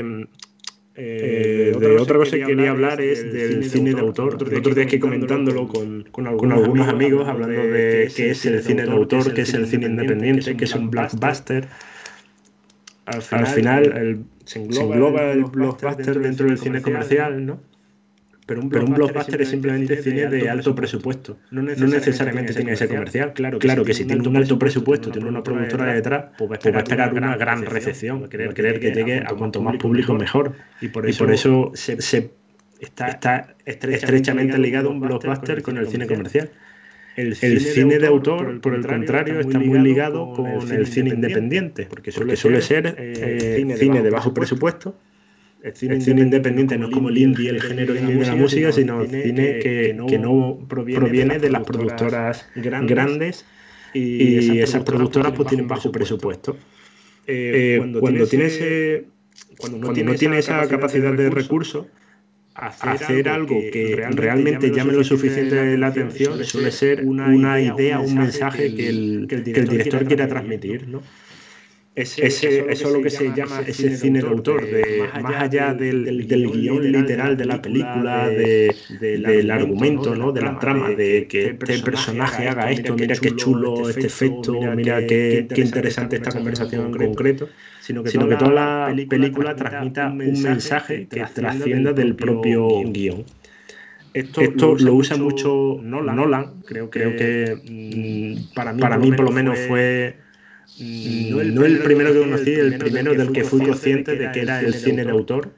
de otra cosa que quería hablar es del cine de autor. El otro día es que comentándolo con algunos amigos, hablando de qué es el cine de autor, qué es el cine independiente, qué es un blockbuster. Al final se engloba el blockbuster dentro del cine comercial, ¿no? Pero un blockbuster es simplemente cine de alto presupuesto. No necesariamente tiene que ser comercial. Claro que si tiene un alto presupuesto, tiene una productora detrás, pues va a esperar una gran recepción, querer que llegue a cuanto más público mejor. Y por eso está estrechamente ligado un blockbuster con el cine comercial. El cine de autor, por el contrario, está muy ligado con el cine independiente, porque suele ser cine de bajo presupuesto. El cine independiente no es como el indie, el género indie de la música, sino cine que no proviene de las productoras grandes y esas productoras pues tienen bajo presupuesto. Cuando no tiene esa capacidad de recurso, hacer algo que realmente llame lo suficiente la atención suele ser una idea, un mensaje que el director quiera transmitir, ¿no? Eso es lo que se llama ese cine de autor, más allá del guión literal de la película, del argumento, ¿no? De la trama, de que este personaje haga esto, mira qué chulo este efecto, mira qué interesante esta conversación en concreto, sino que toda la película transmita un mensaje que trascienda del propio guión. Esto lo usa mucho Nolan, creo que para mí por lo menos fue... No el primero que conocí, el primero del que fui consciente de que era el cine de autor.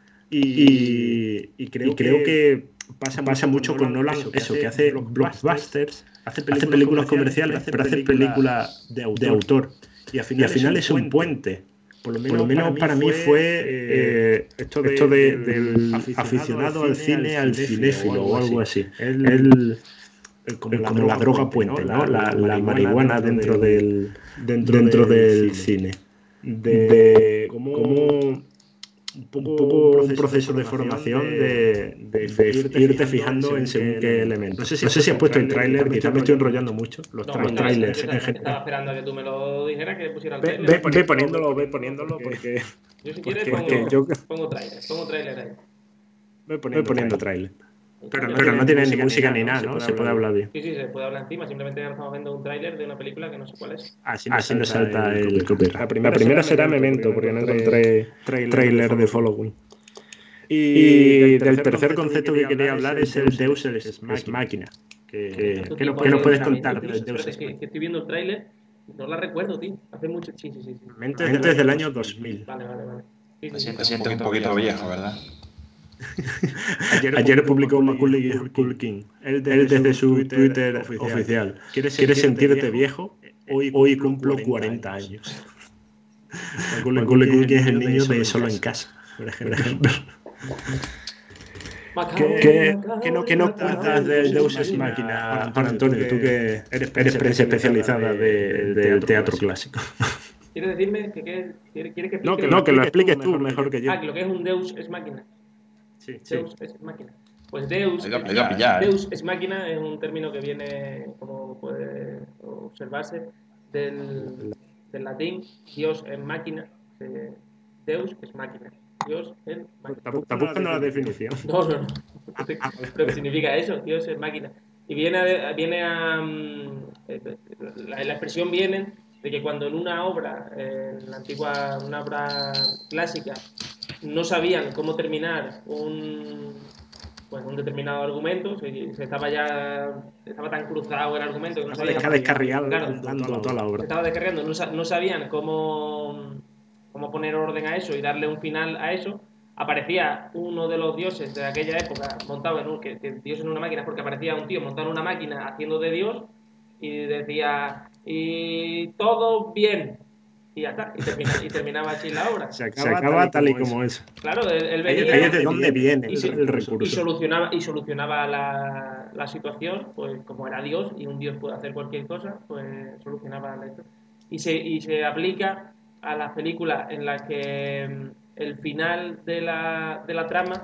Y creo que pasa mucho con Nolan eso, que hace blockbusters, hace películas comerciales, pero hace películas de autor. Y al final es un puente por lo menos para mí fue esto del aficionado al cine, al cinéfilo o algo así. Como la droga puente, ¿no? La marihuana dentro del cine. De cómo un poco un proceso de formación de irte fijando en según qué elementos. No sé si has puesto el tráiler, quizás me estoy enrollando mucho. Los trailers en general. Estaba esperando a que tú me lo dijeras, que pusiera el trailer. Ve poniéndolo porque... Yo si quieres pongo trailer ahí. Voy poniendo trailer. Pero no tiene ni música ni nada, ¿no? Se puede hablar bien. Sí, se puede hablar encima. Simplemente estamos viendo un tráiler de una película que no sé cuál es. Así no salta el copyright. La primera será Memento, porque no encontré tráiler de Following. Y del tercer concepto que quería hablar es el Deus Ex Machina. ¿Qué nos puedes contar del Deus Ex Machina? Que estoy viendo el tráiler, no la recuerdo, tío. Hace mucho... Sí. Memento es del año 2000. Vale. Te sientes un poquito viejo, ¿verdad? Ayer publicó Macaulay Culkin, él desde su Twitter oficial. ¿Quieres sentirte viejo? Hoy cumplo 40 años. Macaulay Culkin es el niño de Solo en Casa, por ejemplo. ¿Qué no cuentas del Deus Ex Machina, Juan Antonio? Tú que eres prensa especializada del teatro clásico. ¿Quieres decirme quieres que explique? No, que lo expliques tú mejor que yo. Lo que es un Deus Ex Machina. Sí. Deus Ex Machina. Pues Deus Ex Machina es un término que viene, como puede observarse, del latín Dios en máquina. Deus Ex Machina. Dios en máquina. ¿Estás buscando la definición? No. Lo que significa eso, Dios en máquina. Y la expresión viene de que cuando en una obra, una obra clásica, no sabían cómo terminar un determinado argumento, estaba tan cruzado el argumento que no sabían... Estaba descarriado, toda la obra. Se estaba descarriando, no sabían cómo poner orden a eso y darle un final a eso. Aparecía uno de los dioses de aquella época montado que Dios en una máquina, porque aparecía un tío montado en una máquina haciendo de Dios y decía, y todo bien, y ya está, y terminaba así la obra. Se acaba tal y como es. Claro, él venía... Ahí es de dónde viene el recurso. Y solucionaba la situación, pues como era Dios, y un Dios puede hacer cualquier cosa, pues solucionaba la historia. Y se aplica a las películas en las que el final de la trama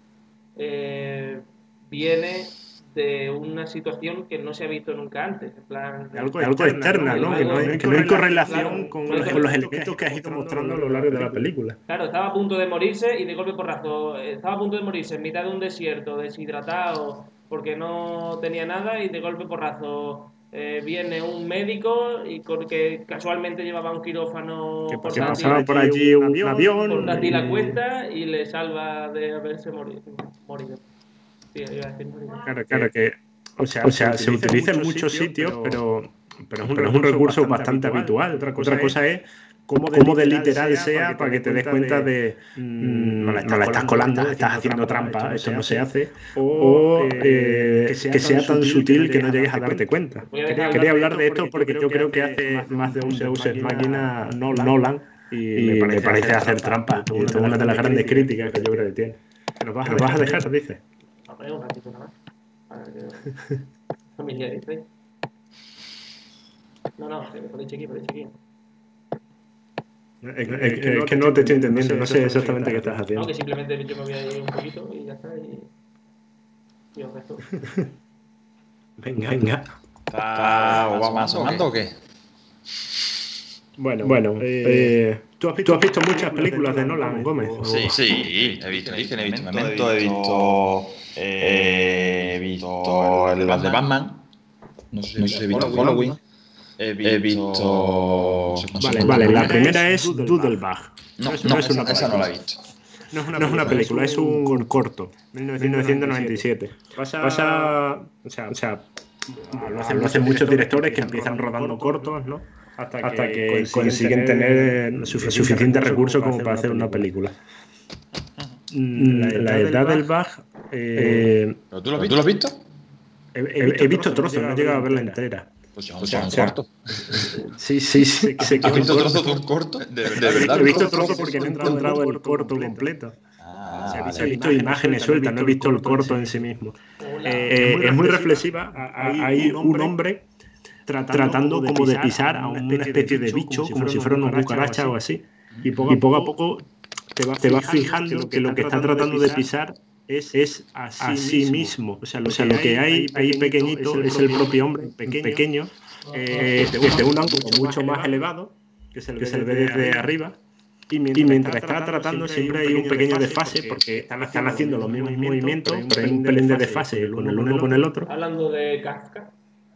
viene de una situación que no se ha visto nunca antes, en plan algo externa, ¿no? Que no hay correlación con los elementos que has ido mostrando a lo largo de la película. Claro, estaba a punto de morirse y de golpe porrazo, estaba a punto de morirse en mitad de un desierto, deshidratado, porque no tenía nada, y de golpe porrazo viene un médico y que casualmente llevaba un quirófano que pasaba por allí un avión portátil a cuesta y le salva de haberse morido. Sí, iba a decir morido. Claro que o sea se utiliza en muchos sitios, pero es un recurso bastante habitual. Otra cosa es cómo de literal sea para que te des cuenta de no la estás colando, estás haciendo trampa, esto no se hace, o que sea tan sutil que no llegues a darte cuenta. Quería hablar de esto porque yo creo que hace más de un Deus Ex Machina Nolan y me parece hacer trampa. Y esto es una de las grandes críticas que yo creo que tiene. ¿Nos vas a dejar, dices? Un ratito nada más. Para que familiarice. No, podéis aquí. Es que no te estoy entendiendo, no sé exactamente qué estás haciendo. No, que simplemente yo me voy a ir un poquito y ya está. Y os resto. Venga. ¿Obama asomando o qué? Bueno, ¿tú has visto muchas películas de Nolan, Gómez? Sí, he visto Memento, he visto las de Batman, no sé si he visto Following, he visto... Vale, la primera es Doodlebug. No, esa no la he visto. No es una película, es un corto, 1997. Pasa, o sea, lo hacen muchos directores que empiezan rodando cortos, ¿no? Hasta que consiguen tener suficientes recursos como para hacer una película. La edad del bug... ¿Pero tú lo has visto? He visto trozos, no he llegado a verla entera. Pues sea un corto. Sí. ¿Has visto trozos de un corto? ¿De verdad? He visto trozos porque no he encontrado el corto completo. He visto imágenes sueltas, no he visto el corto en sí mismo. Es muy reflexiva. Hay un hombre tratando como de pisar a una especie de bicho, como si fuera una cucaracha o así. Y poco a poco te vas fijando que lo que está tratando de pisar es a sí mismo. O sea, lo que hay ahí pequeñito es el propio hombre, pequeño, desde un ángulo mucho más elevado, que se le ve desde arriba. Y mientras está tratando siempre hay un pequeño desfase porque están haciendo los mismos movimientos, pero hay un pelín de desfase con el uno con el otro. Hablando de Kafka.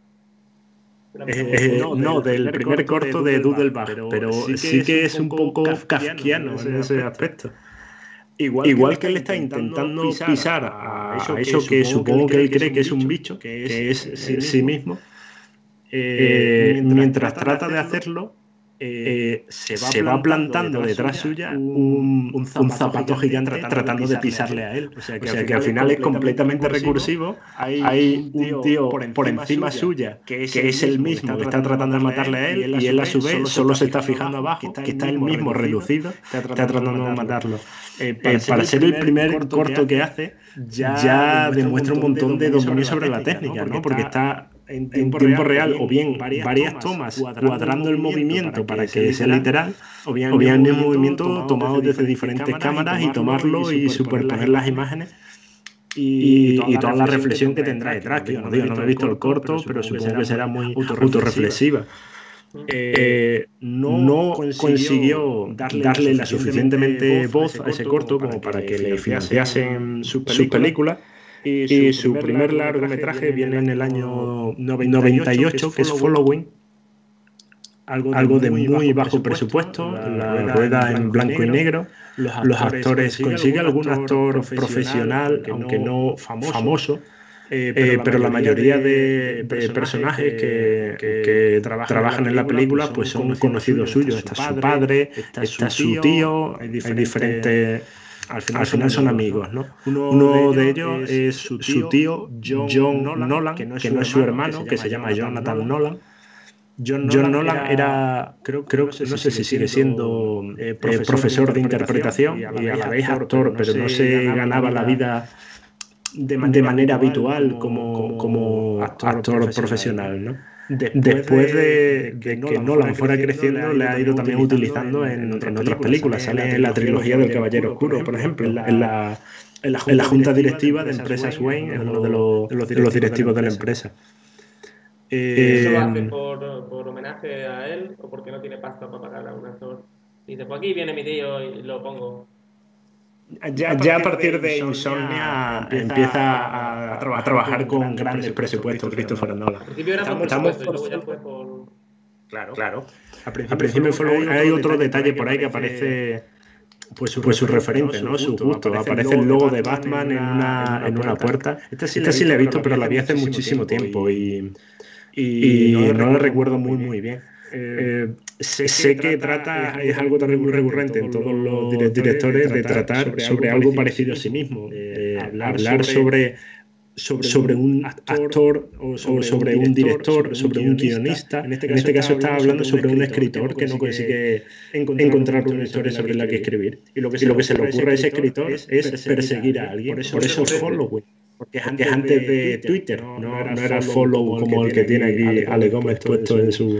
No, del primer corto de Doodlebug, pero sí que es un poco kafkiano en ese aspecto. Igual que él está intentando pisar a eso que supongo que él cree que es un bicho, que es sí mismo, mientras trata de hacerlo, se va plantando detrás suya un zapato gigante tratando de pisarle a él. O sea que al final es completamente recursivo. Hay un tío por encima suya que es el mismo que está tratando de matarle a él, y él a su vez solo se está fijando abajo, que está él mismo reducido, está tratando de matarlo. Para ser el primer corto que hace, ya demuestra un montón de dominio sobre la técnica, ¿no? Porque está en tiempo real, o bien varias tomas cuadrando el movimiento para que sea literal, o bien el mismo movimiento tomado desde diferentes cámaras y tomarlo y superponer las imágenes y toda la reflexión que tendrá detrás. Que como digo, no me he visto el corto, pero supongo que será muy autorreflexiva. No consiguió darle la suficientemente voz a ese corto como para que le financiasen sus películas. Y su primer largometraje viene en el año 98, que es Following, algo de muy bajo presupuesto, la rueda en blanco y negro. Los actores, consigue algún actor profesional, aunque no famoso, pero la mayoría de personajes que trabajan en la película pues son conocidos suyos. Está su padre, está su tío, hay diferentes... Al final son amigos, ¿no? Uno de ellos es su tío John Nolan, que no es su hermano, que se llama Jonathan Nolan. John Nolan era, creo no sé si sigue siendo profesor de interpretación y a la vez actor, pero no se ganaba la vida de manera habitual como actor profesional, ¿no? Después de que Nolan fuera creciendo, le ha ido también utilizando en otras películas. Sale en la trilogía del Caballero Oscuro, por ejemplo, en la junta directiva de Empresas Wayne, es uno de los directivos de la empresa. ¿Eso lo hace por homenaje a él o porque no tiene pasta para pagar a un actor? Y dice, pues aquí viene mi tío y lo pongo. Ya a partir de Insomnia empieza a trabajar con grandes presupuestos Christopher Nolan. Al principio era por presupuesto, luego ya fue por... Claro. Al principio hay otro detalle por ahí que aparece pues su referente, ¿no? Su gusto. Aparece el logo de Batman en una puerta. Esta sí la he visto, pero la vi hace muchísimo tiempo y no la recuerdo muy bien. Sé que es algo también muy recurrente en todos los directores de tratar sobre algo parecido a sí mismo, hablar sobre un actor o sobre un director, sobre un guionista. En este caso está hablando sobre un escritor que no consigue encontrar una historia sobre la que escribir. Y lo que se le ocurre a ese escritor es perseguir a alguien. Por eso es Following. Porque es antes de Twitter, no era follow como el que tiene aquí Ale Gómez puesto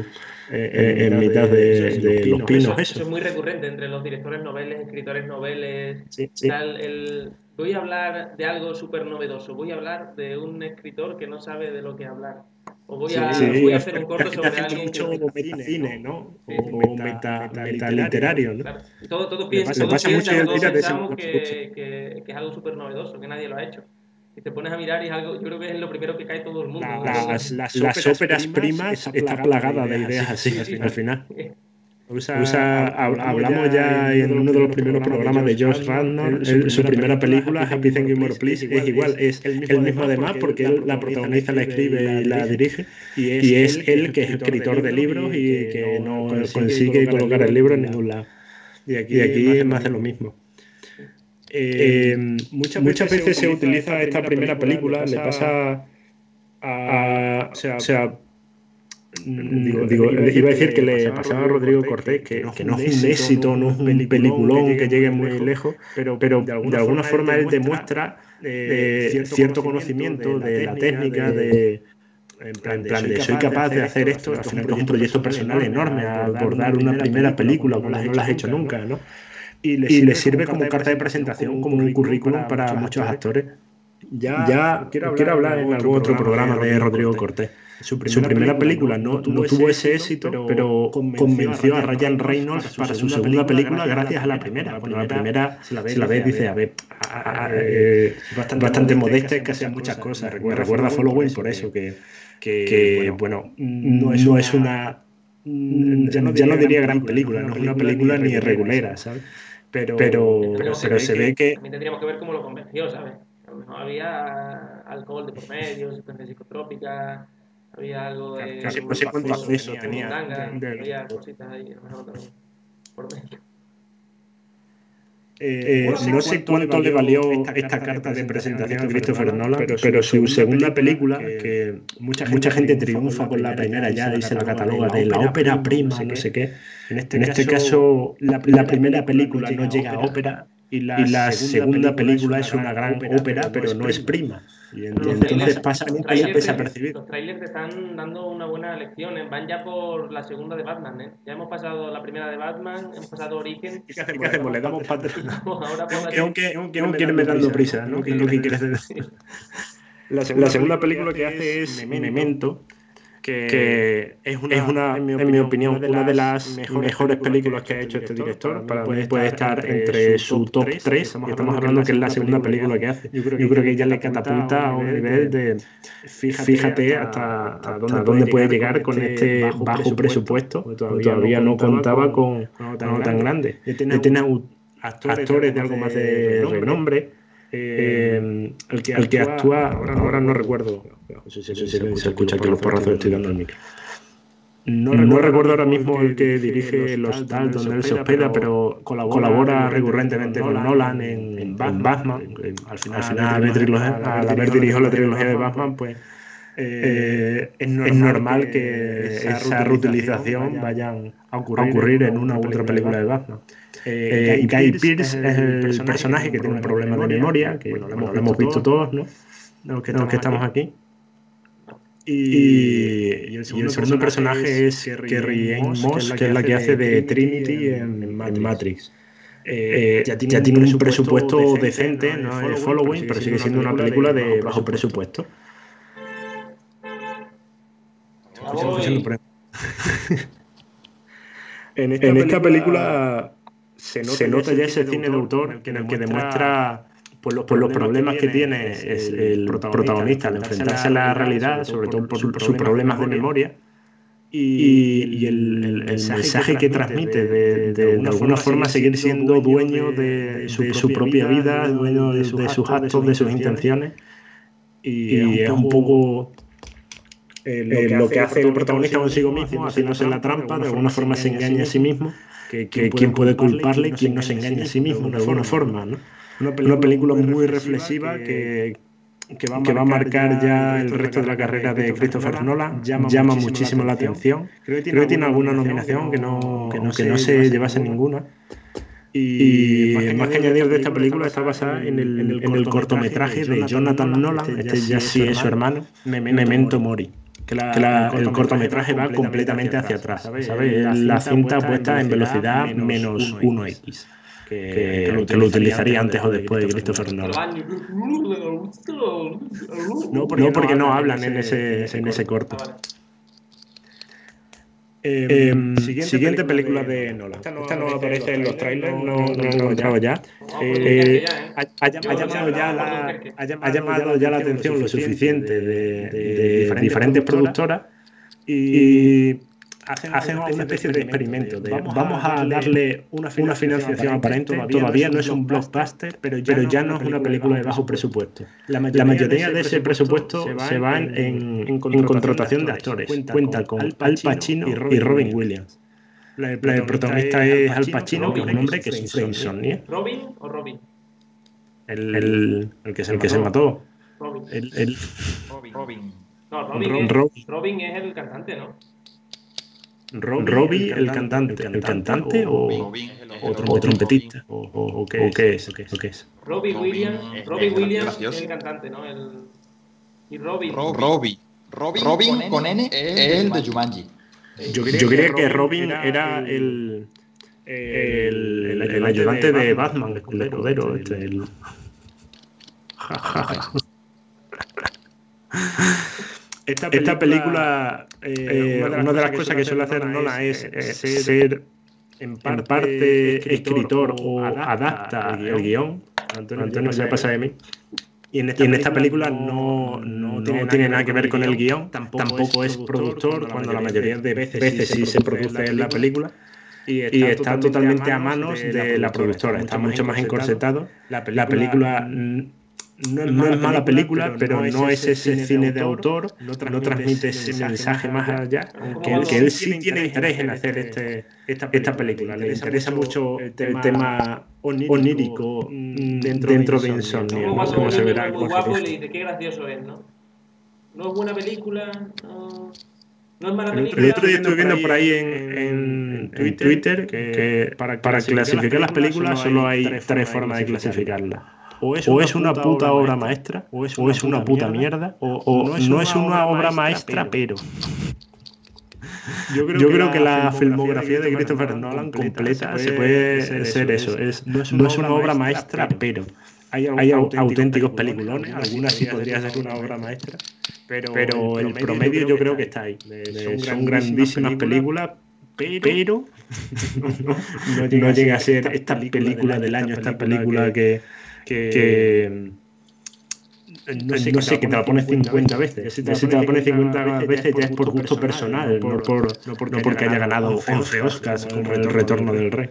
en mitad de los pinos. Eso es muy recurrente entre los directores noveles, escritores noveles. Sí. Voy a hablar de algo súper novedoso. Voy a hablar de un escritor que no sabe de lo que hablar. O voy a hacer un corto sobre alguien mucho metacine, ¿no? O metaliterario, ¿no? Claro. Todos pensamos que es algo súper novedoso, que nadie lo ha hecho. Y te pones a mirar y es algo, yo creo que es lo primero que cae todo el mundo. Las óperas primas está plagada de ideas así, al final. Hablamos ya en uno de los primeros programas de Josh Radnor, su primera película, Happy Thank You More Please, es igual, es el mismo además porque él la protagoniza, la escribe y la dirige, y es él que es escritor de libros y que no consigue colocar el libro en ningún lado. Y aquí es más de lo mismo. Muchas veces se utiliza esta primera película, le pasa Iba a decir que le pasaba a Rodrigo Cortés que no es un éxito, no es un peliculón que llegue muy lejos, pero de alguna forma él demuestra cierto conocimiento de la técnica, en plan de soy capaz de hacer esto. Al final es un proyecto personal enorme, abordar una primera película como no la has hecho nunca, ¿no? Y le sirve como carta de presentación, como un currículum para muchos actores. Ya quiero hablar en algún otro programa de Rodrigo Cortés. Su primera película no tuvo ese éxito, pero convenció a Ryan Reynolds para su segunda película gracias a la primera. Bueno, la primera, si la ves, dice, a ver, bastante modesta, es que hace muchas cosas. Recuerda Following por eso, que bueno, no es una... Ya no diría gran película, no es una película ni regulera, ¿sabes? Pero se ve que... También tendríamos que ver cómo lo convenció, ¿sabes? A lo mejor había alcohol de por medio, sustancias psicotrópicas, había algo de... No sé cuántos de eso tenía. Había cositas ahí, a lo mejor también por medio. No sé cuánto le valió esta carta de presentación a Christopher Nolan, pero su segunda película, que mucha gente triunfa con la primera ya y se la cataloga de la ópera prima, no sé qué. En este caso, la primera película no llega a ópera y la segunda película es una gran ópera, pero no es prima. Y entonces pasa un pelín desapercibido. Los trailers te están dando una buena lección, ¿eh? Van ya por la segunda de Batman, ¿eh? Ya hemos pasado la primera de Batman, hemos pasado Origen. ¿Qué hacemos? ¿Le damos para atrás? Ahora aunque quieren dando prisa, ¿no? Que es lo que quieres decir. La segunda película que hace es Memento, que es una, en mi opinión, una de las mejores películas que ha hecho este director. Para mí puede estar entre su top 3, y estamos hablando que es la segunda película que hace. Yo creo que ya le catapulta a un nivel de, fíjate hasta dónde puede llegar con este bajo presupuesto, todavía no contaba con algo tan grande. Tiene actores de algo más de renombre. El que actúa, ahora no recuerdo, se escucha que los porrazos estoy dando al micro. No recuerdo ahora mismo el que dirige Los Hostal, donde él se hospeda, pero colabora recurrentemente con Nolan en Batman. Al final al haber dirigido la trilogía de Batman, pues es normal que esa reutilización vayan a ocurrir en una u otra película de Batman. Guy Pearce es el personaje que tiene un problema de memoria, que lo hemos visto todos, ¿no? Los que estamos aquí. Y el segundo personaje es Carrie Ann Moss, que es la que hace de Trinity en Matrix. Ya tiene un presupuesto decente, no es Following, pero sigue siendo una película de bajo presupuesto. En esta película se nota ya ese cine de autor en el que demuestra pues los problemas que tiene el protagonista al enfrentarse a la realidad, sobre todo por sus problemas de memoria, y el mensaje que transmite de alguna forma seguir siendo dueño de su propia vida, dueño de sus actos, de sus intenciones, y es un poco lo que hace el protagonista consigo mismo, haciéndose la trampa, de alguna forma se engaña a sí mismo, que quién puede culparle y quién no se engaña a sí mismo, de alguna forma, ¿no? Una película muy reflexiva que va a marcar ya el resto de la carrera de Christopher Nolan, llama muchísimo la atención. Creo que tiene alguna nominación, que no se llevase ninguna. Y más que añadir de esta película, está basada en el cortometraje de Jonathan Nolan, este ya sí es su hermano, Memento Mori. El cortometraje va completamente hacia atrás, ¿sabes? La cinta puesta en velocidad menos 1x, que lo utilizaría antes o después de Christopher Nolan. No, porque no hablan en ese corto. Siguiente película de Nolan. Esta no aparece en los trailers, no la he encontrado ya. Ha llamado ya la atención lo suficiente de diferentes productoras y hacen una especie de experimento. Vamos a darle una financiación aparente. Todavía no es un blockbuster, pero ya no es una película de bajo presupuesto. La mayoría de ese presupuesto se va en contratación de actores. Cuenta con Al Pacino y Robin Williams. El protagonista es Al Pacino, que es un hombre que sufre insomnia. ¿Robin o Robin? El que se mató. Robin. Robin. No, Robin es el cantante, ¿no? Robbie, el cantante o trompetista o qué es. Robbie Williams es el cantante, ¿no? Y Robin con N es el de Jumanji. Yo creía que Robin era el ayudante de Batman, el escudero. Esta película, una de las cosas que suele hacer Nolan es ser en parte escritor o adapta el guión. Antonio se pasa de mí. Y en esta película no tiene nada que ver con el guión, tampoco es productor, cuando la mayoría de veces sí se produce en la película. Y está totalmente a manos de la productora, está mucho más encorsetado. La película no es mala película, pero no es ese cine de autor, no transmite ese mensaje más allá, que él sí tiene interés en hacer esta película. Le interesa mucho el tema onírico dentro de Insomnia, ¿no? Como se verá. Muy guapo y le dice, qué gracioso es, ¿no? No es buena película, no es mala película. El otro día estuve viendo por ahí en Twitter que para clasificar las películas solo hay tres formas de clasificarlas. O es una puta obra maestra, o es una puta mierda, o no es una obra maestra, pero... Yo creo que la filmografía de Christopher Nolan completa se puede ser eso. No es una obra maestra, pero hay auténticos peliculones. Algunas sí podría ser una obra maestra, pero el promedio yo creo que está ahí. Son grandísimas películas, pero no llega a ser esta película del año, esta película que no sé, que te la pones 50 veces. Si te la pones 50 veces ya es por gusto personal, no porque haya ganado 11 Oscars como El Retorno del Rey.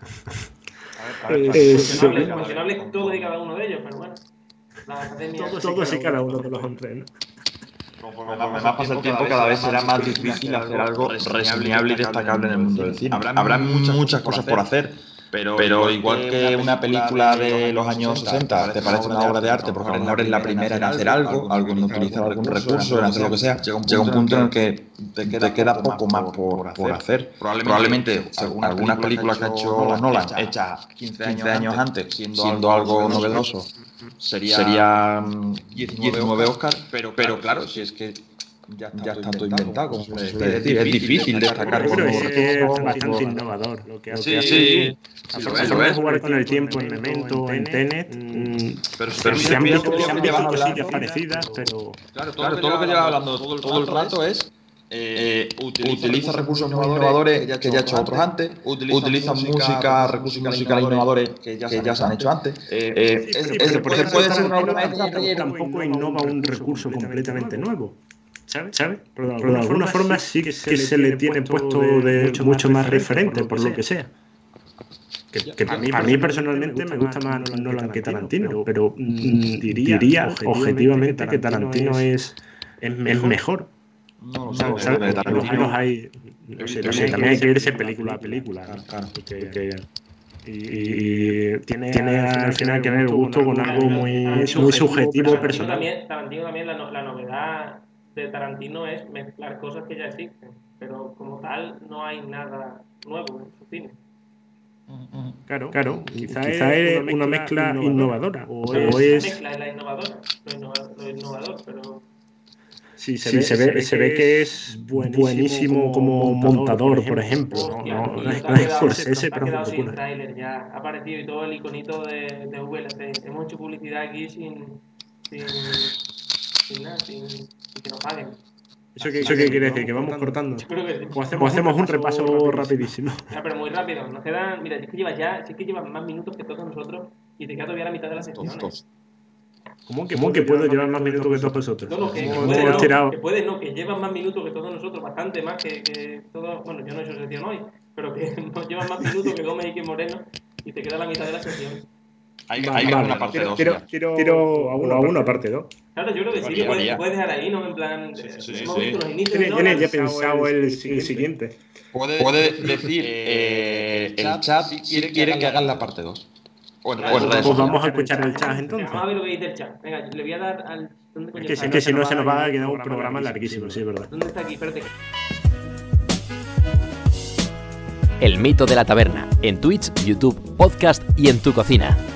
Cuestionable todos y cada uno de ellos, pero bueno. Todos y cada uno de los 11, ¿no? Conforme más pasa el tiempo, cada vez será más difícil hacer algo reseñable y destacable en el mundo del cine. Habrá muchas cosas por hacer. Pero igual que una película de los años 60 te parece una obra de arte porque a lo mejor es la primera en hacer algo en utilizar algún recurso, en hacer lo que sea, llega un punto en el que te queda poco más por hacer. Probablemente, según algunas películas que ha hecho Nolan, hechas 15 años antes, siendo algo novedoso, sería 19 Oscars, pero claro, si es que ya está todo inventado, como se suele decir. Es difícil destacar. Pero es bastante innovador lo que hace. Sí. Puedes jugar con el tiempo en Memento, en Tenet, pero se han visto cosillas parecidas, pero... Claro, todo lo que lleva hablando todo el rato es... utiliza recursos muy innovadores que ya ha hecho otros antes, utiliza recursos musicales innovadores que ya se han hecho antes. Puede ser una obra maestra, pero tampoco innova un recurso completamente nuevo. ¿Sabes? Pero de alguna forma sí que se le tiene puesto de mucho más referente, por lo que sea. Que a mí personalmente me gusta más Nolan que Tarantino, pero diría objetivamente que Tarantino es mejor. No, ¿sabes? Por lo menos hay... No sé, también hay que irse película a película. Claro. Y tiene al final que ver gusto con algo muy subjetivo personal. Tarantino también la novedad de Tarantino es mezclar cosas que ya existen, pero como tal no hay nada nuevo en su cine. Claro, quizá es una mezcla innovadora. O es... La mezcla es la innovadora, lo innovador, pero... Sí, se ve que es buenísimo como montador, por ejemplo. No es Scorsese, pero ha quedado sin tráiler ya. Ha aparecido y todo el iconito de VLC. Hemos hecho publicidad aquí sin nada, sin que nos paguen. ¿Eso qué quiere decir? ¿Que vamos cortando? O hacemos un repaso rapidísimo. Pero muy rápido. Nos quedan... Mira, es que llevas más minutos que todos nosotros y te queda todavía la mitad de las secciones. ¿Cómo que puedo llevar más minutos que todos vosotros? No, que llevan más minutos que todos nosotros, bastante más que todos. Bueno, yo no he hecho sección hoy, pero que nos llevan más minutos que Gómez y que Moreno y te queda la mitad de la sección. Hay que hacer una parte 2. Quiero a una parte 2. Claro, yo creo que sí, que puedes dejar ahí, ¿no? En plan, sí. Hemos visto los inicios. ¿Tienes ya pensado el siguiente? Puede decir el chat si quiere que hagan la parte 2. Pues vamos a escuchar el chat entonces. Vamos a ver lo que dice el chat. Venga, le voy a dar al... Es que si no se nos va a quedar un programa larguísimo, sí, es verdad. ¿Dónde está aquí? Espérate. El Mito de la Taberna, en Twitch, YouTube, podcast y en tu cocina.